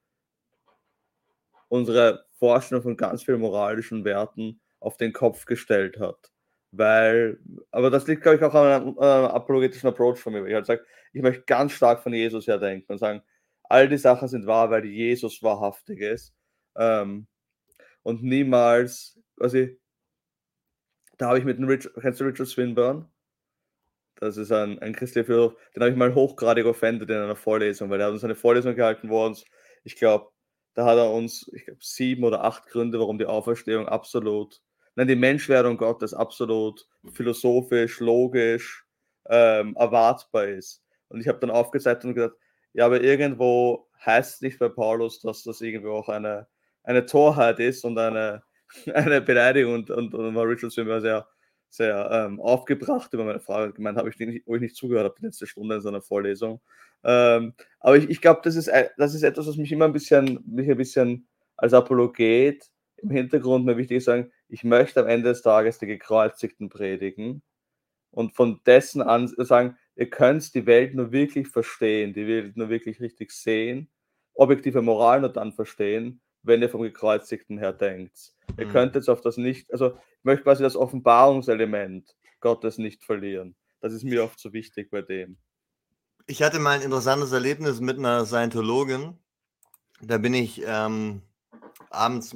unsere Vorstellung von ganz vielen moralischen Werten auf den Kopf gestellt hat. Weil, aber das liegt, glaube ich, auch an einem, an einem apologetischen Approach von mir. Ich halt sage, ich möchte ganz stark von Jesus her denken und sagen, all die Sachen sind wahr, weil Jesus wahrhaftig ist. Ähm, und niemals, also, da habe ich mit dem Richard, kennst du Richard Swinburne? Das ist ein, ein christlicher Philosoph, den habe ich mal hochgradig offended in einer Vorlesung, weil er hat uns eine Vorlesung gehalten, wo uns, ich glaube, da hat er uns, ich glaube, sieben oder acht Gründe, warum die Auferstehung absolut, nein, die Menschwerdung Gottes absolut philosophisch, logisch ähm, erwartbar ist. Und ich habe dann aufgezeigt und gesagt, ja, aber irgendwo heißt es nicht bei Paulus, dass das irgendwo auch eine, eine Torheit ist und eine, eine Beleidigung. Und, und, und Richard Swinburne sehr sehr ähm, aufgebracht über meine Frage. Gemeint habe ich nicht, wo ich nicht zugehört habe, die letzte Stunde in so einer Vorlesung. Ähm, aber ich, ich glaube, das ist, das ist etwas, was mich immer ein bisschen, mich ein bisschen als Apologet im Hintergrund mir wichtig ist, sagen, ich möchte am Ende des Tages die Gekreuzigten predigen und von dessen an sagen, ihr könnt die Welt nur wirklich verstehen, die Welt nur wirklich richtig sehen, objektive Moral nur dann verstehen, wenn ihr vom Gekreuzigten her denkt. Ihr Mhm. könnt jetzt auf das nicht, also ich möchte quasi das Offenbarungselement Gottes nicht verlieren. Das ist mir oft so wichtig bei dem. Ich hatte mal ein interessantes Erlebnis mit einer Scientologin. Da bin ich ähm, abends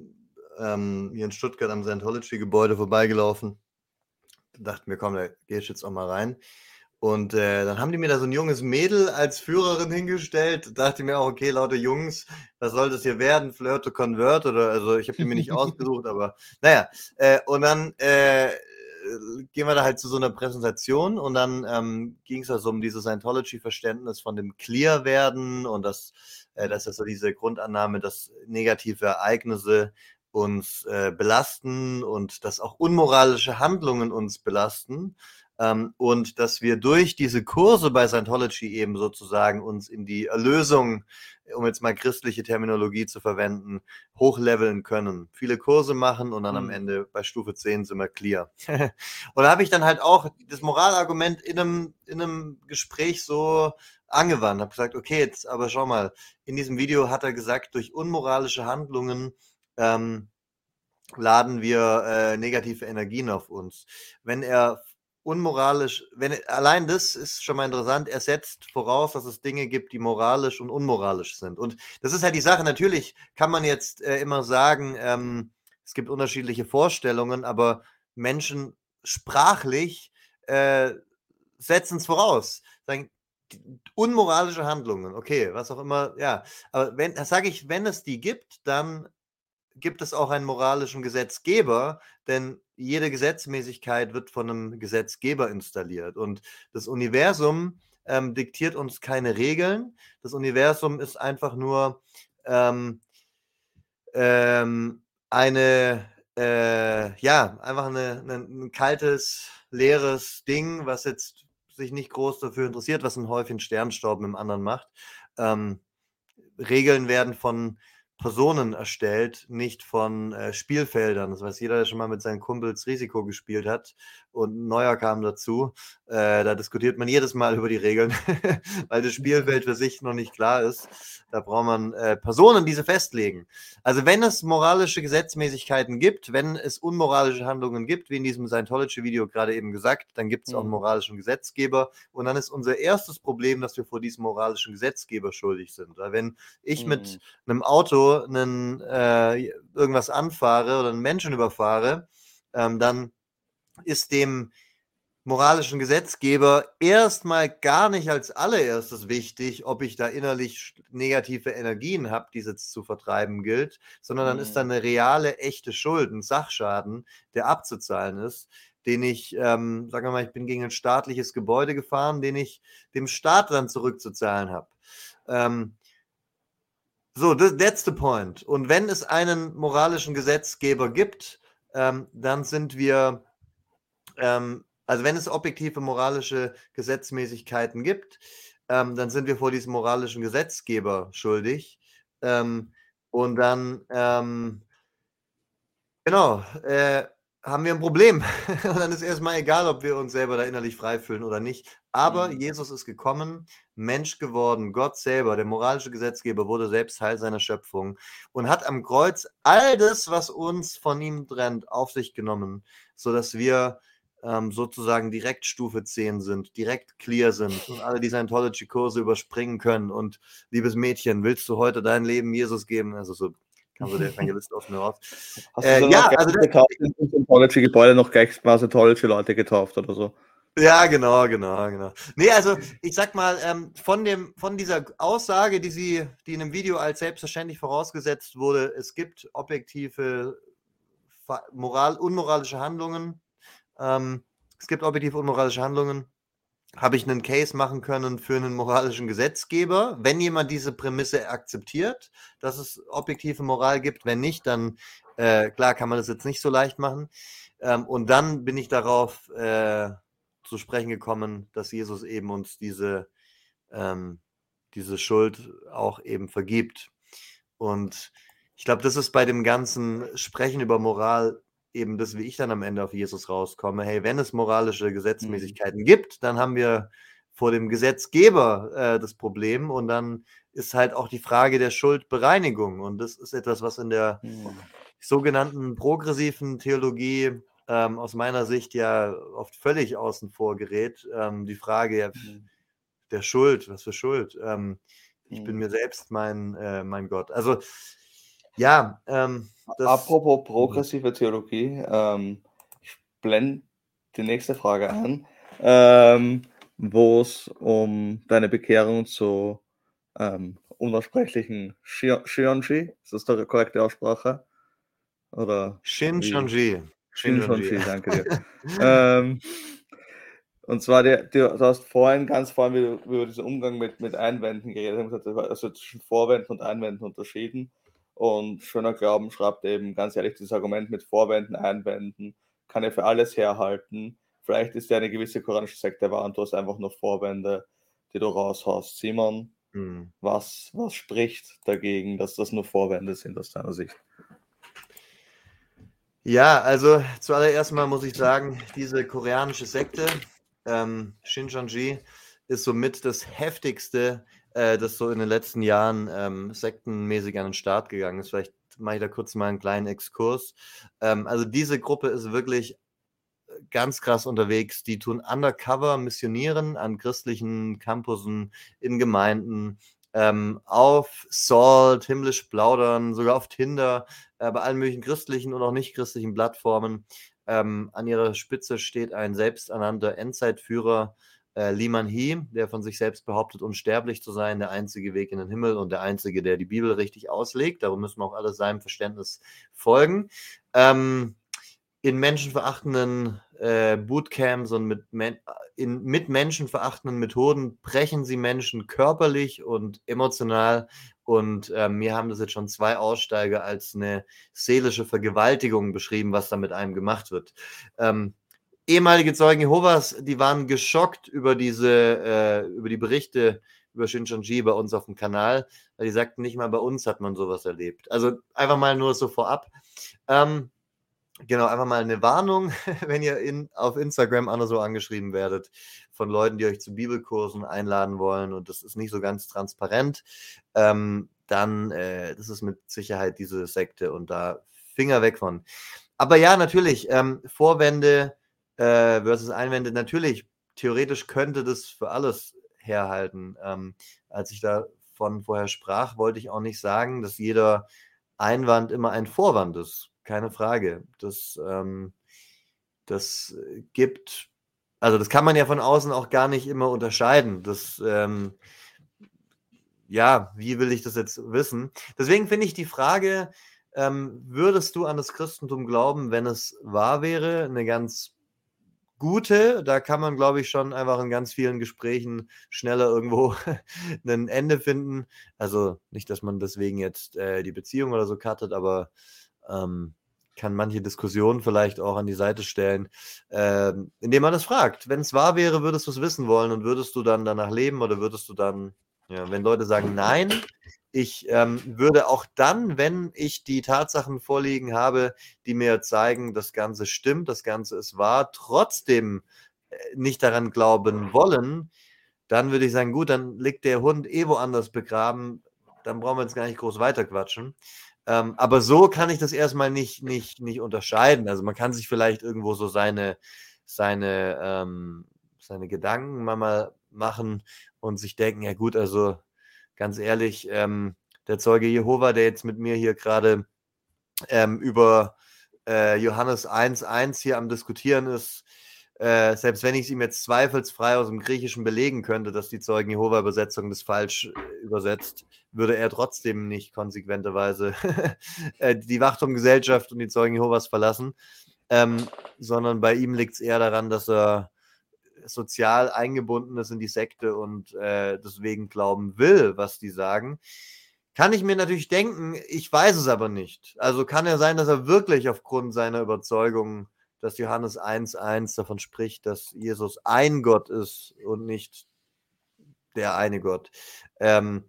ähm, hier in Stuttgart am Scientology-Gebäude vorbeigelaufen. Da dachte mir, komm, da geh ich jetzt auch mal rein. Und äh, dann haben die mir da so ein junges Mädel als Führerin hingestellt. Da dachte ich mir auch, okay, lauter Jungs, was soll das hier werden? Flirt to Convert? Oder, also ich habe die mir nicht ausgesucht, aber naja. Äh, und dann äh, gehen wir da halt zu so einer Präsentation und dann ähm, ging es also um dieses Scientology-Verständnis von dem Clear-Werden und das, äh, das ist so diese Grundannahme, dass negative Ereignisse uns äh, belasten und dass auch unmoralische Handlungen uns belasten. Ähm, und dass wir durch diese Kurse bei Scientology eben sozusagen uns in die Erlösung, um jetzt mal christliche Terminologie zu verwenden, hochleveln können. Viele Kurse machen und dann am Mhm. Ende bei Stufe zehn sind wir clear. Und da habe ich dann halt auch das Moralargument in einem, in einem Gespräch so angewandt. Habe gesagt, okay, jetzt aber schau mal, in diesem Video hat er gesagt, durch unmoralische Handlungen ähm, laden wir äh, negative Energien auf uns. Wenn er unmoralisch, wenn allein das ist schon mal interessant, er setzt voraus, dass es Dinge gibt, die moralisch und unmoralisch sind. Und das ist halt die Sache, natürlich kann man jetzt äh, immer sagen, ähm, es gibt unterschiedliche Vorstellungen, aber Menschen sprachlich äh, setzen es voraus. Sagen, unmoralische Handlungen, okay, was auch immer, ja. Aber wenn, das sage ich, wenn es die gibt, dann gibt es auch einen moralischen Gesetzgeber, denn jede Gesetzmäßigkeit wird von einem Gesetzgeber installiert. Und das Universum ähm, diktiert uns keine Regeln. Das Universum ist einfach nur ähm, ähm, eine, äh, ja, einfach eine, eine, ein kaltes, leeres Ding, was jetzt sich nicht groß dafür interessiert, was ein Häufchen Sternstaub mit dem anderen macht. Ähm, Regeln werden von Personen erstellt, nicht von äh, Spielfeldern. Das weiß jeder, der schon mal mit seinen Kumpels Risiko gespielt hat und ein neuer kam dazu. Äh, da diskutiert man jedes Mal über die Regeln, weil das Spielfeld für sich noch nicht klar ist. Da braucht man äh, Personen, die sie festlegen. Also wenn es moralische Gesetzmäßigkeiten gibt, wenn es unmoralische Handlungen gibt, wie in diesem Scientology-Video gerade eben gesagt, dann gibt es auch einen moralischen Gesetzgeber. Und dann ist unser erstes Problem, dass wir vor diesem moralischen Gesetzgeber schuldig sind. Weil wenn ich mit einem Auto einen, äh, irgendwas anfahre oder einen Menschen überfahre, ähm, dann ist dem moralischen Gesetzgeber erstmal gar nicht als allererstes wichtig, ob ich da innerlich negative Energien habe, die es jetzt zu vertreiben gilt, sondern dann ist da eine reale, echte Schuld, ein Sachschaden, der abzuzahlen ist, den ich, ähm, sagen wir mal, ich bin gegen ein staatliches Gebäude gefahren, den ich dem Staat dann zurückzuzahlen habe. Ähm, So, that's the point. Und wenn es einen moralischen Gesetzgeber gibt, ähm, dann sind wir, ähm, also wenn es objektive moralische Gesetzmäßigkeiten gibt, ähm, dann sind wir vor diesem moralischen Gesetzgeber schuldig. Ähm, und dann, ähm, genau, äh, haben wir ein Problem. Und dann ist erstmal egal, ob wir uns selber da innerlich frei fühlen oder nicht. Aber mhm. Jesus ist gekommen, Mensch geworden, Gott selber, der moralische Gesetzgeber, wurde selbst Teil seiner Schöpfung und hat am Kreuz all das, was uns von ihm trennt, auf sich genommen, sodass wir ähm, sozusagen direkt Stufe zehn sind, direkt clear sind und alle die Scientology-Kurse überspringen können. Und liebes Mädchen, willst du heute dein Leben Jesus geben? Also so kam so der Evangelist aus mir raus. Hast äh, du ja, also getauft, in Scientology-Gebäude noch gleich mal Scientology-Leute getauft oder so? Ja, genau, genau, genau. Nee, also ich sag mal, ähm, von, dem, von dieser Aussage, die sie, die in einem Video als selbstverständlich vorausgesetzt wurde, es gibt objektive, moral, unmoralische Handlungen, ähm, es gibt objektive unmoralische Handlungen, habe ich einen Case machen können für einen moralischen Gesetzgeber, wenn jemand diese Prämisse akzeptiert, dass es objektive Moral gibt. Wenn nicht, dann Äh, klar kann man das jetzt nicht so leicht machen. Ähm, und dann bin ich darauf äh, zu sprechen gekommen, dass Jesus eben uns diese, ähm, diese Schuld auch eben vergibt. Und ich glaube, das ist bei dem ganzen Sprechen über Moral eben das, wie ich dann am Ende auf Jesus rauskomme. Hey, wenn es moralische Gesetzmäßigkeiten mhm. gibt, dann haben wir vor dem Gesetzgeber äh, das Problem und dann ist halt auch die Frage der Schuldbereinigung. Und das ist etwas, was in der mhm. sogenannten progressiven Theologie ähm, aus meiner Sicht ja oft völlig außen vor gerät. Ähm, die Frage ja, mhm. der Schuld, was für Schuld? Ähm, ich mhm. bin mir selbst mein, äh, mein Gott. Also ja. Ähm, das, Apropos progressive Theologie, ähm, ich blende die nächste Frage an, ähm, wo es um deine Bekehrung zu ähm, unaussprechlichen Shionji, ist das die korrekte Aussprache? Oder Shincheonji. Shincheonji, danke dir. ähm, und zwar, der, der, du hast vorhin ganz vorhin über, über diesen Umgang mit, mit Einwänden geredet, also zwischen Vorwänden und Einwänden unterschieden. Und Schöner Glauben schreibt eben, ganz ehrlich, dieses Argument mit Vorwänden, Einwänden kann ja für alles herhalten. Vielleicht ist ja eine gewisse koranische Sekte wahr und du hast einfach nur Vorwände, die du raushaust. Simon, hm. was, was spricht dagegen, dass das nur Vorwände sind aus deiner Sicht? Ja, also zuallererst mal muss ich sagen, diese koreanische Sekte, ähm, Shincheonji, ist somit das heftigste, äh, das so in den letzten Jahren ähm, sektenmäßig an den Start gegangen ist. Vielleicht mache ich da kurz mal einen kleinen Exkurs. Ähm, also diese Gruppe ist wirklich ganz krass unterwegs. Die tun undercover missionieren an christlichen Campussen, in Gemeinden, ähm, auf Salt, himmlisch plaudern, sogar auf Tinder, äh, bei allen möglichen christlichen und auch nicht christlichen Plattformen. Ähm, an ihrer Spitze steht ein selbsternannter Endzeitführer, äh, Lee Man-hee, der von sich selbst behauptet, unsterblich zu sein, der einzige Weg in den Himmel und der einzige, der die Bibel richtig auslegt. Darum müssen wir auch alle seinem Verständnis folgen. Ähm, in menschenverachtenden äh, Bootcamps und mit, men in, mit menschenverachtenden Methoden brechen sie Menschen körperlich und emotional. Und äh, mir haben das jetzt schon zwei Aussteiger als eine seelische Vergewaltigung beschrieben, was da mit einem gemacht wird. Ähm, ehemalige Zeugen Jehovas, die waren geschockt über diese, äh, über die Berichte über Shincheonji bei uns auf dem Kanal, weil die sagten, nicht mal bei uns hat man sowas erlebt. Also einfach mal nur so vorab. Ähm, Genau, einfach mal eine Warnung, wenn ihr in, auf Instagram auch noch so angeschrieben werdet von Leuten, die euch zu Bibelkursen einladen wollen und das ist nicht so ganz transparent, ähm, dann äh, das ist mit Sicherheit diese Sekte und da Finger weg von. Aber ja, natürlich, ähm, Vorwände äh, versus Einwände, natürlich, theoretisch könnte das für alles herhalten. Ähm, als ich davon vorher sprach, wollte ich auch nicht sagen, dass jeder Einwand immer ein Vorwand ist. Keine Frage. Das, ähm, das gibt, also das kann man ja von außen auch gar nicht immer unterscheiden. Das, ähm, ja, wie will ich das jetzt wissen? Deswegen finde ich die Frage, ähm, würdest du an das Christentum glauben, wenn es wahr wäre, eine ganz gute. Da kann man, glaube ich, schon einfach in ganz vielen Gesprächen schneller irgendwo ein Ende finden. Also nicht, dass man deswegen jetzt äh, die Beziehung oder so cuttet, aber ähm, kann manche Diskussionen vielleicht auch an die Seite stellen, ähm, indem man das fragt. Wenn es wahr wäre, würdest du es wissen wollen und würdest du dann danach leben oder würdest du dann, ja, wenn Leute sagen nein, ich ähm, würde auch dann, wenn ich die Tatsachen vorliegen habe, die mir zeigen, das Ganze stimmt, das Ganze ist wahr, trotzdem äh, nicht daran glauben wollen, dann würde ich sagen, gut, dann liegt der Hund eh woanders begraben, dann brauchen wir jetzt gar nicht groß weiterquatschen. Ähm, aber so kann ich das erstmal nicht, nicht, nicht unterscheiden. Also man kann sich vielleicht irgendwo so seine, seine, ähm, seine Gedanken mal machen und sich denken, ja gut, also ganz ehrlich, ähm, der Zeuge Jehova, der jetzt mit mir hier gerade ähm, über äh, Johannes eins eins hier am Diskutieren ist, äh, selbst wenn ich es ihm jetzt zweifelsfrei aus dem Griechischen belegen könnte, dass die Zeugen Jehova-Übersetzung das falsch äh, übersetzt, würde er trotzdem nicht konsequenterweise äh, die Wachturmgesellschaft und die Zeugen Jehovas verlassen, ähm, sondern bei ihm liegt es eher daran, dass er sozial eingebunden ist in die Sekte und äh, deswegen glauben will, was die sagen. Kann ich mir natürlich denken, ich weiß es aber nicht. Also kann ja sein, dass er wirklich aufgrund seiner Überzeugung, dass Johannes eins eins davon spricht, dass Jesus ein Gott ist und nicht der eine Gott. Ähm,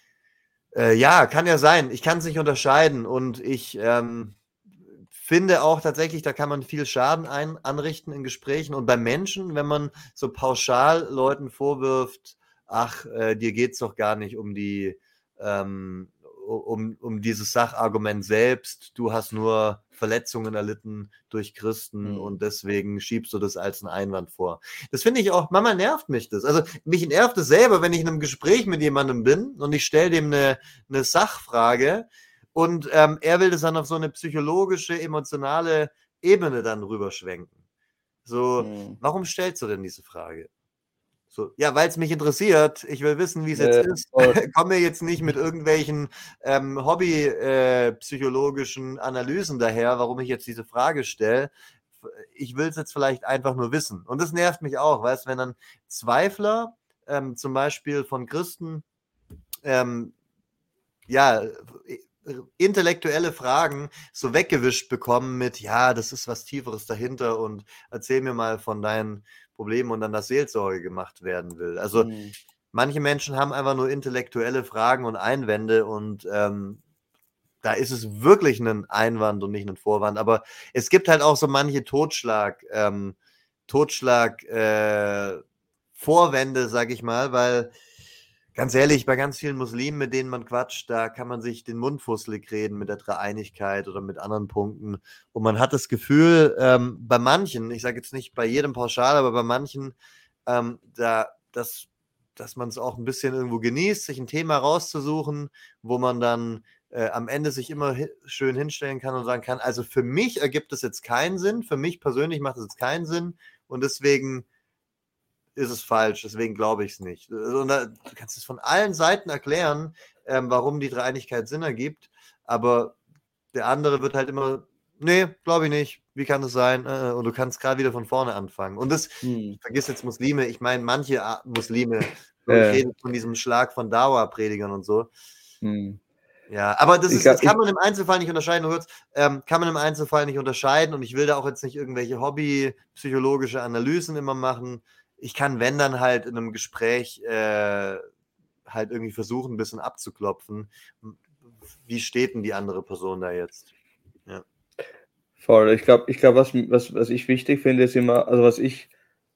äh, ja, kann ja sein. Ich kann es nicht unterscheiden und ich ähm, finde auch tatsächlich, da kann man viel Schaden ein, anrichten in Gesprächen und bei Menschen, wenn man so pauschal Leuten vorwirft, ach, äh, dir geht es doch gar nicht um die ähm, um, um dieses Sachargument selbst, du hast nur Verletzungen erlitten durch Christen Mhm. und deswegen schiebst du das als einen Einwand vor. Das finde ich auch, manchmal nervt mich das. Also mich nervt es selber, wenn ich in einem Gespräch mit jemandem bin und ich stelle dem eine, eine Sachfrage und ähm, er will das dann auf so eine psychologische, emotionale Ebene dann rüberschwenken. So, Mhm. warum stellst du denn diese Frage? So, ja, weil es mich interessiert. Ich will wissen, wie es Ja, jetzt ist. voll. Komm mir jetzt nicht mit irgendwelchen ähm, hobby-psychologischen äh, Analysen daher, warum ich jetzt diese Frage stelle. Ich will es jetzt vielleicht einfach nur wissen. Und das nervt mich auch, weißt du, wenn dann Zweifler, ähm, zum Beispiel von Christen, ähm, ja, intellektuelle Fragen so weggewischt bekommen mit, ja, das ist was Tieferes dahinter und erzähl mir mal von deinen Problemen und dann das Seelsorge gemacht werden will. Also Mhm. manche Menschen haben einfach nur intellektuelle Fragen und Einwände und ähm, da ist es wirklich ein Einwand und nicht ein Vorwand. Aber es gibt halt auch so manche Totschlag, ähm, Totschlag äh, Vorwände, sag ich mal, weil ganz ehrlich, bei ganz vielen Muslimen, mit denen man quatscht, da kann man sich den Mund fusselig reden mit der Dreieinigkeit oder mit anderen Punkten. Und man hat das Gefühl, ähm, bei manchen, ich sage jetzt nicht bei jedem pauschal, aber bei manchen, ähm, da, dass, dass man es auch ein bisschen irgendwo genießt, sich ein Thema rauszusuchen, wo man dann äh, am Ende sich immer hi schön hinstellen kann und sagen kann, also für mich ergibt es jetzt keinen Sinn, für mich persönlich macht es jetzt keinen Sinn und deswegen ist es falsch, deswegen glaube ich es nicht. Und da, du kannst es von allen Seiten erklären, ähm, warum die Dreieinigkeit Sinn ergibt, aber der andere wird halt immer, nee, glaube ich nicht, wie kann das sein? Äh, und du kannst gerade wieder von vorne anfangen. Und das, Mhm. vergiss jetzt Muslime, ich meine manche Muslime, so, Ja. ich rede von diesem Schlag von Dawa-Predigern und so. Mhm. Ja, aber das, Ich ist, glaub, das kann ich, man im Einzelfall nicht unterscheiden, nur kurz, ähm, kann man im Einzelfall nicht unterscheiden und ich will da auch jetzt nicht irgendwelche hobby-psychologische Analysen immer machen. Ich kann, wenn dann halt in einem Gespräch äh, halt irgendwie versuchen, ein bisschen abzuklopfen, wie steht denn die andere Person da jetzt? Ja. voll. Ich glaube, ich glaub, was, was, was ich wichtig finde, ist immer, also was ich,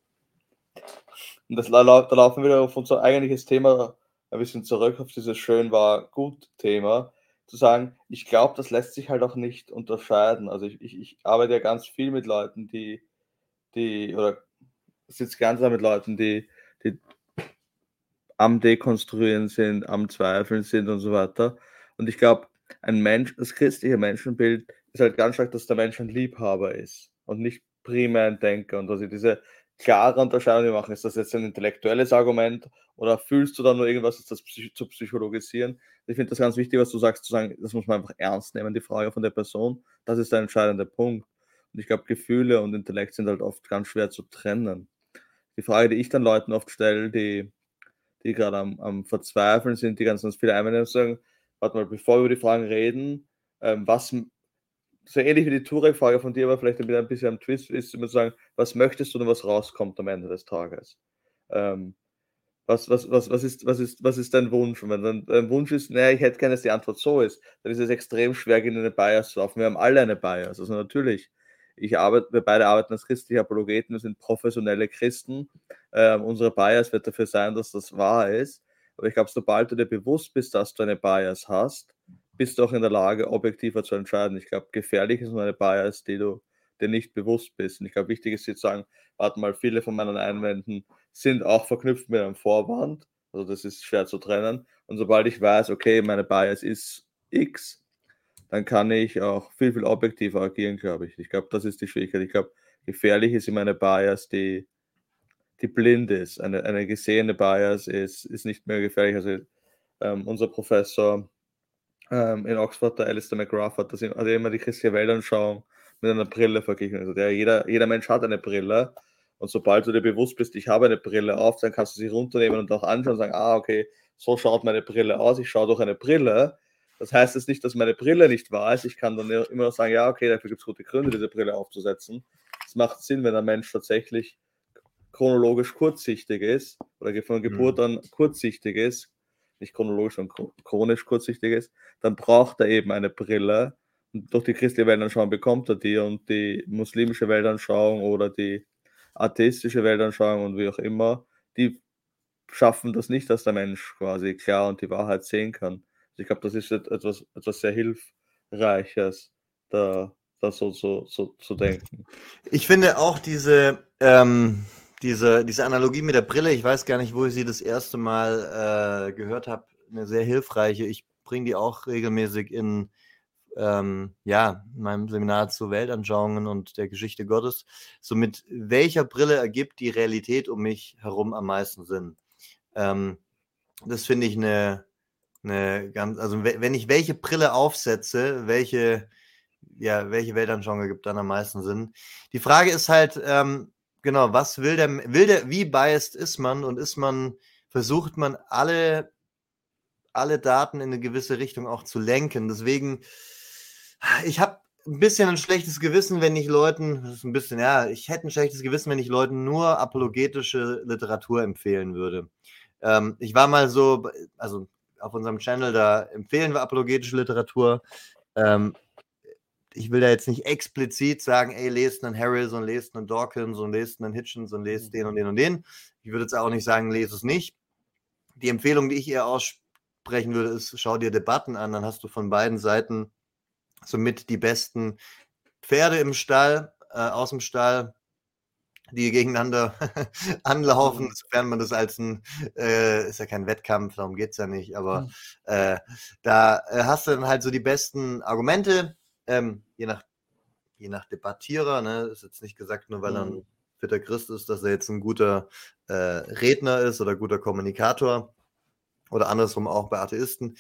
und das, da laufen wir wieder auf unser eigentliches Thema ein bisschen zurück, auf dieses schön war gut Thema, zu sagen, ich glaube, das lässt sich halt auch nicht unterscheiden. Also ich, ich, ich arbeite ja ganz viel mit Leuten, die, die, oder sitze ganz mit Leuten, die, die am Dekonstruieren sind, am Zweifeln sind und so weiter. Und ich glaube, ein Mensch, das christliche Menschenbild ist halt ganz stark, dass der Mensch ein Liebhaber ist und nicht primär ein Denker. Und dass ich diese klare Unterscheidung mache, ist das jetzt ein intellektuelles Argument oder fühlst du da nur irgendwas, ist das psych zu psychologisieren? Ich finde das ganz wichtig, was du sagst, zu sagen, das muss man einfach ernst nehmen, die Frage von der Person. Das ist der entscheidende Punkt. Und ich glaube, Gefühle und Intellekt sind halt oft ganz schwer zu trennen. Die Frage, die ich dann Leuten oft stelle, die die gerade am, am Verzweifeln sind, die ganz, ganz viele Einwände sagen, warte mal, bevor wir über die Fragen reden, ähm, was, so ähnlich wie die Turek-Frage von dir, aber vielleicht ein bisschen am Twist ist, immer zu sagen, was möchtest du denn, was rauskommt am Ende des Tages? Ähm, was, was, was, was, ist, was, ist, was ist dein Wunsch? Und wenn dein, dein Wunsch ist, naja, ich hätte gerne, dass die Antwort so ist, dann ist es extrem schwer, gegen eine Bias zu laufen. Wir haben alle eine Bias. Also natürlich, ich arbeite, wir beide arbeiten als christliche Apologeten, wir sind professionelle Christen. Ähm, unsere Bias wird dafür sein, dass das wahr ist. Aber ich glaube, sobald du dir bewusst bist, dass du eine Bias hast, bist du auch in der Lage, objektiver zu entscheiden. Ich glaube, gefährlich ist nur eine Bias, die du dir nicht bewusst bist. Und ich glaube, wichtig ist jetzt zu sagen, warte mal, viele von meinen Einwänden sind auch verknüpft mit einem Vorwand. Also das ist schwer zu trennen. Und sobald ich weiß, okay, meine Bias ist X, dann kann ich auch viel, viel objektiver agieren, glaube ich. Ich glaube, das ist die Schwierigkeit. Ich glaube, gefährlich ist immer eine Bias, die, die blind ist. Eine, eine gesehene Bias ist, ist nicht mehr gefährlich. Also ähm, unser Professor ähm, in Oxford, der Alistair McGrath, hat, das, hat immer die christliche Weltanschauung mit einer Brille verglichen. Also der, jeder, jeder Mensch hat eine Brille. Und sobald du dir bewusst bist, ich habe eine Brille auf, dann kannst du sie runternehmen und auch anschauen und sagen, ah, okay, so schaut meine Brille aus, ich schaue durch eine Brille. Das heißt jetzt nicht, dass meine Brille nicht wahr ist. Ich kann dann immer noch sagen, ja, okay, dafür gibt es gute Gründe, diese Brille aufzusetzen. Es macht Sinn, wenn ein Mensch tatsächlich chronologisch kurzsichtig ist oder von Geburt an kurzsichtig ist, nicht chronologisch, sondern chronisch kurzsichtig ist, dann braucht er eben eine Brille. Und durch die christliche Weltanschauung bekommt er die, und die muslimische Weltanschauung oder die atheistische Weltanschauung und wie auch immer, die schaffen das nicht, dass der Mensch quasi klar und die Wahrheit sehen kann. Ich glaube, das ist etwas, etwas sehr Hilfreiches, da, da so, so, so zu denken. Ich finde auch diese, ähm, diese, diese Analogie mit der Brille, ich weiß gar nicht, wo ich sie das erste Mal äh, gehört habe, eine sehr hilfreiche. Ich bringe die auch regelmäßig in, ähm, ja, in meinem Seminar zu Weltanschauungen und der Geschichte Gottes. So, mit welcher Brille ergibt die Realität um mich herum am meisten Sinn? Ähm, das finde ich eine, eine ganz, also wenn ich welche Brille aufsetze, welche, ja, welche Weltanschauung ergibt dann am meisten Sinn? Die Frage ist halt, ähm, genau, was will der, will der, wie biased ist man, und ist man, versucht man alle, alle Daten in eine gewisse Richtung auch zu lenken. Deswegen, ich habe ein bisschen ein schlechtes Gewissen, wenn ich Leuten, das ist ein bisschen, ja, ich hätte ein schlechtes Gewissen, wenn ich Leuten nur apologetische Literatur empfehlen würde. Ähm, ich war mal so, also auf unserem Channel, da empfehlen wir apologetische Literatur. Ähm, ich will da jetzt nicht explizit sagen, ey, lest einen Harris und lest einen Dawkins und lest einen Hitchens und lest den und den und den. Ich würde jetzt auch nicht sagen, lese es nicht. Die Empfehlung, die ich eher aussprechen würde, ist, schau dir Debatten an, dann hast du von beiden Seiten somit die besten Pferde im Stall, äh, aus dem Stall, die gegeneinander anlaufen, mhm. sofern man das als ein, äh, ist ja kein Wettkampf, darum geht es ja nicht, aber mhm. äh, da äh, hast du dann halt so die besten Argumente, ähm, je, nach, je nach Debattierer, ne, ist jetzt nicht gesagt, nur weil mhm. er ein fitter Christ ist, dass er jetzt ein guter äh, Redner ist oder guter Kommunikator oder andersrum auch bei Atheisten.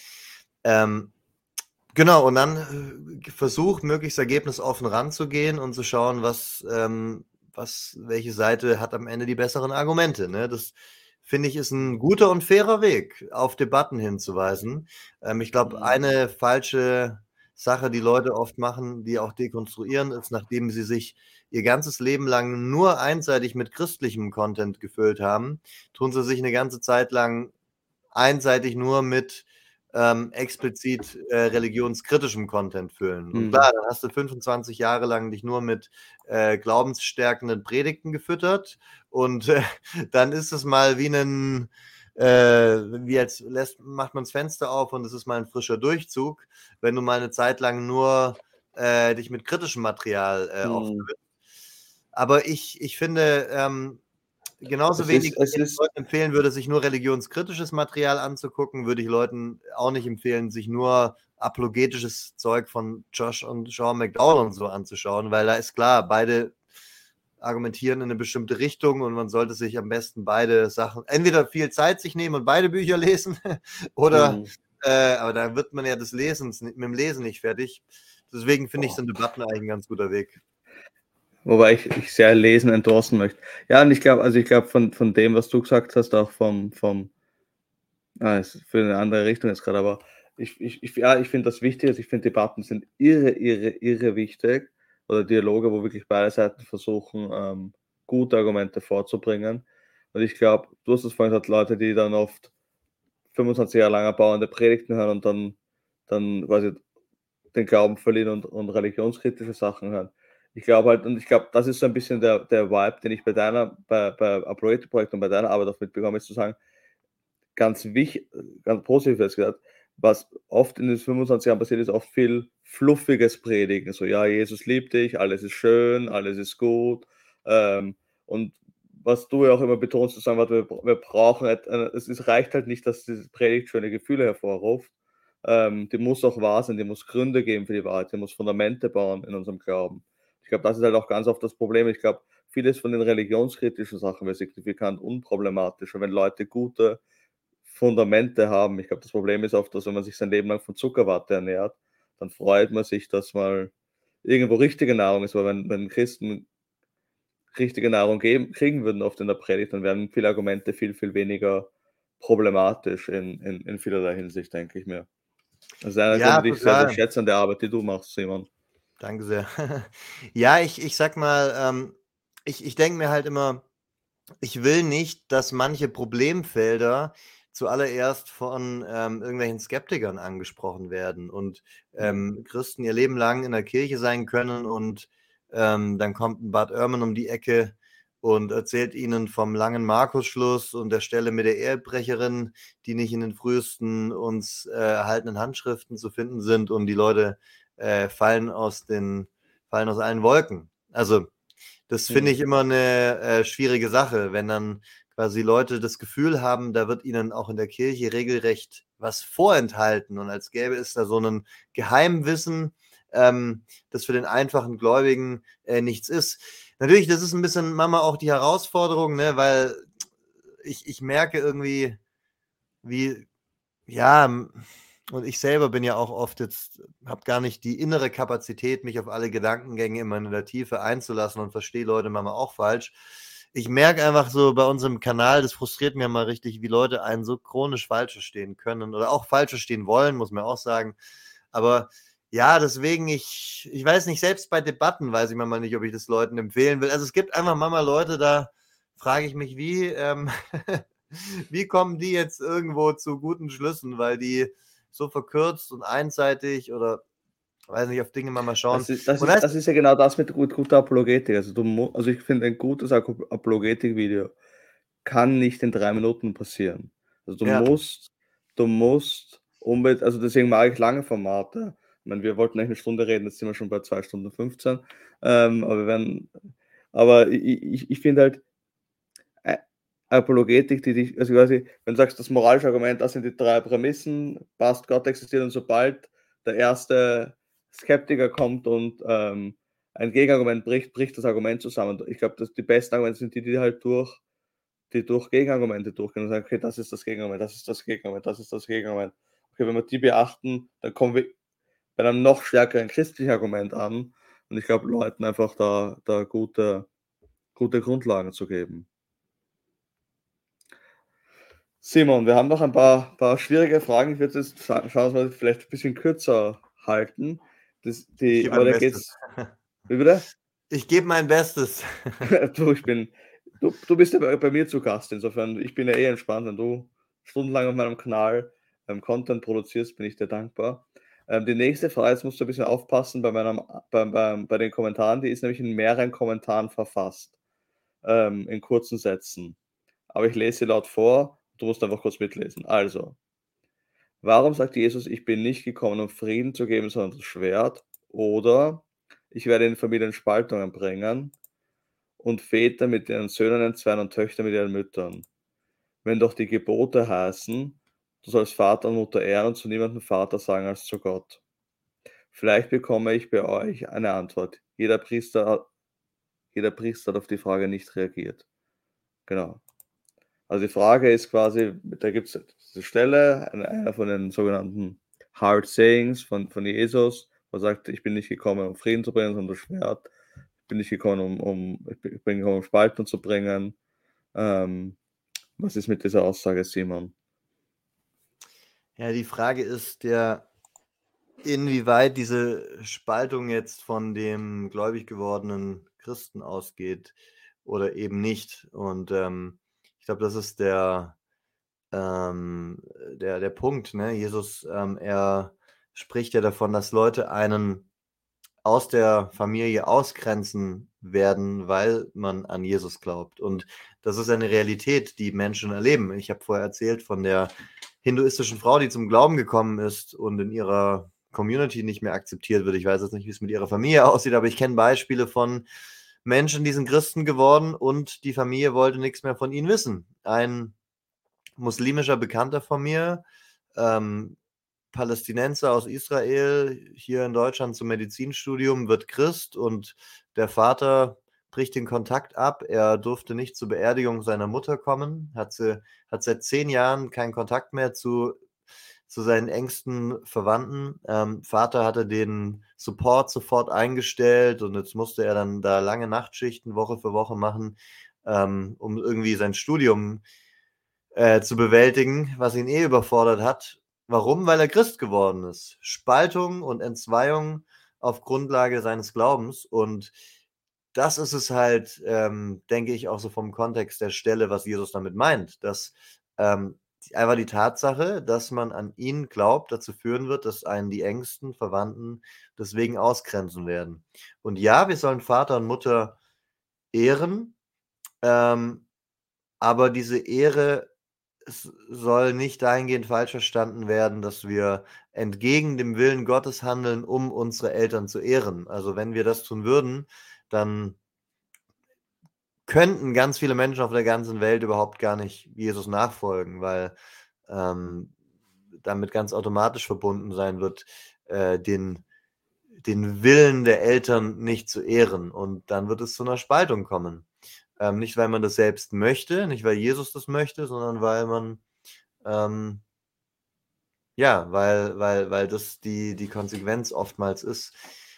Ähm, genau, und dann äh, versuch, möglichst ergebnisoffen ranzugehen und zu schauen, was ähm, Was, welche Seite hat am Ende die besseren Argumente. Ne? Das, finde ich, ist ein guter und fairer Weg, auf Debatten hinzuweisen. Ähm, ich glaube, eine falsche Sache, die Leute oft machen, die auch dekonstruieren, ist, nachdem sie sich ihr ganzes Leben lang nur einseitig mit christlichem Content gefüllt haben, tun sie sich eine ganze Zeit lang einseitig nur mit Ähm, explizit äh, religionskritischem Content füllen. Und klar, dann hast du fünfundzwanzig Jahre lang dich nur mit äh, glaubensstärkenden Predigten gefüttert, und äh, dann ist es mal wie ein, äh, wie als lässt, macht man das Fenster auf und es ist mal ein frischer Durchzug, wenn du mal eine Zeit lang nur äh, dich mit kritischem Material äh, mhm. auffüllst. Aber ich, ich finde, ähm, genauso es wenig, ist, wie ich Leuten empfehlen würde, sich nur religionskritisches Material anzugucken, würde ich Leuten auch nicht empfehlen, sich nur apologetisches Zeug von Josh und Sean McDowell und so anzuschauen, weil da ist klar, beide argumentieren in eine bestimmte Richtung und man sollte sich am besten beide Sachen, entweder viel Zeit sich nehmen und beide Bücher lesen oder, mhm. äh, aber da wird man ja des Lesens, mit dem Lesen nicht fertig. Deswegen finde ich, sind Debatten eigentlich ein ganz guter Weg. Wobei ich, ich sehr lesen endorsen möchte. Ja, und ich glaube, also ich glaube von, von dem, was du gesagt hast, auch vom, vom ah, ist für eine andere Richtung jetzt gerade, aber ich, ich, ich, ja, ich finde das wichtig, also ich finde Debatten sind irre, irre, irre wichtig, oder Dialoge, wo wirklich beide Seiten versuchen, ähm, gute Argumente vorzubringen. Und ich glaube, du hast es vorhin gesagt, Leute, die dann oft fünfundzwanzig Jahre lang erbauende Predigten hören und dann, dann quasi den Glauben verlieren und, und religionskritische Sachen hören. Ich glaube halt, und ich glaube, das ist so ein bisschen der, der Vibe, den ich bei deiner, bei, bei Apologetik-Projekt und bei deiner Arbeit auch mitbekomme, ist zu sagen, ganz wichtig, ganz positiv jetzt gesagt, was oft in den fünfundzwanzig Jahren passiert ist, oft viel fluffiges Predigen. So, ja, Jesus liebt dich, alles ist schön, alles ist gut. Ähm, und was du ja auch immer betonst, zu sagen, warte, wir, wir brauchen, es, es reicht halt nicht, dass diese Predigt schöne Gefühle hervorruft. Ähm, die muss auch wahr sein, die muss Gründe geben für die Wahrheit, die muss Fundamente bauen in unserem Glauben. Ich glaube, das ist halt auch ganz oft das Problem. Ich glaube, vieles von den religionskritischen Sachen wäre signifikant unproblematischer, wenn Leute gute Fundamente haben. Ich glaube, das Problem ist oft, dass wenn man sich sein Leben lang von Zuckerwatte ernährt, dann freut man sich, dass mal irgendwo richtige Nahrung ist. Aber wenn, wenn Christen richtige Nahrung geben, kriegen würden oft in der Predigt, dann wären viele Argumente viel, viel weniger problematisch in, in, in vielerlei Hinsicht, denke ich mir. Das ist einer Ja, Gründe, die ich sehr, sehr total. schätze an der Arbeit, die du machst, Simon. Danke sehr. Ja, ich, ich sag mal, ähm, ich, ich denke mir halt immer, ich will nicht, dass manche Problemfelder zuallererst von ähm, irgendwelchen Skeptikern angesprochen werden und ähm, Christen ihr Leben lang in der Kirche sein können und ähm, dann kommt ein Bart Ehrman um die Ecke und erzählt ihnen vom langen Markusschluss und der Stelle mit der Ehebrecherin, die nicht in den frühesten uns äh, erhaltenen Handschriften zu finden sind, und die Leute äh, fallen aus den fallen aus allen Wolken. Also das finde ich Mhm. immer eine äh, schwierige Sache, wenn dann quasi Leute das Gefühl haben, da wird ihnen auch in der Kirche regelrecht was vorenthalten und als gäbe es da so ein Geheimwissen, ähm, das für den einfachen Gläubigen äh, nichts ist. Natürlich, das ist ein bisschen manchmal auch die Herausforderung, ne, weil ich, ich merke irgendwie, wie, ja, und ich selber bin ja auch oft jetzt, habe gar nicht die innere Kapazität, mich auf alle Gedankengänge immer in der Tiefe einzulassen und verstehe Leute manchmal auch falsch. Ich merke einfach so bei unserem Kanal, das frustriert mir mal richtig, wie Leute einen so chronisch falsch verstehen können oder auch falsch verstehen wollen, muss man auch sagen. Aber ja, deswegen, ich, ich weiß nicht, selbst bei Debatten weiß ich manchmal nicht, ob ich das Leuten empfehlen will. Also es gibt einfach manchmal Leute, da frage ich mich, wie, ähm, wie kommen die jetzt irgendwo zu guten Schlüssen, weil die so verkürzt und einseitig oder weiß nicht, auf Dinge mal schauen. Das ist, das, Und ist, das, das ist ja genau das mit gut, guter Apologetik. Also, du, mu- also ich finde, ein gutes Ap- Apologetik-Video kann nicht in drei Minuten passieren. Also du ja, musst, du musst unbedingt, also deswegen mag ich lange Formate. Ich meine, wir wollten eigentlich eine Stunde reden, jetzt sind wir schon bei zwei Stunden fünfzehn. Ähm, aber wir werden, aber ich, ich, ich finde halt, äh, Apologetik, die dich, also quasi, wenn du sagst, das moralische Argument, das sind die drei Prämissen, passt, Gott existiert, und sobald der erste Skeptiker kommt und ähm, ein Gegenargument bricht, bricht das Argument zusammen. Ich glaube, dass die besten Argumente sind die, die halt durch, die durch Gegenargumente durchgehen und sagen, okay, das ist das Gegenargument, das ist das Gegenargument, das ist das Gegenargument. Okay, wenn wir die beachten, dann kommen wir bei einem noch stärkeren christlichen Argument an, und ich glaube, Leuten einfach da, da gute, gute Grundlagen zu geben. Simon, wir haben noch ein paar, paar schwierige Fragen. Ich würde jetzt schauen, dass wir vielleicht ein bisschen kürzer halten. Das, ich die, gebe aber mein da Bestes. geht's. Wie bitte? Ich gebe mein Bestes. Du, ich bin, du, du bist ja bei, bei mir zu Gast. Insofern, ich bin ja eh entspannt. Wenn du stundenlang auf meinem Kanal ähm, Content produzierst, bin ich dir dankbar. Ähm, die nächste Frage, jetzt musst du ein bisschen aufpassen bei, meinem, bei, bei, bei den Kommentaren. Die ist nämlich in mehreren Kommentaren verfasst, ähm, in kurzen Sätzen. Aber ich lese sie laut vor. Du musst einfach kurz mitlesen. Also, warum sagt Jesus, ich bin nicht gekommen, um Frieden zu geben, sondern das Schwert? Oder ich werde in Familien Spaltungen bringen und Väter mit ihren Söhnen entzweien und Töchter mit ihren Müttern. Wenn doch die Gebote heißen, du sollst Vater und Mutter ehren und zu niemandem Vater sagen als zu Gott. Vielleicht bekomme ich bei euch eine Antwort. Jeder Priester, jeder Priester hat auf die Frage nicht reagiert. Genau. Also die Frage ist quasi, da gibt es diese Stelle, einer von den sogenannten Hard Sayings von, von Jesus, wo er sagt, ich bin nicht gekommen, um Frieden zu bringen, sondern das Schwert. Ich bin nicht gekommen, um, um, ich bin gekommen, um Spalten zu bringen. Ähm, was ist mit dieser Aussage, Simon? Ja, die Frage ist ja, inwieweit diese Spaltung jetzt von dem gläubig gewordenen Christen ausgeht oder eben nicht. Und ähm, ich glaube, das ist der, ähm, der, der Punkt. Ne? Jesus, ähm, er spricht ja davon, dass Leute einen aus der Familie ausgrenzen werden, weil man an Jesus glaubt. Und das ist eine Realität, die Menschen erleben. Ich habe vorher erzählt von der hinduistischen Frau, die zum Glauben gekommen ist und in ihrer Community nicht mehr akzeptiert wird. Ich weiß jetzt nicht, wie es mit ihrer Familie aussieht, aber ich kenne Beispiele von Menschen, die sind Christen geworden und die Familie wollte nichts mehr von ihnen wissen. Ein muslimischer Bekannter von mir, ähm, Palästinenser aus Israel, hier in Deutschland zum Medizinstudium, wird Christ und der Vater bricht den Kontakt ab. Er durfte nicht zur Beerdigung seiner Mutter kommen, hat, sie, hat seit zehn Jahren keinen Kontakt mehr zu, zu seinen engsten Verwandten. Ähm, Vater hatte den Support sofort eingestellt und jetzt musste er dann da lange Nachtschichten Woche für Woche machen, ähm, um irgendwie sein Studium äh, zu bewältigen, was ihn eh überfordert hat. Warum? Weil er Christ geworden ist. Spaltung und Entzweiung auf Grundlage seines Glaubens. Und das ist es halt, ähm, denke ich, auch so vom Kontext der Stelle, was Jesus damit meint, dass ähm, einfach die Tatsache, dass man an ihn glaubt, dazu führen wird, dass einen die engsten Verwandten deswegen ausgrenzen werden. Und ja, wir sollen Vater und Mutter ehren, ähm, aber diese Ehre es soll nicht dahingehend falsch verstanden werden, dass wir entgegen dem Willen Gottes handeln, um unsere Eltern zu ehren. Also wenn wir das tun würden, dann könnten ganz viele Menschen auf der ganzen Welt überhaupt gar nicht Jesus nachfolgen, weil ähm, damit ganz automatisch verbunden sein wird, äh, den, den Willen der Eltern nicht zu ehren. Und dann wird es zu einer Spaltung kommen. Ähm, nicht, weil man das selbst möchte, nicht, weil Jesus das möchte, sondern weil man, ähm, ja, weil, weil, weil das die, die Konsequenz oftmals ist,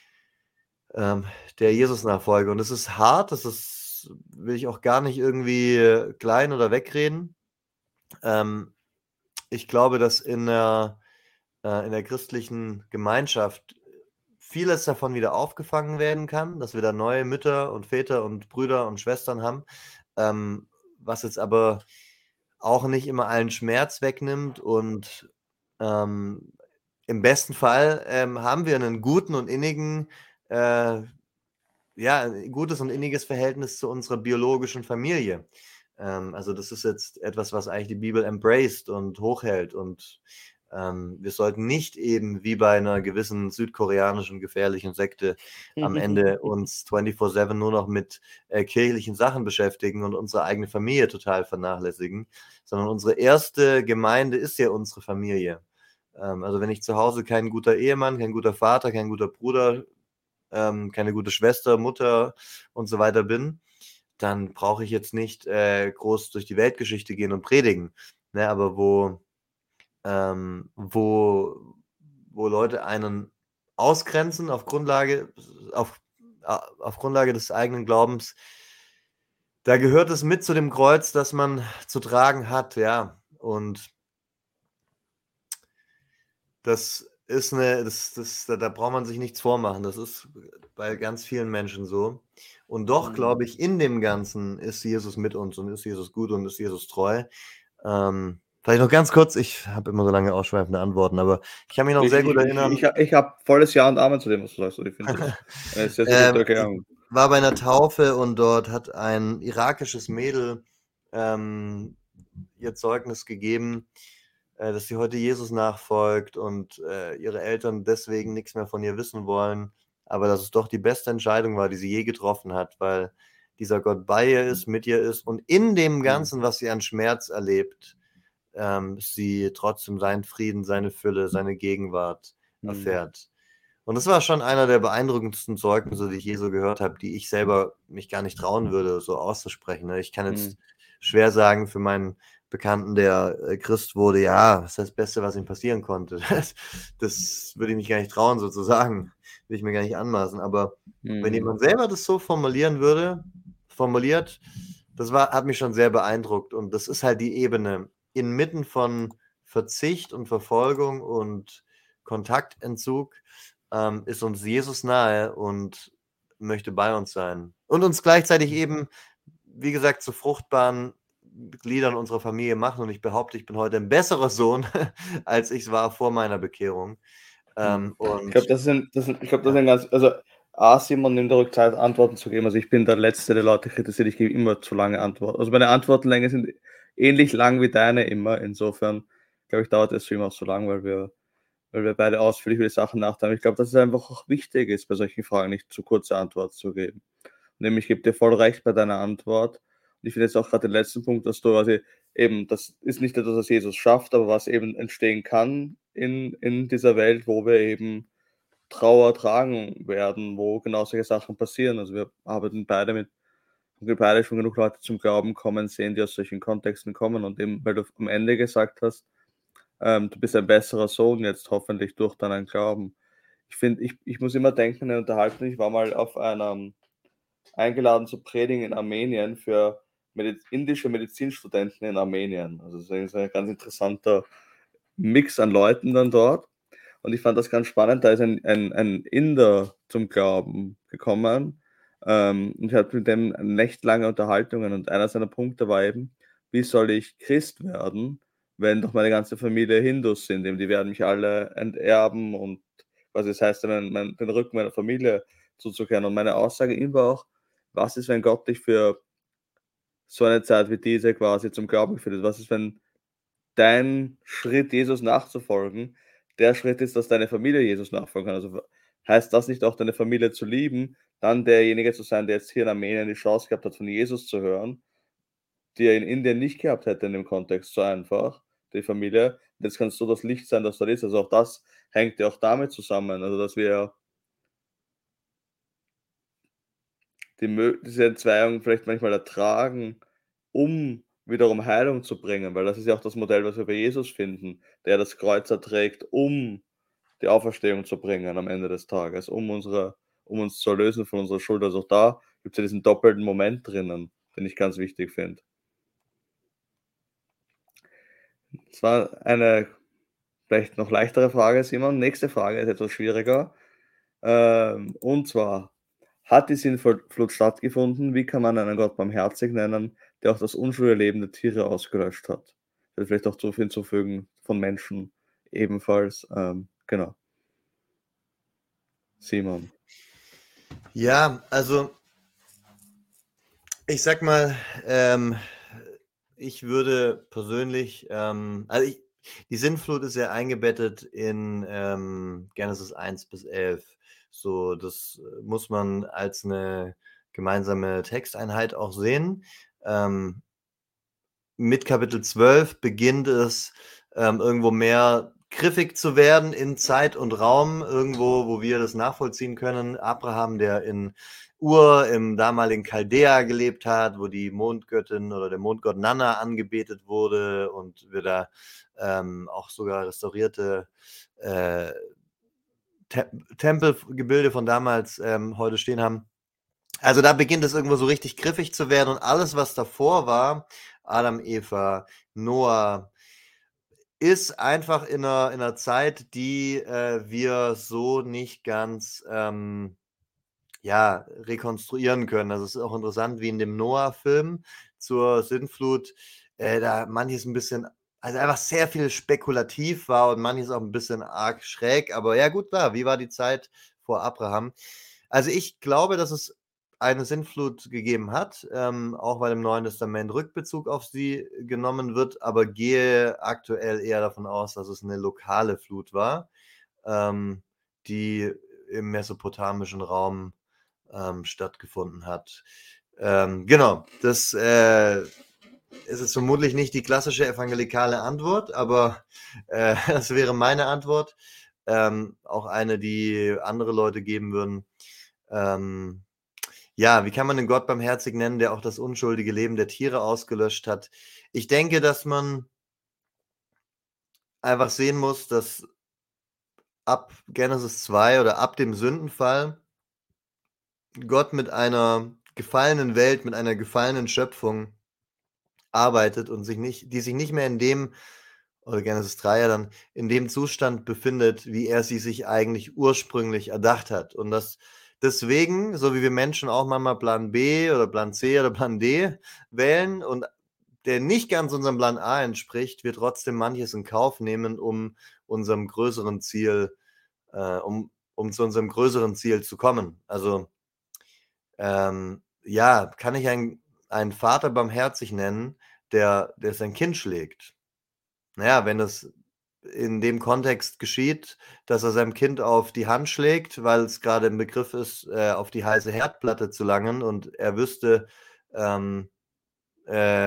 ähm, der Jesus-Nachfolge. Und es ist hart, das ist, will ich auch gar nicht irgendwie klein oder wegreden. Ähm, ich glaube, dass in der, äh, in der christlichen Gemeinschaft vieles davon wieder aufgefangen werden kann, dass wir da neue Mütter und Väter und Brüder und Schwestern haben, ähm, was jetzt aber auch nicht immer allen Schmerz wegnimmt. Und ähm, im besten Fall ähm, haben wir einen guten und innigen, äh, ja, ein gutes und inniges Verhältnis zu unserer biologischen Familie. Ähm, also das ist jetzt etwas, was eigentlich die Bibel embraced und hochhält. Und ähm, wir sollten nicht eben wie bei einer gewissen südkoreanischen gefährlichen Sekte am Ende uns vierundzwanzig sieben nur noch mit äh, kirchlichen Sachen beschäftigen und unsere eigene Familie total vernachlässigen, sondern unsere erste Gemeinde ist ja unsere Familie. Ähm, also wenn ich zu Hause kein guter Ehemann, kein guter Vater, kein guter Bruder, ähm, keine gute Schwester, Mutter und so weiter bin, dann brauche ich jetzt nicht äh, groß durch die Weltgeschichte gehen und predigen. Ne? Aber wo, ähm, wo, wo Leute einen ausgrenzen auf Grundlage, auf, auf Grundlage des eigenen Glaubens, da gehört es mit zu dem Kreuz, das man zu tragen hat, ja. Und das ist eine, das, das, da, da braucht man sich nichts vormachen. Das ist bei ganz vielen Menschen so. Und doch, glaube ich, in dem Ganzen ist Jesus mit uns und ist Jesus gut und ist Jesus treu. Ähm, vielleicht noch ganz kurz, ich habe immer so lange ausschweifende Antworten, aber ich kann mich noch Ich, sehr ich, gut erinnern. ich, ich, ich habe volles Ja und Amen zu dem, was du sagst. Ich finde das eine sehr, sehr gute ähm, Erklärung. ich war bei einer Taufe und dort hat ein irakisches Mädel ähm, ihr Zeugnis gegeben, äh, dass sie heute Jesus nachfolgt und äh, ihre Eltern deswegen nichts mehr von ihr wissen wollen, aber dass es doch die beste Entscheidung war, die sie je getroffen hat, weil dieser Gott bei ihr ist, mit ihr ist und in dem Ganzen, was sie an Schmerz erlebt, ähm, sie trotzdem seinen Frieden, seine Fülle, seine Gegenwart erfährt. Und das war schon einer der beeindruckendsten Zeugnisse, die ich je so gehört habe, die ich selber mich gar nicht trauen würde, so auszusprechen. Ne? Ich kann jetzt Mhm. schwer sagen für meinen Bekannten, der äh, Christ wurde, ja, das ist das Beste, was ihm passieren konnte. Das, das würde ich mich gar nicht trauen, so zu sagen. Will ich mir gar nicht anmaßen. Aber Mhm. wenn jemand selber das so formulieren würde, formuliert, das war, hat mich schon sehr beeindruckt. Und das ist halt die Ebene inmitten von Verzicht und Verfolgung und Kontaktentzug, ähm, ist uns Jesus nahe und möchte bei uns sein. Und uns gleichzeitig eben, wie gesagt, zu fruchtbaren Gliedern unserer Familie machen. Und ich behaupte, ich bin heute ein besserer Sohn, als ich es war vor meiner Bekehrung. Ähm, und Ich glaube, das sind, das sind, ich glaube, das sind ganz, also A, Simon nimmt auch Zeit, Antworten zu geben. Also ich bin der Letzte, der Leute kritisiert, ich gebe immer zu lange Antworten. Also meine Antwortenlänge sind ähnlich lang wie deine immer. Insofern, glaube ich, dauert der Stream auch so lang, weil wir, weil wir beide ausführlich über die Sachen nachdenken. Ich glaube, dass es einfach auch wichtig ist, bei solchen Fragen nicht zu kurze Antworten zu geben. Nämlich, ich gebe dir voll recht bei deiner Antwort. Und ich finde jetzt auch gerade den letzten Punkt, dass du quasi eben, das ist nicht etwas, was Jesus schafft, aber was eben entstehen kann in, in dieser Welt, wo wir eben Trauer tragen werden, wo genau solche Sachen passieren. Also wir arbeiten beide mit, wir beide schon genug Leute zum Glauben kommen sehen, die aus solchen Kontexten kommen. Und eben, weil du am Ende gesagt hast, ähm, du bist ein besserer Sohn jetzt hoffentlich durch deinen Glauben. Ich finde, ich, ich muss immer denken, in der Unterhaltung, ich war mal auf einem eingeladen zu predigen in Armenien für Mediz indische Medizinstudenten in Armenien. Also das ist ein ganz interessanter Mix an Leuten dann dort. Und ich fand das ganz spannend. Da ist ein, ein, ein Inder zum Glauben gekommen. Ähm, und ich hatte mit dem echt lange Unterhaltungen. Und einer seiner Punkte war eben, wie soll ich Christ werden, wenn doch meine ganze Familie Hindus sind? Eben, die werden mich alle enterben und was es heißt, mein, mein, den Rücken meiner Familie zuzukehren. Und meine Aussage ihm war auch, was ist, wenn Gott dich für so eine Zeit wie diese quasi zum Glauben führt? Was ist, wenn dein Schritt, Jesus nachzufolgen, der Schritt ist, dass deine Familie Jesus nachfolgen kann? Also heißt das nicht auch, deine Familie zu lieben, dann derjenige zu sein, der jetzt hier in Armenien die Chance gehabt hat, von Jesus zu hören, die er in Indien nicht gehabt hätte in dem Kontext, so einfach, die Familie. Und jetzt kannst du das Licht sein, das dort ist. Also auch das hängt ja auch damit zusammen, also dass wir die Mö diese Entzweiung vielleicht manchmal ertragen, um wiederum Heilung zu bringen, weil das ist ja auch das Modell, was wir bei Jesus finden, der das Kreuz erträgt, um die Auferstehung zu bringen am Ende des Tages, um unsere um uns zu erlösen von unserer Schuld. Also auch da gibt's ja diesen doppelten Moment drinnen, den ich ganz wichtig finde. Das war eine vielleicht noch leichtere Frage, Simon. Nächste Frage ist etwas schwieriger. Ähm, und zwar: Hat die Sintflut stattgefunden? Wie kann man einen Gott barmherzig nennen, der auch das unschuldige Leben der Tiere ausgelöscht hat? Ich will vielleicht auch zu hinzufügen, von Menschen ebenfalls. Ähm, genau. Simon. Ja, also ich sag mal, ähm, ich würde persönlich, ähm, also ich, die Sintflut ist ja eingebettet in ähm, Genesis eins bis elf. So, das muss man als eine gemeinsame Texteinheit auch sehen. Ähm, mit Kapitel zwölf beginnt es ähm, irgendwo mehr griffig zu werden in Zeit und Raum, irgendwo, wo wir das nachvollziehen können. Abraham, der in Ur im damaligen Chaldea gelebt hat, wo die Mondgöttin oder der Mondgott Nanna angebetet wurde und wir da ähm, auch sogar restaurierte äh, Te Tempelgebilde von damals ähm, heute stehen haben. Also da beginnt es irgendwo so richtig griffig zu werden und alles, was davor war, Adam, Eva, Noah, ist einfach in einer, in einer Zeit, die äh, wir so nicht ganz ähm, ja, rekonstruieren können. Also es ist auch interessant, wie in dem Noah-Film zur Sintflut, äh, da manches ein bisschen, also einfach sehr viel spekulativ war und manches auch ein bisschen arg schräg. Aber ja gut, klar, wie war die Zeit vor Abraham? Also ich glaube, dass es eine Sintflut gegeben hat, ähm, auch weil im Neuen Testament Rückbezug auf sie genommen wird, aber gehe aktuell eher davon aus, dass es eine lokale Flut war, ähm, die im mesopotamischen Raum ähm, stattgefunden hat. Ähm, genau, das äh, ist jetzt vermutlich nicht die klassische evangelikale Antwort, aber äh, das wäre meine Antwort. Ähm, auch eine, die andere Leute geben würden. Ähm, ja, wie kann man den Gott barmherzig nennen, der auch das unschuldige Leben der Tiere ausgelöscht hat? Ich denke, dass man einfach sehen muss, dass ab Genesis zwei oder ab dem Sündenfall Gott mit einer gefallenen Welt, mit einer gefallenen Schöpfung arbeitet und sich nicht, die sich nicht mehr in dem, oder Genesis drei ja dann, in dem Zustand befindet, wie er sie sich eigentlich ursprünglich erdacht hat. Und dass deswegen, so wie wir Menschen auch manchmal Plan B oder Plan C oder Plan D wählen und der nicht ganz unserem Plan A entspricht, wir trotzdem manches in Kauf nehmen, um unserem größeren Ziel, äh, um, um zu unserem größeren Ziel zu kommen. Also ähm, ja, kann ich einen, einen Vater barmherzig nennen, der, der sein Kind schlägt? Naja, wenn das in dem Kontext geschieht, dass er seinem Kind auf die Hand schlägt, weil es gerade im Begriff ist, äh, auf die heiße Herdplatte zu langen und er wüsste, ähm, äh,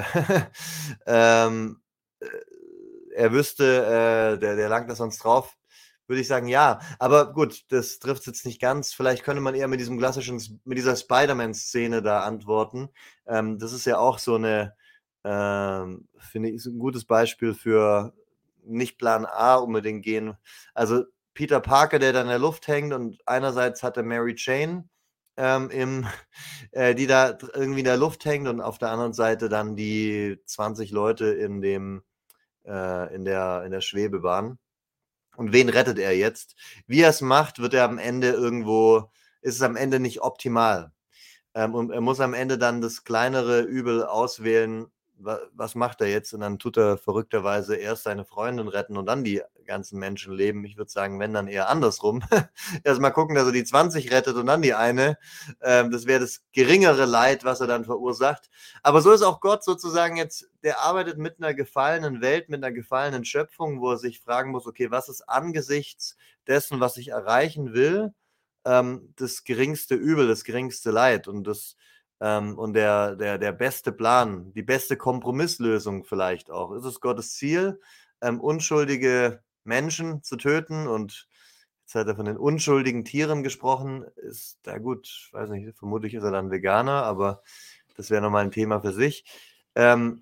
ähm, äh, er wüsste, äh, der, der langt da sonst drauf, würde ich sagen, ja. Aber gut, das trifft es jetzt nicht ganz. Vielleicht könnte man eher mit diesem klassischen, mit dieser Spider-Man-Szene da antworten. Ähm, das ist ja auch so eine, ähm, finde ich, so ein gutes Beispiel für nicht Plan A unbedingt gehen. Also Peter Parker, der da in der Luft hängt und einerseits hat er Mary Jane ähm, im, äh, die da irgendwie in der Luft hängt und auf der anderen Seite dann die zwanzig Leute in dem äh, in der in der Schwebebahn. Und wen rettet er jetzt? Wie er es macht, wird er am Ende irgendwo ist es am Ende nicht optimal. Ähm, und er muss am Ende dann das kleinere Übel auswählen. Wa was macht er jetzt? Und dann tut er verrückterweise erst seine Freundin retten und dann die ganzen Menschen leben. Ich würde sagen, wenn, dann eher andersrum. Erst mal gucken, dass er die zwanzig rettet und dann die eine. Ähm, das wäre das geringere Leid, was er dann verursacht. Aber so ist auch Gott sozusagen jetzt, der arbeitet mit einer gefallenen Welt, mit einer gefallenen Schöpfung, wo er sich fragen muss, okay, was ist angesichts dessen, was ich erreichen will, ähm, das geringste Übel, das geringste Leid und das ähm, und der, der, der beste Plan, die beste Kompromisslösung vielleicht auch. Ist es Gottes Ziel, ähm, unschuldige Menschen zu töten? Und jetzt hat er von den unschuldigen Tieren gesprochen. Ist da gut, weiß nicht, vermutlich ist er dann Veganer, aber das wäre nochmal ein Thema für sich. Ähm,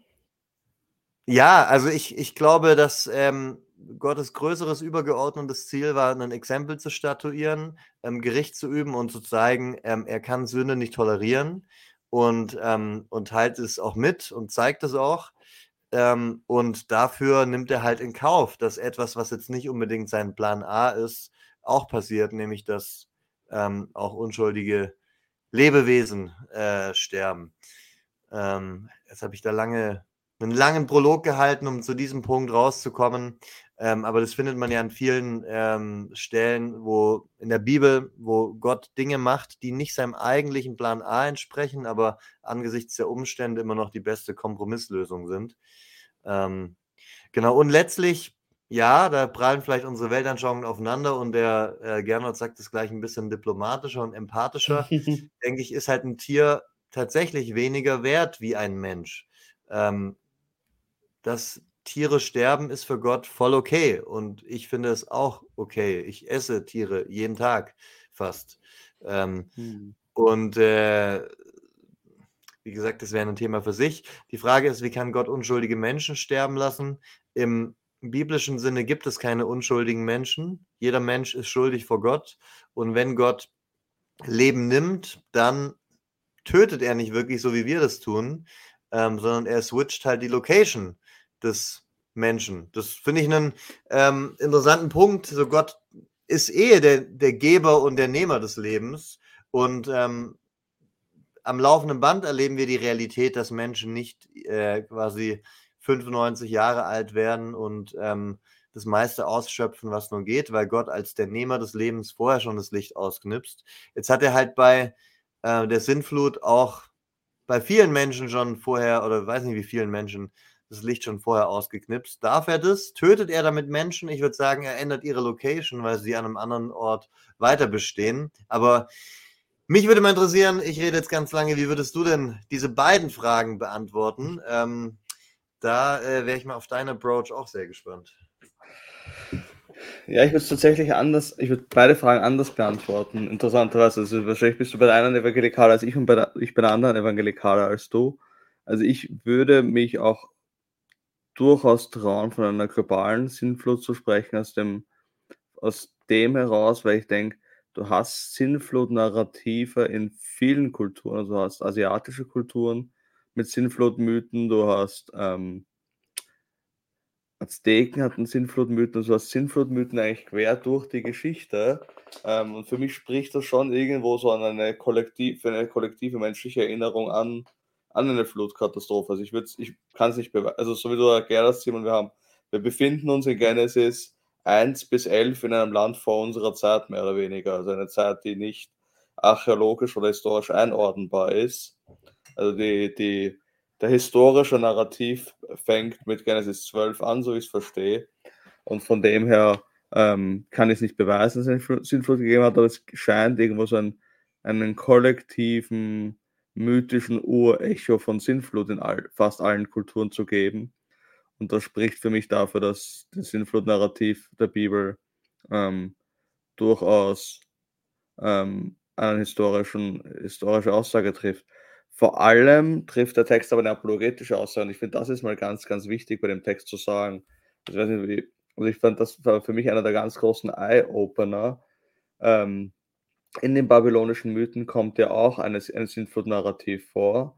ja, also ich, ich glaube, dass ähm, Gottes größeres übergeordnetes Ziel war, ein Exempel zu statuieren, ähm, Gericht zu üben und zu zeigen, ähm, er kann Sünde nicht tolerieren und, ähm, und teilt es auch mit und zeigt es auch. Ähm, und dafür nimmt er halt in Kauf, dass etwas, was jetzt nicht unbedingt sein Plan A ist, auch passiert, nämlich dass ähm, auch unschuldige Lebewesen äh, sterben. Ähm, jetzt habe ich da lange einen langen Prolog gehalten, um zu diesem Punkt rauszukommen. Ähm, aber das findet man ja an vielen ähm, Stellen, wo in der Bibel, wo Gott Dinge macht, die nicht seinem eigentlichen Plan A entsprechen, aber angesichts der Umstände immer noch die beste Kompromisslösung sind. Ähm, genau, und letztlich, ja, da prallen vielleicht unsere Weltanschauungen aufeinander und der äh, Gernot sagt es gleich ein bisschen diplomatischer und empathischer. Denke ich, ist halt ein Tier tatsächlich weniger wert wie ein Mensch. Ähm, dass Tiere sterben, ist für Gott voll okay. Und ich finde es auch okay. Ich esse Tiere jeden Tag fast. Ähm, Hm. und äh, wie gesagt, das wäre ein Thema für sich. Die Frage ist, wie kann Gott unschuldige Menschen sterben lassen? Im biblischen Sinne gibt es keine unschuldigen Menschen. Jeder Mensch ist schuldig vor Gott. Und wenn Gott Leben nimmt, dann tötet er nicht wirklich so, wie wir das tun, ähm, sondern er switcht halt die Location des Menschen. Das finde ich einen ähm, interessanten Punkt. So Gott ist eh der, der Geber und der Nehmer des Lebens. Und ähm, am laufenden Band erleben wir die Realität, dass Menschen nicht äh, quasi fünfundneunzig Jahre alt werden und ähm, das meiste ausschöpfen, was nur geht, weil Gott als der Nehmer des Lebens vorher schon das Licht ausknipst. Jetzt hat er halt bei äh, der Sintflut auch bei vielen Menschen schon vorher, oder weiß nicht wie vielen Menschen, das Licht schon vorher ausgeknipst. Darf er das? Tötet er damit Menschen? Ich würde sagen, er ändert ihre Location, weil sie an einem anderen Ort weiter bestehen. Aber mich würde mal interessieren, ich rede jetzt ganz lange, wie würdest du denn diese beiden Fragen beantworten? Ähm, da äh, wäre ich mal auf deinen Approach auch sehr gespannt. Ja, ich würde es tatsächlich anders, ich würde beide Fragen anders beantworten. Interessanterweise, also wahrscheinlich bist du bei der einen evangelikaler als ich und bei der, ich bei der anderen evangelikaler als du. Also ich würde mich auch durchaus trauen, von einer globalen Sinnflut zu sprechen, aus dem, aus dem heraus, weil ich denke, du hast Sinnflut-Narrative in vielen Kulturen, also du hast asiatische Kulturen mit Sinnflut-Mythen, du hast ähm, Azteken hatten Sinnflutmythen, also hast Sinnflutmythen eigentlich quer durch die Geschichte. Ähm, und für mich spricht das schon irgendwo so an eine kollektive, eine kollektive menschliche Erinnerung an, an eine Flutkatastrophe. Also ich würde ich kann es nicht beweisen. Also so wie du erklärt hast, Simon, wir haben, wir befinden uns in Genesis eins bis elf in einem Land vor unserer Zeit, mehr oder weniger. Also eine Zeit, die nicht archäologisch oder historisch einordnbar ist. Also die, die der historische Narrativ fängt mit Genesis zwölf an, so ich es verstehe. Und von dem her ähm, kann ich es nicht beweisen, dass es eine Sintflut gegeben hat, aber es scheint irgendwo so ein, einen kollektiven, mythischen Urecho von Sintflut in all, fast allen Kulturen zu geben. Und das spricht für mich dafür, dass das Sintflut-Narrativ der Bibel ähm, durchaus ähm, eine historischen, historische Aussage trifft. Vor allem trifft der Text aber eine apologetische Aussage und ich finde, das ist mal ganz, ganz wichtig bei dem Text zu sagen. Ich weiß nicht, wie, also ich fand, das war für mich einer der ganz großen Eye-Opener, ähm, in den babylonischen Mythen kommt ja auch eine ein Sintflut-Narrativ vor.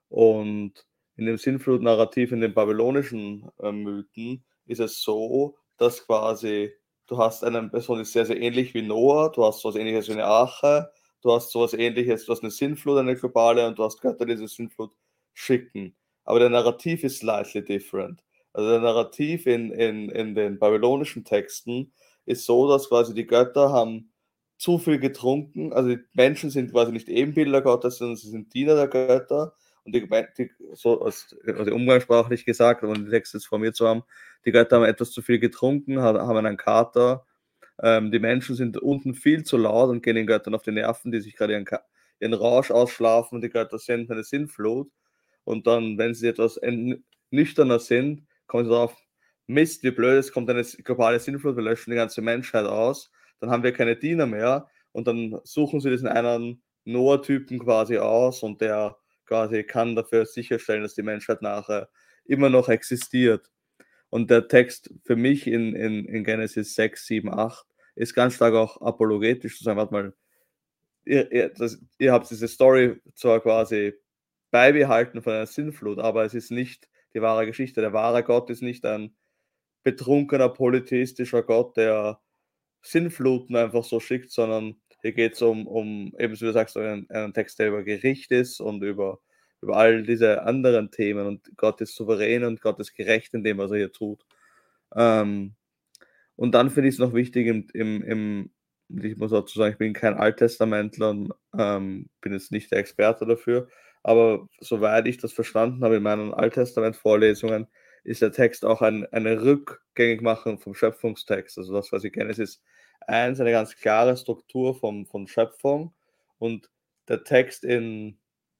Und in dem Sintflut-Narrativ in den babylonischen, äh, Mythen ist es so, dass quasi du hast eine Person, die ist sehr, sehr ähnlich wie Noah, du hast so was Ähnliches wie eine Arche, du hast so was Ähnliches, du hast eine Sintflut, eine globale, und du hast Götter, die diese Sintflut schicken. Aber der Narrativ ist slightly different. Also der Narrativ in in in den babylonischen Texten ist so, dass quasi die Götter haben zu viel getrunken. Also die Menschen sind quasi nicht Ebenbilder Gottes, sondern sie sind Diener der Götter. Und die, die so als, also umgangssprachlich gesagt, um den Text jetzt vor mir zu haben, die Götter haben etwas zu viel getrunken, haben einen Kater. Ähm, die Menschen sind unten viel zu laut und gehen den Göttern auf die Nerven, die sich gerade ihren, ihren Rausch ausschlafen, und die Götter senden eine Sintflut. Und dann, wenn sie etwas nüchterner sind, kommen sie darauf, Mist, wie blöd, es kommt eine globale Sintflut, wir löschen die ganze Menschheit aus, dann haben wir keine Diener mehr, und dann suchen sie diesen einen Noah-Typen quasi aus, und der quasi kann dafür sicherstellen, dass die Menschheit nachher immer noch existiert. Und der Text für mich in, in, in Genesis sechs, sieben, acht ist ganz stark auch apologetisch zu sagen, warte mal, ihr, ihr, das, ihr habt diese Story zwar quasi beibehalten von einer Sintflut, aber es ist nicht die wahre Geschichte. Der wahre Gott ist nicht ein betrunkener polytheistischer Gott, der Sintfluten einfach so schickt, sondern hier geht es um, um, eben wie du sagst, einen, einen Text, der über Gericht ist und über, über all diese anderen Themen, und Gott ist souverän und Gott ist gerecht in dem, was er hier tut. Ähm, und dann finde ich es noch wichtig, im, im, im, ich muss dazu sagen, ich bin kein Alttestamentler und ähm, bin jetzt nicht der Experte dafür, aber soweit ich das verstanden habe in meinen Alttestament-Vorlesungen, ist der Text auch ein, eine Rückgängigmachung vom Schöpfungstext. Also das, was ich kenne, es ist eins, eine ganz klare Struktur vom, von Schöpfung, und der Text in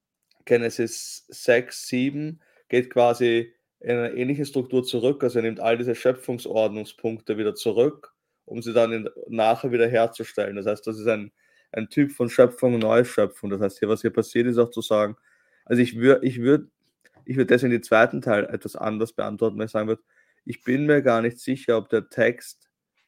Genesis sechs, sieben geht quasi in eine ähnliche Struktur zurück. Also er nimmt all diese Schöpfungsordnungspunkte wieder zurück, um sie dann in, nachher wieder herzustellen. Das heißt, das ist ein, ein Typ von Schöpfung und Neuschöpfung. Das heißt, hier, was hier passiert ist, auch zu sagen, also ich würde ich würd, ich würd deswegen den zweiten Teil etwas anders beantworten, weil ich sagen würde, ich bin mir gar nicht sicher, ob der Text,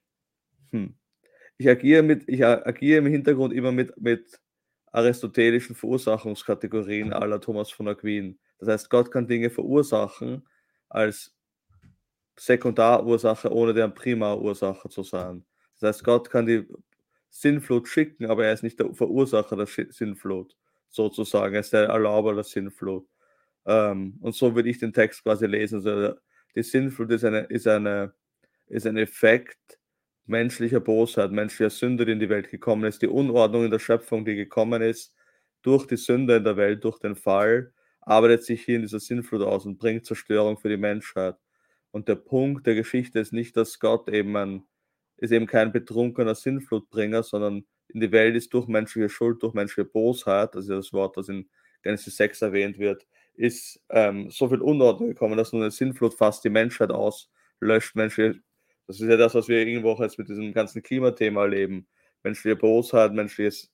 hm, ich agiere mit, ich agiere im Hintergrund immer mit, mit aristotelischen Verursachungskategorien à la Thomas von Aquin. Das heißt, Gott kann Dinge verursachen als Sekundarursache, ohne deren Primarursache zu sein. Das heißt, Gott kann die Sintflut schicken, aber er ist nicht der Verursacher der Sintflut, sozusagen. Er ist der Erlauber der Sintflut. Ähm, und so würde ich den Text quasi lesen. Also die Sintflut ist, eine, ist, eine, ist ein Effekt menschlicher Bosheit, menschlicher Sünde, die in die Welt gekommen ist, die Unordnung in der Schöpfung, die gekommen ist durch die Sünde in der Welt, durch den Fall, arbeitet sich hier in dieser Sintflut aus und bringt Zerstörung für die Menschheit. Und der Punkt der Geschichte ist nicht, dass Gott eben ein, ist eben kein betrunkener Sintflutbringer, sondern in die Welt ist durch menschliche Schuld, durch menschliche Bosheit, das ist das Wort, das in Genesis sechs erwähnt wird, ist ähm, so viel Unordnung gekommen, dass nun eine Sintflut fast die Menschheit auslöscht. Menschliche, das ist ja das, was wir irgendwo auch jetzt mit diesem ganzen Klimathema erleben. Menschliche Bosheit, menschliches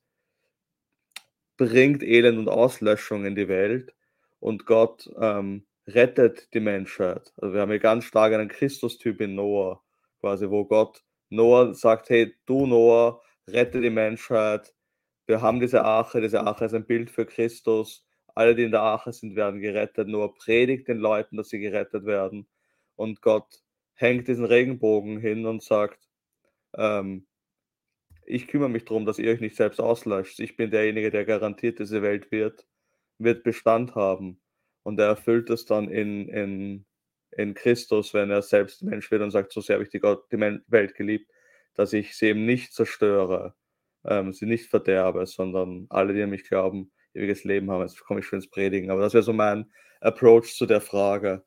bringt Elend und Auslöschung in die Welt, und Gott ähm, rettet die Menschheit. Also wir haben hier ganz stark einen Christus-Typ in Noah, quasi, wo Gott Noah sagt, hey, du Noah, rette die Menschheit. Wir haben diese Arche, diese Arche ist ein Bild für Christus. Alle, die in der Arche sind, werden gerettet. Noah predigt den Leuten, dass sie gerettet werden. Und Gott hängt diesen Regenbogen hin und sagt, ähm, ich kümmere mich darum, dass ihr euch nicht selbst auslöscht. Ich bin derjenige, der garantiert, diese Welt wird, wird Bestand haben. Und er erfüllt es dann in, in, in Christus, wenn er selbst Mensch wird und sagt, so sehr habe ich die, Gott, die Welt geliebt, dass ich sie eben nicht zerstöre, ähm, sie nicht verderbe, sondern alle, die an mich glauben, ewiges Leben haben. Jetzt komme ich schon ins Predigen. Aber das wäre so mein Approach zu der Frage.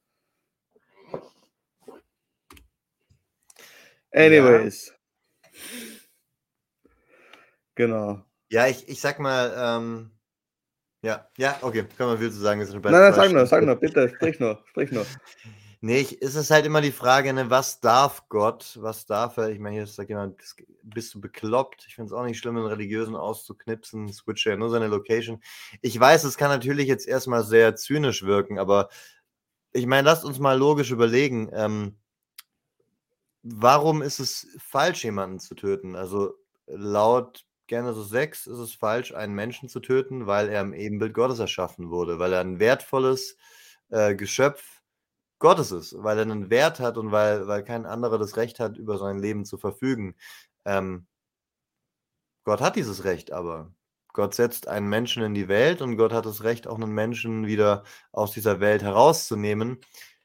Anyways. Ja. Genau. Ja, ich, ich sag mal, ähm, ja, ja, okay, kann man viel zu sagen. Ist nein, nein, sag nur, sag nur, bitte, sprich nur, sprich nur. Nee, ich, ist es halt immer die Frage, ne, was darf Gott, was darf er? Ich meine, hier sagt jemand, bist du bekloppt? Ich finde es auch nicht schlimm, einen Religiösen auszuknipsen, switch ja nur seine Location. Ich weiß, es kann natürlich jetzt erstmal sehr zynisch wirken, aber ich meine, lasst uns mal logisch überlegen, ähm, warum ist es falsch, jemanden zu töten? Also laut Genesis sechs ist es falsch, einen Menschen zu töten, weil er im Ebenbild Gottes erschaffen wurde, weil er ein wertvolles äh, Geschöpf Gottes ist, weil er einen Wert hat und weil, weil kein anderer das Recht hat, über sein Leben zu verfügen. Ähm, Gott hat dieses Recht aber. Gott setzt einen Menschen in die Welt und Gott hat das Recht, auch einen Menschen wieder aus dieser Welt herauszunehmen.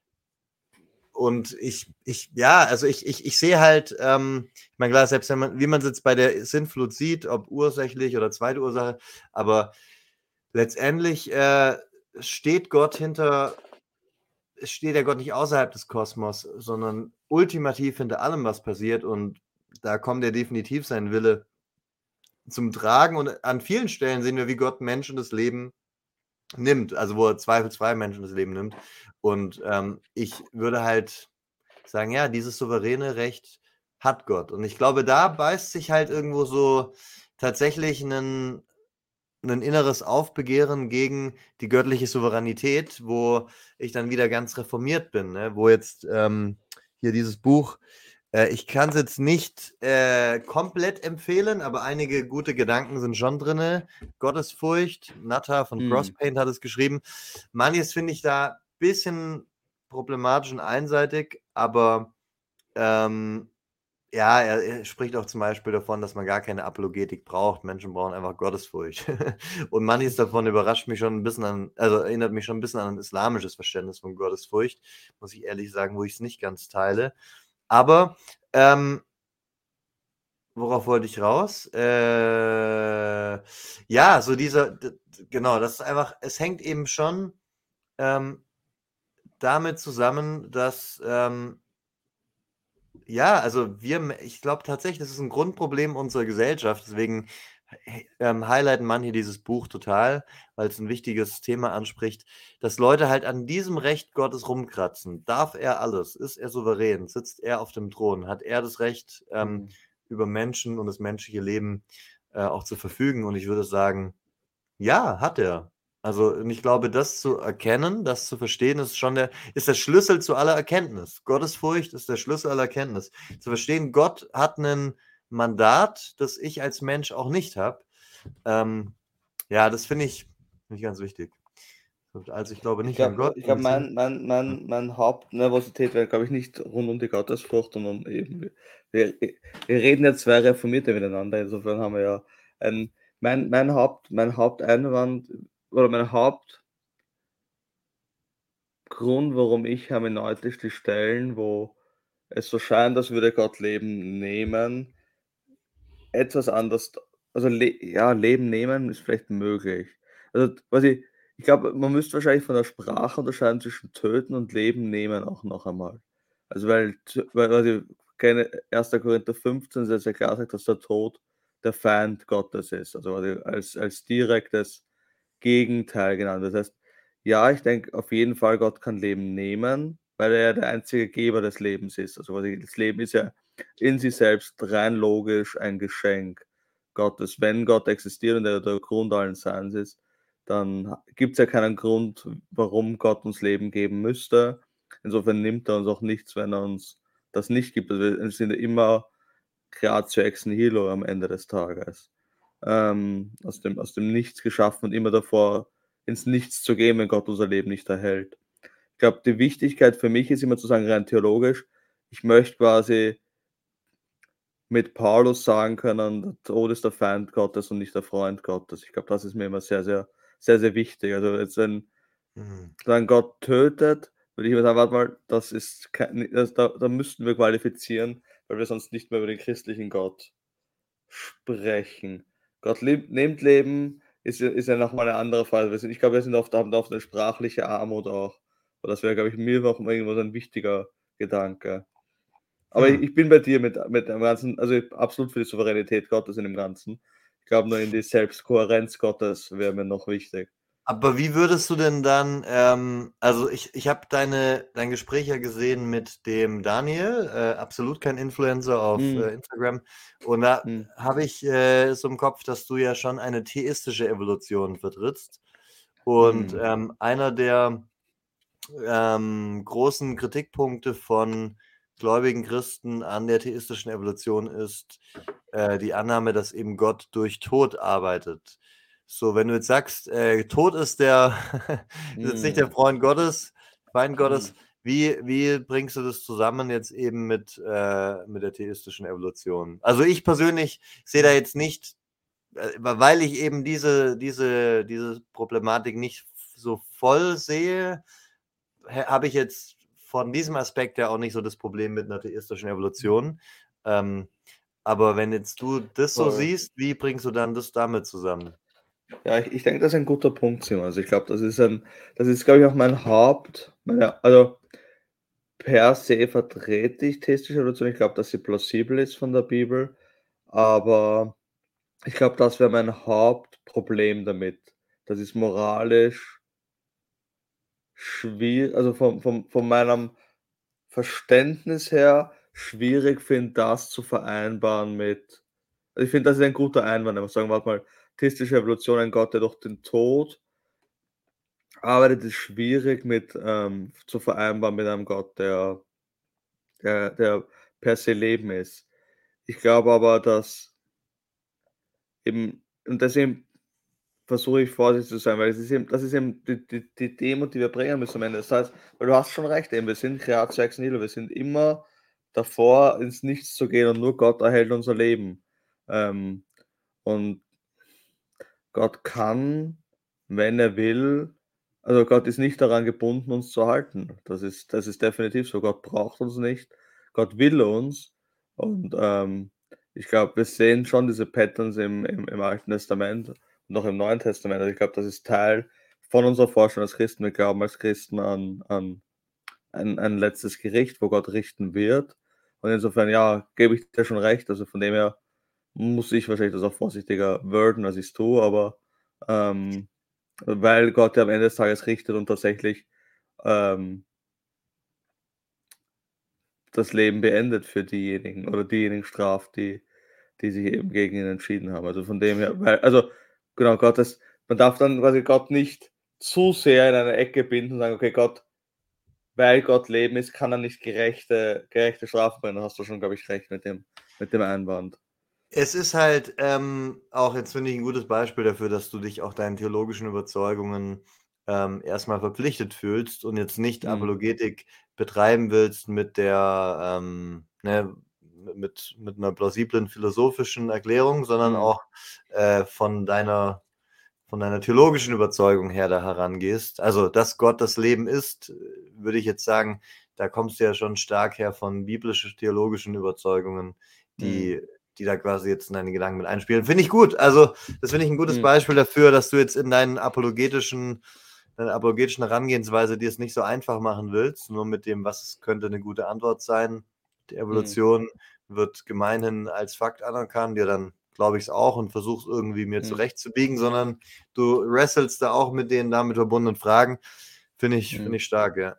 Und ich, ich, ja, also ich, ich, ich sehe halt, ähm, ich meine, klar, selbst wenn man, wie man es jetzt bei der Sintflut sieht, ob ursächlich oder zweite Ursache, aber letztendlich äh, steht Gott hinter, steht der Gott nicht außerhalb des Kosmos, sondern ultimativ hinter allem, was passiert, und da kommt er definitiv sein Wille zum Tragen, und an vielen Stellen sehen wir, wie Gott Menschen das Leben nimmt, also wo er zweifelsfrei Menschen das Leben nimmt, und ähm, ich würde halt sagen, ja, dieses souveräne Recht hat Gott, und ich glaube, da beißt sich halt irgendwo so tatsächlich ein, ein inneres Aufbegehren gegen die göttliche Souveränität, wo ich dann wieder ganz reformiert bin, ne? Wo jetzt ähm, hier dieses Buch, äh, ich kann es jetzt nicht äh, komplett empfehlen, aber einige gute Gedanken sind schon drin. Gottesfurcht, Natta von Hm. Crosspaint hat es geschrieben. Manches finde ich da ein bisschen problematisch und einseitig, aber ähm, ja, er, er spricht auch zum Beispiel davon, dass man gar keine Apologetik braucht. Menschen brauchen einfach Gottesfurcht. Und manches davon überrascht mich schon ein bisschen an, also erinnert mich schon ein bisschen an ein islamisches Verständnis von Gottesfurcht, muss ich ehrlich sagen, wo ich es nicht ganz teile. Aber ähm, worauf wollte ich raus? Äh, ja, so dieser, d- d- genau, das ist einfach, es hängt eben schon ähm, damit zusammen, dass ähm, ja, also wir, ich glaube tatsächlich, das ist ein Grundproblem unserer Gesellschaft. Deswegen ähm, highlighten manche dieses Buch total, weil es ein wichtiges Thema anspricht, dass Leute halt an diesem Recht Gottes rumkratzen. Darf er alles? Ist er souverän? Sitzt er auf dem Thron? Hat er das Recht, ähm, Mhm. über Menschen und das menschliche Leben äh, auch zu verfügen? Und ich würde sagen, ja, hat er. Also, und ich glaube, das zu erkennen, das zu verstehen, ist schon der, ist der Schlüssel zu aller Erkenntnis. Gottesfurcht ist der Schlüssel aller Erkenntnis. Zu verstehen, Gott hat ein Mandat, das ich als Mensch auch nicht habe. Ähm, ja, das finde ich, find ich ganz wichtig. Also ich glaube Ich nicht an glaube, Gott. ich und glaub, deswegen- mein, mein, mein, mein Hauptnervosität wäre, glaube ich, nicht rund um die Gottesfurcht, sondern eben, wir, wir reden ja zwei Reformierte miteinander, insofern haben wir ja ein, mein, mein, Haupt, mein Haupteinwand oder mein Hauptgrund, warum ich hermeneutisch die Stellen, wo es so scheint, als würde Gott Leben nehmen, etwas anders, also le ja, Leben nehmen ist vielleicht möglich. Also, was ich ich glaube, man müsste wahrscheinlich von der Sprache unterscheiden zwischen töten und Leben nehmen auch noch einmal. Also, weil t weil also, keine erster. Korinther fünfzehn sehr, sehr klar sagt, dass der Tod der Feind Gottes ist, also quasi als als direktes Gegenteil genannt. Das heißt, ja, ich denke auf jeden Fall, Gott kann Leben nehmen, weil er ja der einzige Geber des Lebens ist. Also quasi das Leben ist ja in sich selbst rein logisch ein Geschenk Gottes. Wenn Gott existiert und er der Grund allen Seins ist, dann gibt es ja keinen Grund, warum Gott uns Leben geben müsste. Insofern nimmt er uns auch nichts, wenn er uns das nicht gibt. Also wir sind ja immer Creatio ex nihilo am Ende des Tages. Ähm, aus, dem, aus dem Nichts geschaffen und immer davor ins Nichts zu gehen, wenn Gott unser Leben nicht erhält. Ich glaube, die Wichtigkeit für mich ist immer zu sagen, rein theologisch, ich möchte quasi mit Paulus sagen können, der Tod ist der Feind Gottes und nicht der Freund Gottes. Ich glaube, das ist mir immer sehr, sehr, sehr, sehr wichtig. Also jetzt, wenn Mhm. dann Gott tötet, würde ich immer sagen, warte mal, das ist kein, das, da, da müssten wir qualifizieren, weil wir sonst nicht mehr über den christlichen Gott sprechen. Gott lebt, nimmt Leben, ist, ja- ist ja nochmal eine andere Frage. Wir sind, ich glaube, wir sind oft, haben oft eine sprachliche Armut auch. Und das wäre, glaube ich, mir noch irgendwo so ein wichtiger Gedanke. Aber ich, Hm. ich bin bei dir mit, mit dem Ganzen, also ich, absolut für die Souveränität Gottes in dem Ganzen. Ich glaube, nur in die Selbstkohärenz Gottes wäre mir noch wichtig. Aber wie würdest du denn dann, ähm, also ich, ich habe deine, dein Gespräch ja gesehen mit dem Daniel, äh, absolut kein Influencer auf Hm, äh, Instagram. Und da hm, habe ich äh, so im Kopf, dass du ja schon eine theistische Evolution vertrittst. Und hm, ähm, einer der ähm, großen Kritikpunkte von gläubigen Christen an der theistischen Evolution ist, äh, die Annahme, dass eben Gott durch Tod arbeitet. So, wenn du jetzt sagst, äh, Tod ist der, ist jetzt nicht der Mm, Freund Gottes, Feind Gottes, mm. wie, wie bringst du das zusammen jetzt eben mit, äh, mit der theistischen Evolution? Also ich persönlich sehe da jetzt nicht, äh, weil ich eben diese, diese, diese Problematik nicht so voll sehe, hä- habe ich jetzt von diesem Aspekt ja auch nicht so das Problem mit einer theistischen Evolution. Ähm, aber wenn jetzt du das so Voll. siehst, wie bringst du dann das damit zusammen? Ja, ich, ich denke, das ist ein guter Punkt, Simon. Also ich glaube, das ist ein, das ist, glaube ich, auch mein Haupt, meine, also per se vertrete ich theistische Evolution. Ich glaube, dass sie plausibel ist von der Bibel, aber ich glaube, das wäre mein Hauptproblem damit. Das ist moralisch schwierig, also von, von, von meinem Verständnis her schwierig finde, das zu vereinbaren mit. Also ich finde, das ist ein guter Einwand, wenn man sagen, warte mal, theistische Evolution, ein Gott, der durch den Tod arbeitet, ist schwierig mit ähm, zu vereinbaren mit einem Gott, der, der, der per se Leben ist. Ich glaube aber, dass eben, und deswegen versuche ich vorsichtig zu sein, weil es ist eben, das ist eben die, die, die Demut, die wir bringen müssen am Ende. Das heißt, weil du hast schon recht, eben, wir sind Creatio ex nihilo, wir sind immer davor, ins Nichts zu gehen und nur Gott erhält unser Leben. Ähm, und Gott kann, wenn er will, also Gott ist nicht daran gebunden, uns zu halten. Das ist, das ist definitiv so. Gott braucht uns nicht. Gott will uns. Und ähm, ich glaube, wir sehen schon diese Patterns im, im, im Alten Testament und auch im Neuen Testament. Also ich glaube, das ist Teil von unserer Forschung als Christen. Wir glauben als Christen an, an ein, ein letztes Gericht, wo Gott richten wird. Und insofern, ja, gebe ich dir schon recht. Also von dem her muss ich wahrscheinlich das auch vorsichtiger worden, als ich es tue, aber ähm, weil Gott ja am Ende des Tages richtet und tatsächlich ähm, das Leben beendet für diejenigen oder diejenigen straft, die, die sich eben gegen ihn entschieden haben. Also von dem her, weil, also genau, Gott ist, man darf dann quasi Gott nicht zu sehr in eine Ecke binden und sagen, okay, Gott, weil Gott Leben ist, kann er nicht gerechte, gerechte Strafen bringen. Da hast du schon, glaube ich, recht mit dem, mit dem Einwand. Es ist halt ähm, auch, jetzt finde ich, ein gutes Beispiel dafür, dass du dich auch deinen theologischen Überzeugungen ähm, erstmal verpflichtet fühlst und jetzt nicht Mhm. Apologetik betreiben willst mit der, ähm, ne, mit, mit einer plausiblen philosophischen Erklärung, sondern Mhm. auch äh, von deiner von deiner theologischen Überzeugung her da herangehst. Also, dass Gott das Leben ist, würde ich jetzt sagen, da kommst du ja schon stark her von biblisch-theologischen Überzeugungen, die, Mhm. die da quasi jetzt in deine Gedanken mit einspielen. Finde ich gut. Also, das finde ich ein gutes Mhm. Beispiel dafür, dass du jetzt in deinen apologetischen, deiner apologetischen Herangehensweise dir es nicht so einfach machen willst, nur mit dem, was könnte eine gute Antwort sein. Die Mhm. Evolution wird gemeinhin als Fakt anerkannt, ja, dann glaube ich es auch und versuch's irgendwie mir Mhm. zurechtzubiegen, sondern du wrestelst da auch mit den damit verbundenen Fragen. Finde ich, Mhm. finde ich stark, ja.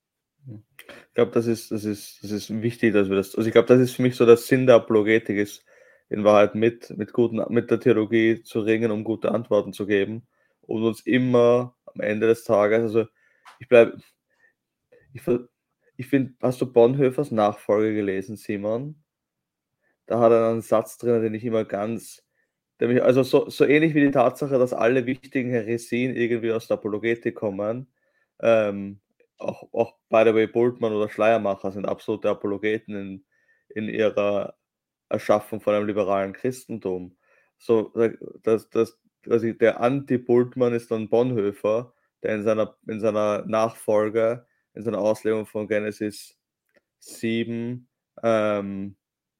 Ich glaube, das ist, das ist, das ist wichtig, dass wir das. Also ich glaube, das ist für mich so der Sinn der Apologetik ist, in Wahrheit mit, mit, guten, mit der Theologie zu ringen, um gute Antworten zu geben und uns immer am Ende des Tages, also ich bleibe, ich, ver- ich finde, hast du Bonhoeffers Nachfolge gelesen, Simon? Da hat er einen Satz drin, den ich immer ganz, der mich, also so, so ähnlich wie die Tatsache, dass alle wichtigen Häresien irgendwie aus der Apologetik kommen, ähm, auch, auch by the way, Bultmann oder Schleiermacher sind absolute Apologeten in, in ihrer Erschaffung von einem liberalen Christentum. So, das, das, also der Anti-Bultmann ist dann Bonhoeffer, der in seiner, in seiner Nachfolge, in seiner Auslegung von Genesis sieben, ähm,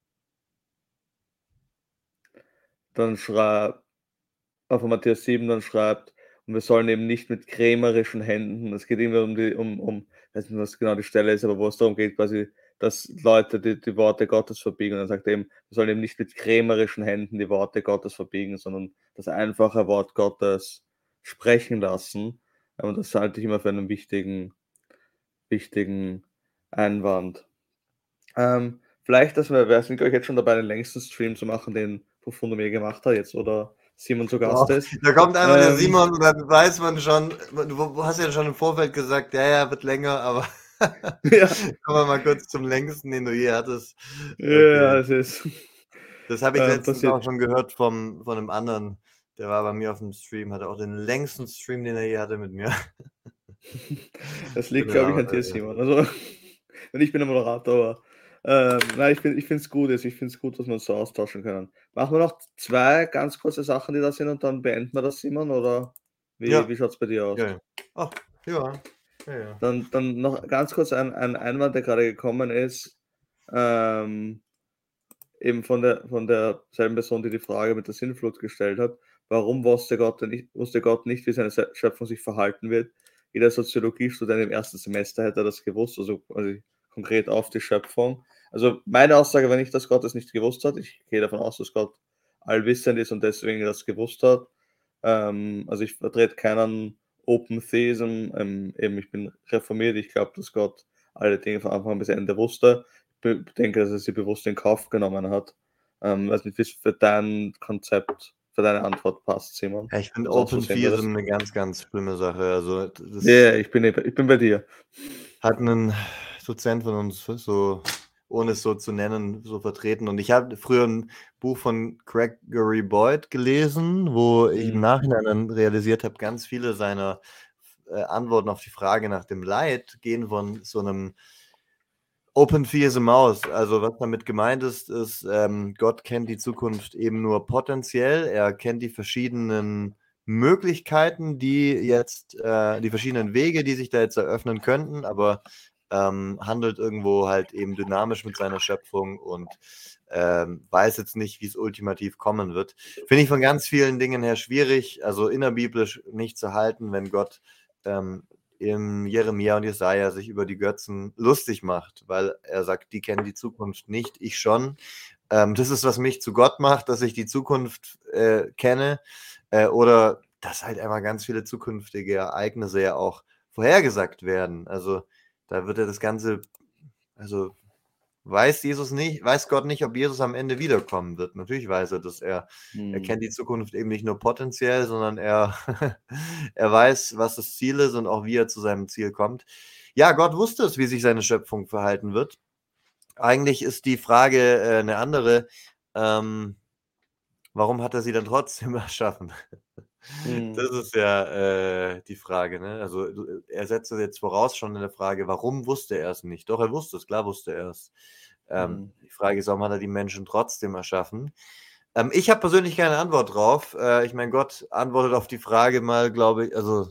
dann schreibt, von Matthäus sieben dann schreibt, und wir sollen eben nicht mit krämerischen Händen, es geht immer um die, um, um, ich weiß nicht, was genau die Stelle ist, aber wo es darum geht, quasi, dass Leute die, die Worte Gottes verbiegen. Und dann sagt er eben, wir sollen eben nicht mit krämerischen Händen die Worte Gottes verbiegen, sondern das einfache Wort Gottes sprechen lassen. Und das halte ich immer für einen wichtigen, wichtigen Einwand. Ähm, vielleicht, dass wir, wir sind, glaube ich, jetzt schon dabei, den längsten Stream zu machen, den Profundo mir gemacht hat jetzt, oder Simon zu Gast ist. Da kommt einfach der Ähm, Simon und dann weiß man schon, du hast ja schon im Vorfeld gesagt, ja, ja, wird länger, aber ja, kommen wir mal kurz zum längsten, den du je hattest. ja, Okay. es ist. Das habe ich äh, letztens passiert. auch schon gehört vom, von einem anderen. Der war bei mir auf dem Stream, hatte auch den längsten Stream, den er je hatte mit mir. Das liegt, glaube ich, Genau, an dir, äh, Simon. Also, und ich bin der Moderator, aber ähm, nein, ich finde ich es gut, also ich finde es gut, dass wir uns so austauschen können. Machen wir noch zwei ganz kurze Sachen, die da sind, und dann beenden wir das, Simon, oder wie, Ja. wie schaut es bei dir aus? Ja, ja. Ach, ja. Ja, ja. Dann, dann noch ganz kurz ein, ein Einwand, der gerade gekommen ist, ähm, eben von der von derselben Person, die die Frage mit der Sinnflut gestellt hat. Warum wusste Gott denn nicht, wusste Gott nicht, wie seine Se- Schöpfung sich verhalten wird? Jeder Soziologiestudent im ersten Semester hätte das gewusst, also quasi konkret auf die Schöpfung. Also meine Aussage war nicht, dass Gott es nicht gewusst hat. Ich gehe davon aus, dass Gott allwissend ist und deswegen das gewusst hat. Ähm, also ich vertrete keinen Open Theism. Ähm, eben, ich bin reformiert. Ich glaube, dass Gott alle Dinge von Anfang bis Ende wusste. Ich denke, dass er sie bewusst in Kauf genommen hat. Ähm, weiß nicht, wie es für dein Konzept, für deine Antwort passt, Simon. Ja, ich finde Was auch so Open sehen würdest. Theism eine ganz, ganz schlimme Sache. Also das Ja, yeah, ich bin, ich bin bei dir. hat ein Dozent von uns so, ohne es so zu nennen, so vertreten. Und ich habe früher ein Buch von Gregory Boyd gelesen, wo ich im Mhm. Nachhinein dann realisiert habe, ganz viele seiner äh, Antworten auf die Frage nach dem Leid gehen von so einem Open Theism aus. Also was damit gemeint ist, ist, ähm, Gott kennt die Zukunft eben nur potenziell. Er kennt die verschiedenen Möglichkeiten, die jetzt, äh, die verschiedenen Wege, die sich da jetzt eröffnen könnten, aber ähm, handelt irgendwo halt eben dynamisch mit seiner Schöpfung und ähm, weiß jetzt nicht, wie es ultimativ kommen wird. Finde ich von ganz vielen Dingen her schwierig, also innerbiblisch nicht zu halten, wenn Gott ähm, im Jeremia und Jesaja sich über die Götzen lustig macht, weil er sagt, die kennen die Zukunft nicht, ich schon. Ähm, das ist, was mich zu Gott macht, dass ich die Zukunft äh, kenne äh, oder dass halt einfach ganz viele zukünftige Ereignisse ja auch vorhergesagt werden. Also da wird ja das Ganze, also weiß Jesus nicht, weiß Gott nicht, ob Jesus am Ende wiederkommen wird. Natürlich weiß er, dass er, er kennt die Zukunft eben nicht nur potenziell, sondern er, er weiß, was das Ziel ist und auch wie er zu seinem Ziel kommt. Ja, Gott wusste es, wie sich seine Schöpfung verhalten wird. Eigentlich ist die Frage äh, eine andere. Ähm, warum hat er sie dann trotzdem erschaffen? Mhm. Das ist ja äh, die Frage. Ne? Also du- er setzt es jetzt voraus schon in der Frage, warum wusste er es nicht? Doch, er wusste es, klar wusste er es. Ähm, Mhm. Die Frage ist, warum hat er die Menschen trotzdem erschaffen? Ähm, ich habe persönlich keine Antwort drauf. Äh, ich meine, Gott antwortet auf die Frage mal, glaube ich, also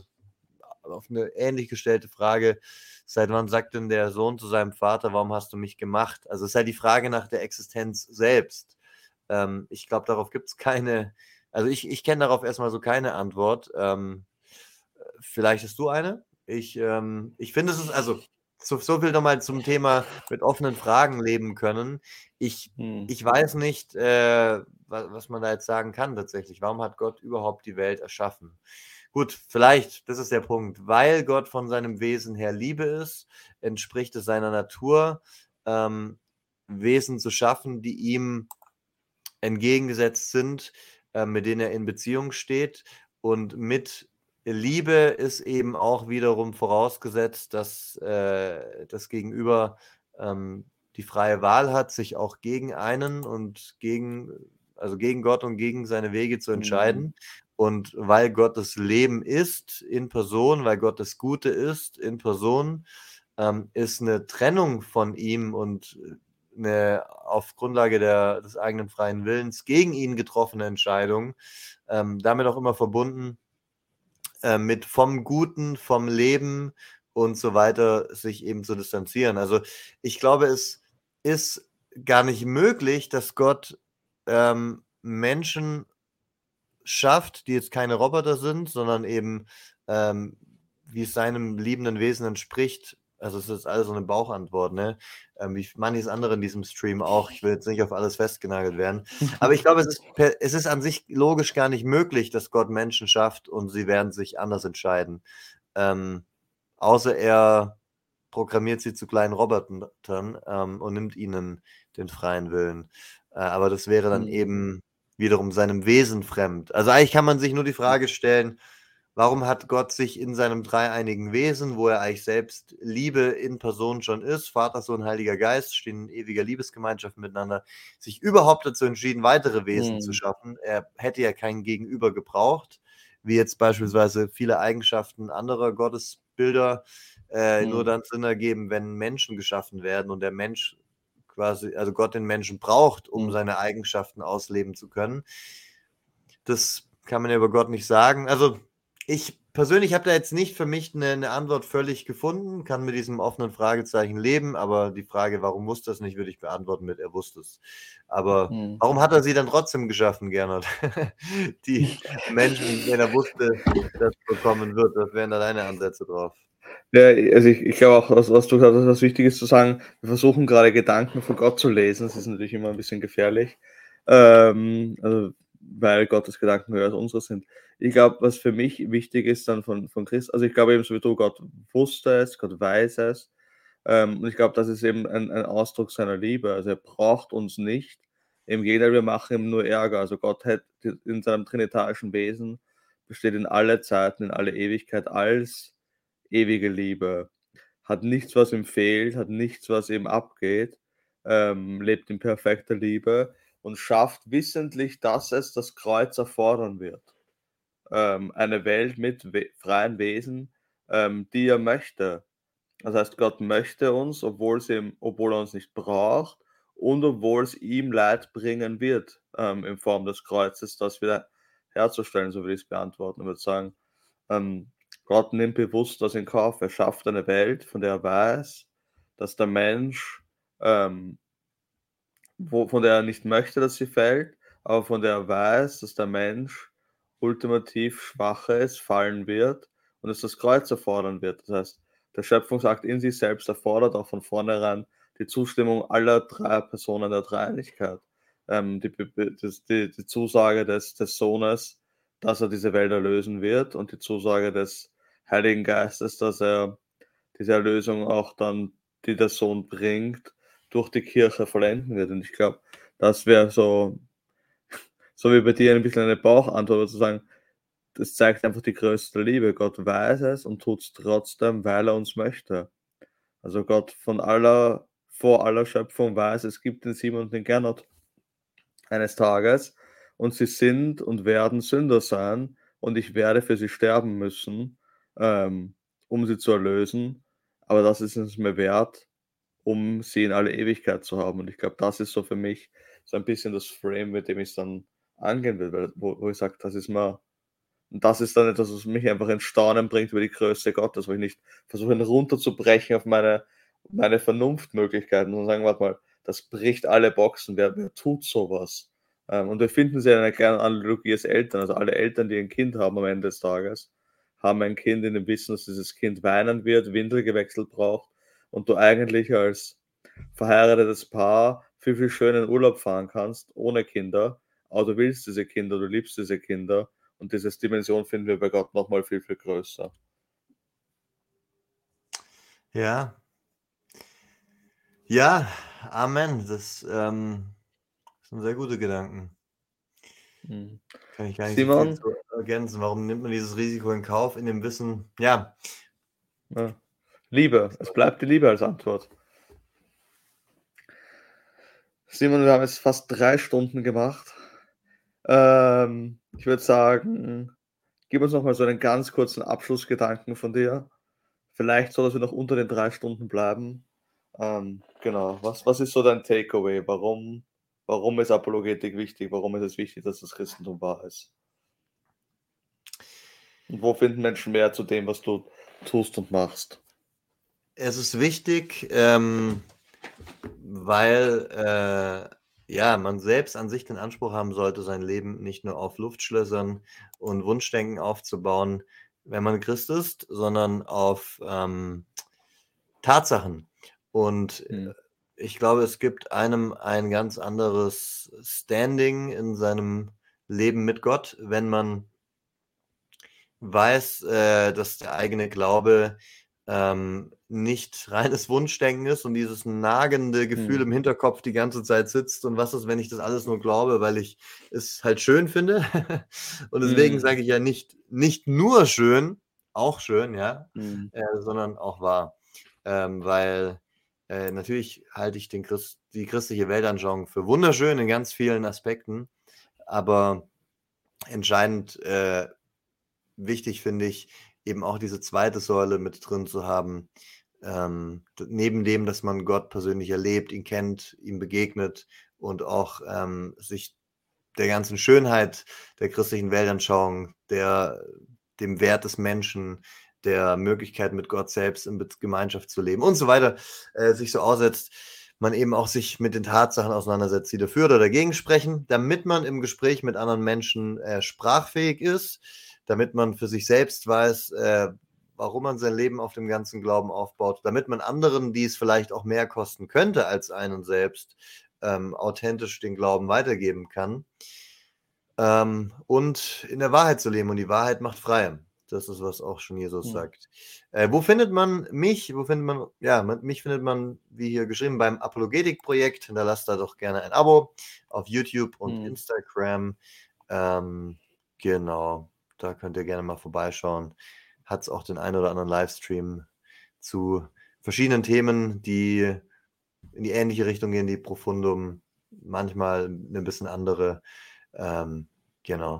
auf eine ähnlich gestellte Frage, seit wann sagt denn der Sohn zu seinem Vater, warum hast du mich gemacht? Also es ist halt die Frage nach der Existenz selbst. Ähm, ich glaube, darauf gibt es keine, also ich, ich kenne darauf erstmal so keine Antwort. Ähm, vielleicht hast du eine? Ich, ähm, ich finde, es ist, also so, so viel nochmal zum Thema mit offenen Fragen leben können. Ich, Mhm. ich weiß nicht, äh, was, was man da jetzt sagen kann tatsächlich. Warum hat Gott überhaupt die Welt erschaffen? Gut, vielleicht, das ist der Punkt, weil Gott von seinem Wesen her Liebe ist, entspricht es seiner Natur, ähm, Wesen zu schaffen, die ihm entgegengesetzt sind, äh, mit denen er in Beziehung steht. Und mit Liebe ist eben auch wiederum vorausgesetzt, dass äh, das Gegenüber ähm, die freie Wahl hat, sich auch gegen einen und gegen, also gegen Gott und gegen seine Wege zu entscheiden. Mhm. Und weil Gott das Leben ist in Person, weil Gott das Gute ist in Person, ähm, ist eine Trennung von ihm und eine auf Grundlage der, des eigenen freien Willens gegen ihn getroffene Entscheidung, ähm, damit auch immer verbunden äh, mit vom Guten, vom Leben und so weiter sich eben zu distanzieren. Also ich glaube, es ist gar nicht möglich, dass Gott ähm, Menschen schafft, die jetzt keine Roboter sind, sondern eben, ähm, wie es seinem liebenden Wesen entspricht. Also es ist alles so eine Bauchantwort, ne? Ähm, wie manches andere in diesem Stream auch. Ich will jetzt nicht auf alles festgenagelt werden. Aber ich glaube, es ist, per, es ist an sich logisch gar nicht möglich, dass Gott Menschen schafft und sie werden sich anders entscheiden. Ähm, außer er programmiert sie zu kleinen Robotern ähm, und nimmt ihnen den freien Willen. Äh, aber das wäre dann Mhm. eben wiederum seinem Wesen fremd. Also eigentlich kann man sich nur die Frage stellen, warum hat Gott sich in seinem dreieinigen Wesen, wo er eigentlich selbst Liebe in Person schon ist, Vater, Sohn, Heiliger Geist, stehen in ewiger Liebesgemeinschaft miteinander, sich überhaupt dazu entschieden, weitere Wesen zu Mhm. schaffen? Er hätte ja kein Gegenüber gebraucht, wie jetzt beispielsweise viele Eigenschaften anderer Gottesbilder äh, nur Mhm. dann Sinn ergeben, wenn Menschen geschaffen werden und der Mensch quasi, also Gott den Menschen braucht, um Mhm. seine Eigenschaften ausleben zu können. Das kann man ja über Gott nicht sagen. Also ich persönlich habe da jetzt nicht für mich eine, eine Antwort völlig gefunden, kann mit diesem offenen Fragezeichen leben, aber die Frage, warum wusste er es nicht, würde ich beantworten mit, er wusste es. Aber Mhm. warum hat er sie dann trotzdem geschaffen, Gernot? Die Menschen, wenn er wusste, dass es so kommen wird, was wären da deine Ansätze drauf? Ja, also ich, ich glaube auch, was, was du gesagt hast, was wichtig ist zu sagen, wir versuchen gerade Gedanken von Gott zu lesen. Das ist natürlich immer ein bisschen gefährlich, ähm, also, weil Gottes Gedanken höher als unsere sind. Ich glaube, was für mich wichtig ist dann von, von Christ, also ich glaube eben so wie du, Gott wusste es, Gott weiß es. Ähm, und ich glaube, das ist eben ein, ein Ausdruck seiner Liebe. Also er braucht uns nicht. Im Gegenteil, wir machen ihm nur Ärger. Also Gott hat in seinem trinitarischen Wesen besteht in alle Zeiten, in alle Ewigkeit als ewige Liebe, hat nichts, was ihm fehlt, hat nichts, was ihm abgeht, ähm, lebt in perfekter Liebe und schafft wissentlich, dass es das Kreuz erfordern wird. Ähm, eine Welt mit we freien Wesen, ähm, die er möchte. Das heißt, Gott möchte uns, obwohl's ihm obwohl er uns nicht braucht und obwohl es ihm Leid bringen wird, ähm, in Form des Kreuzes, das wieder herzustellen, so würde ich's beantworten. Ich würde sagen, ähm, Gott nimmt bewusst das in Kauf. Er schafft eine Welt, von der er weiß, dass der Mensch, ähm, wo von der er nicht möchte, dass sie fällt, aber von der er weiß, dass der Mensch ultimativ schwach ist, fallen wird und es das Kreuz erfordern wird. Das heißt, der Schöpfungsakt in sich selbst erfordert auch von vornherein die Zustimmung aller drei Personen der Dreieinigkeit. Ähm, die, Be- Be- das, die, die Zusage des, des Sohnes, dass er diese Welt erlösen wird und die Zusage des Heiligen Geistes, dass er diese Erlösung auch dann, die der Sohn bringt, durch die Kirche vollenden wird. Und ich glaube, das wäre so, so wie bei dir ein bisschen eine Bauchantwort, zu sagen, das zeigt einfach die größte Liebe. Gott weiß es und tut es trotzdem, weil er uns möchte. Also Gott von aller, vor aller Schöpfung weiß, es gibt den Simon und den Gernot eines Tages und sie sind und werden Sünder sein und ich werde für sie sterben müssen, ähm, um sie zu erlösen. Aber das ist es mir wert, um sie in alle Ewigkeit zu haben. Und ich glaube, das ist so für mich so ein bisschen das Frame, mit dem ich es dann angehen will, weil, wo, wo ich sage, das ist mir, und das ist dann etwas, was mich einfach in Staunen bringt über die Größe Gottes, wo ich nicht versuche, ihn runterzubrechen auf meine, meine Vernunftmöglichkeiten und sagen, warte mal, das bricht alle Boxen, wer, wer tut sowas? Ähm, und wir finden sie in einer kleinen Analogie als Eltern, also alle Eltern, die ein Kind haben am Ende des Tages, haben ein Kind in dem Wissen, dass dieses Kind weinen wird, Windel gewechselt braucht und du eigentlich als verheiratetes Paar viel, viel schöner in Urlaub fahren kannst, ohne Kinder, aber du willst diese Kinder, du liebst diese Kinder und diese Dimension finden wir bei Gott noch mal viel, viel größer. Ja, ja, Amen. Das ähm, sind sehr gute Gedanken. Mhm. Kann ich gar nicht so viel Simon, zu ergänzen. Warum nimmt man dieses Risiko in Kauf in dem Wissen? Ja, ja, Liebe, es bleibt die Liebe als Antwort. Simon, wir haben jetzt fast drei Stunden gemacht. Ähm, ich würde sagen, gib uns noch mal so einen ganz kurzen Abschlussgedanken von dir. Vielleicht so, dass wir noch unter den drei Stunden bleiben. Ähm, genau. Was, was ist so dein Takeaway? Warum, warum ist Apologetik wichtig? Warum ist es wichtig, dass das Christentum wahr ist? Und wo finden Menschen mehr zu dem, was du tust und machst? es ist wichtig, ähm, weil äh, ja, man selbst an sich den Anspruch haben sollte, sein Leben nicht nur auf Luftschlössern und Wunschdenken aufzubauen, wenn man Christ ist, sondern auf ähm, Tatsachen. Und Hm. ich glaube, es gibt einem ein ganz anderes Standing in seinem Leben mit Gott, wenn man weiß, äh, dass der eigene Glaube ähm, nicht reines Wunschdenken ist und dieses nagende Gefühl Hm. im Hinterkopf die ganze Zeit sitzt und was ist, wenn ich das alles nur glaube, weil ich es halt schön finde. Und deswegen Hm. sage ich ja nicht, nicht nur schön, auch schön, ja, Hm. äh, sondern auch wahr. Ähm, weil äh, natürlich halte ich den Christ, die christliche Weltanschauung für wunderschön in ganz vielen Aspekten, aber entscheidend äh, wichtig finde ich, eben auch diese zweite Säule mit drin zu haben, ähm, d- neben dem, dass man Gott persönlich erlebt, ihn kennt, ihm begegnet und auch ähm, sich der ganzen Schönheit der christlichen Weltanschauung, der, dem Wert des Menschen, der Möglichkeit mit Gott selbst in Be- Gemeinschaft zu leben und so weiter, äh, sich so aussetzt, man eben auch sich mit den Tatsachen auseinandersetzt, die dafür oder dagegen sprechen, damit man im Gespräch mit anderen Menschen äh, sprachfähig ist, damit man für sich selbst weiß, äh, warum man sein Leben auf dem ganzen Glauben aufbaut, damit man anderen, die es vielleicht auch mehr kosten könnte als einen selbst, ähm, authentisch den Glauben weitergeben kann. Ähm, und in der Wahrheit zu leben. Und die Wahrheit macht frei. Das ist, was auch schon Jesus Hm. sagt. Äh, wo findet man mich? Wo findet man, ja, man, mich findet man, wie hier geschrieben, beim Apologetik-Projekt. Hinterlasst da doch gerne ein Abo auf YouTube und Hm. Instagram. Ähm, genau, da könnt ihr gerne mal vorbeischauen. Hat es auch den einen oder anderen Livestream zu verschiedenen Themen, die in die ähnliche Richtung gehen, die Profundum, manchmal eine bisschen andere. Ähm, genau.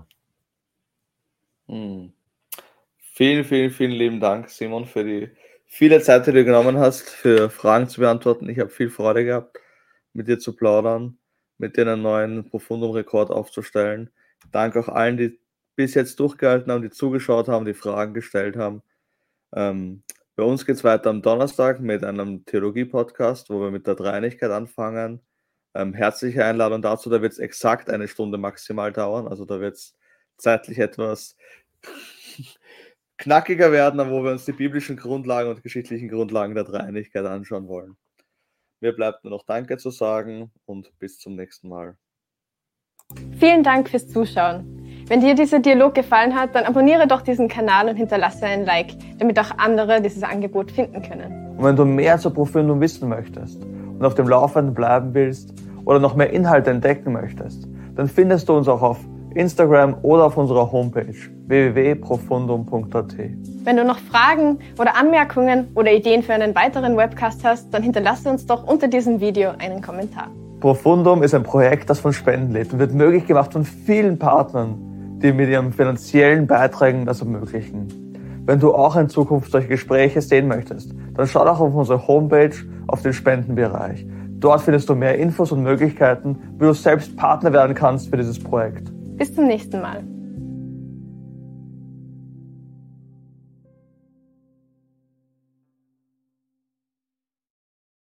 Hm. Vielen, vielen, vielen lieben Dank, Simon, für die viele Zeit, die du genommen hast, für Fragen zu beantworten. Ich habe viel Freude gehabt, mit dir zu plaudern, mit dir einen neuen Profundum-Rekord aufzustellen. Danke auch allen, die bis jetzt durchgehalten haben, die zugeschaut haben, die Fragen gestellt haben. Ähm, bei uns geht es weiter am Donnerstag mit einem Theologie-Podcast, wo wir mit der Dreieinigkeit anfangen. Ähm, herzliche Einladung dazu, da wird es exakt eine Stunde maximal dauern. Also da wird es zeitlich etwas knackiger werden, wo wir uns die biblischen Grundlagen und geschichtlichen Grundlagen der Dreieinigkeit anschauen wollen. Mir bleibt nur noch Danke zu sagen und bis zum nächsten Mal. Vielen Dank fürs Zuschauen. Wenn dir dieser Dialog gefallen hat, dann abonniere doch diesen Kanal und hinterlasse einen Like, damit auch andere dieses Angebot finden können. Und wenn du mehr zur Profundum wissen möchtest und auf dem Laufenden bleiben willst oder noch mehr Inhalte entdecken möchtest, dann findest du uns auch auf Instagram oder auf unserer Homepage w w w punkt profundum punkt a t. Wenn du noch Fragen oder Anmerkungen oder Ideen für einen weiteren Webcast hast, dann hinterlasse uns doch unter diesem Video einen Kommentar. Profundum ist ein Projekt, das von Spenden lebt und wird möglich gemacht von vielen Partnern, die mit ihren finanziellen Beiträgen das ermöglichen. Wenn du auch in Zukunft solche Gespräche sehen möchtest, dann schau doch auf unsere Homepage auf den Spendenbereich. Dort findest du mehr Infos und Möglichkeiten, wie du selbst Partner werden kannst für dieses Projekt. Bis zum nächsten Mal.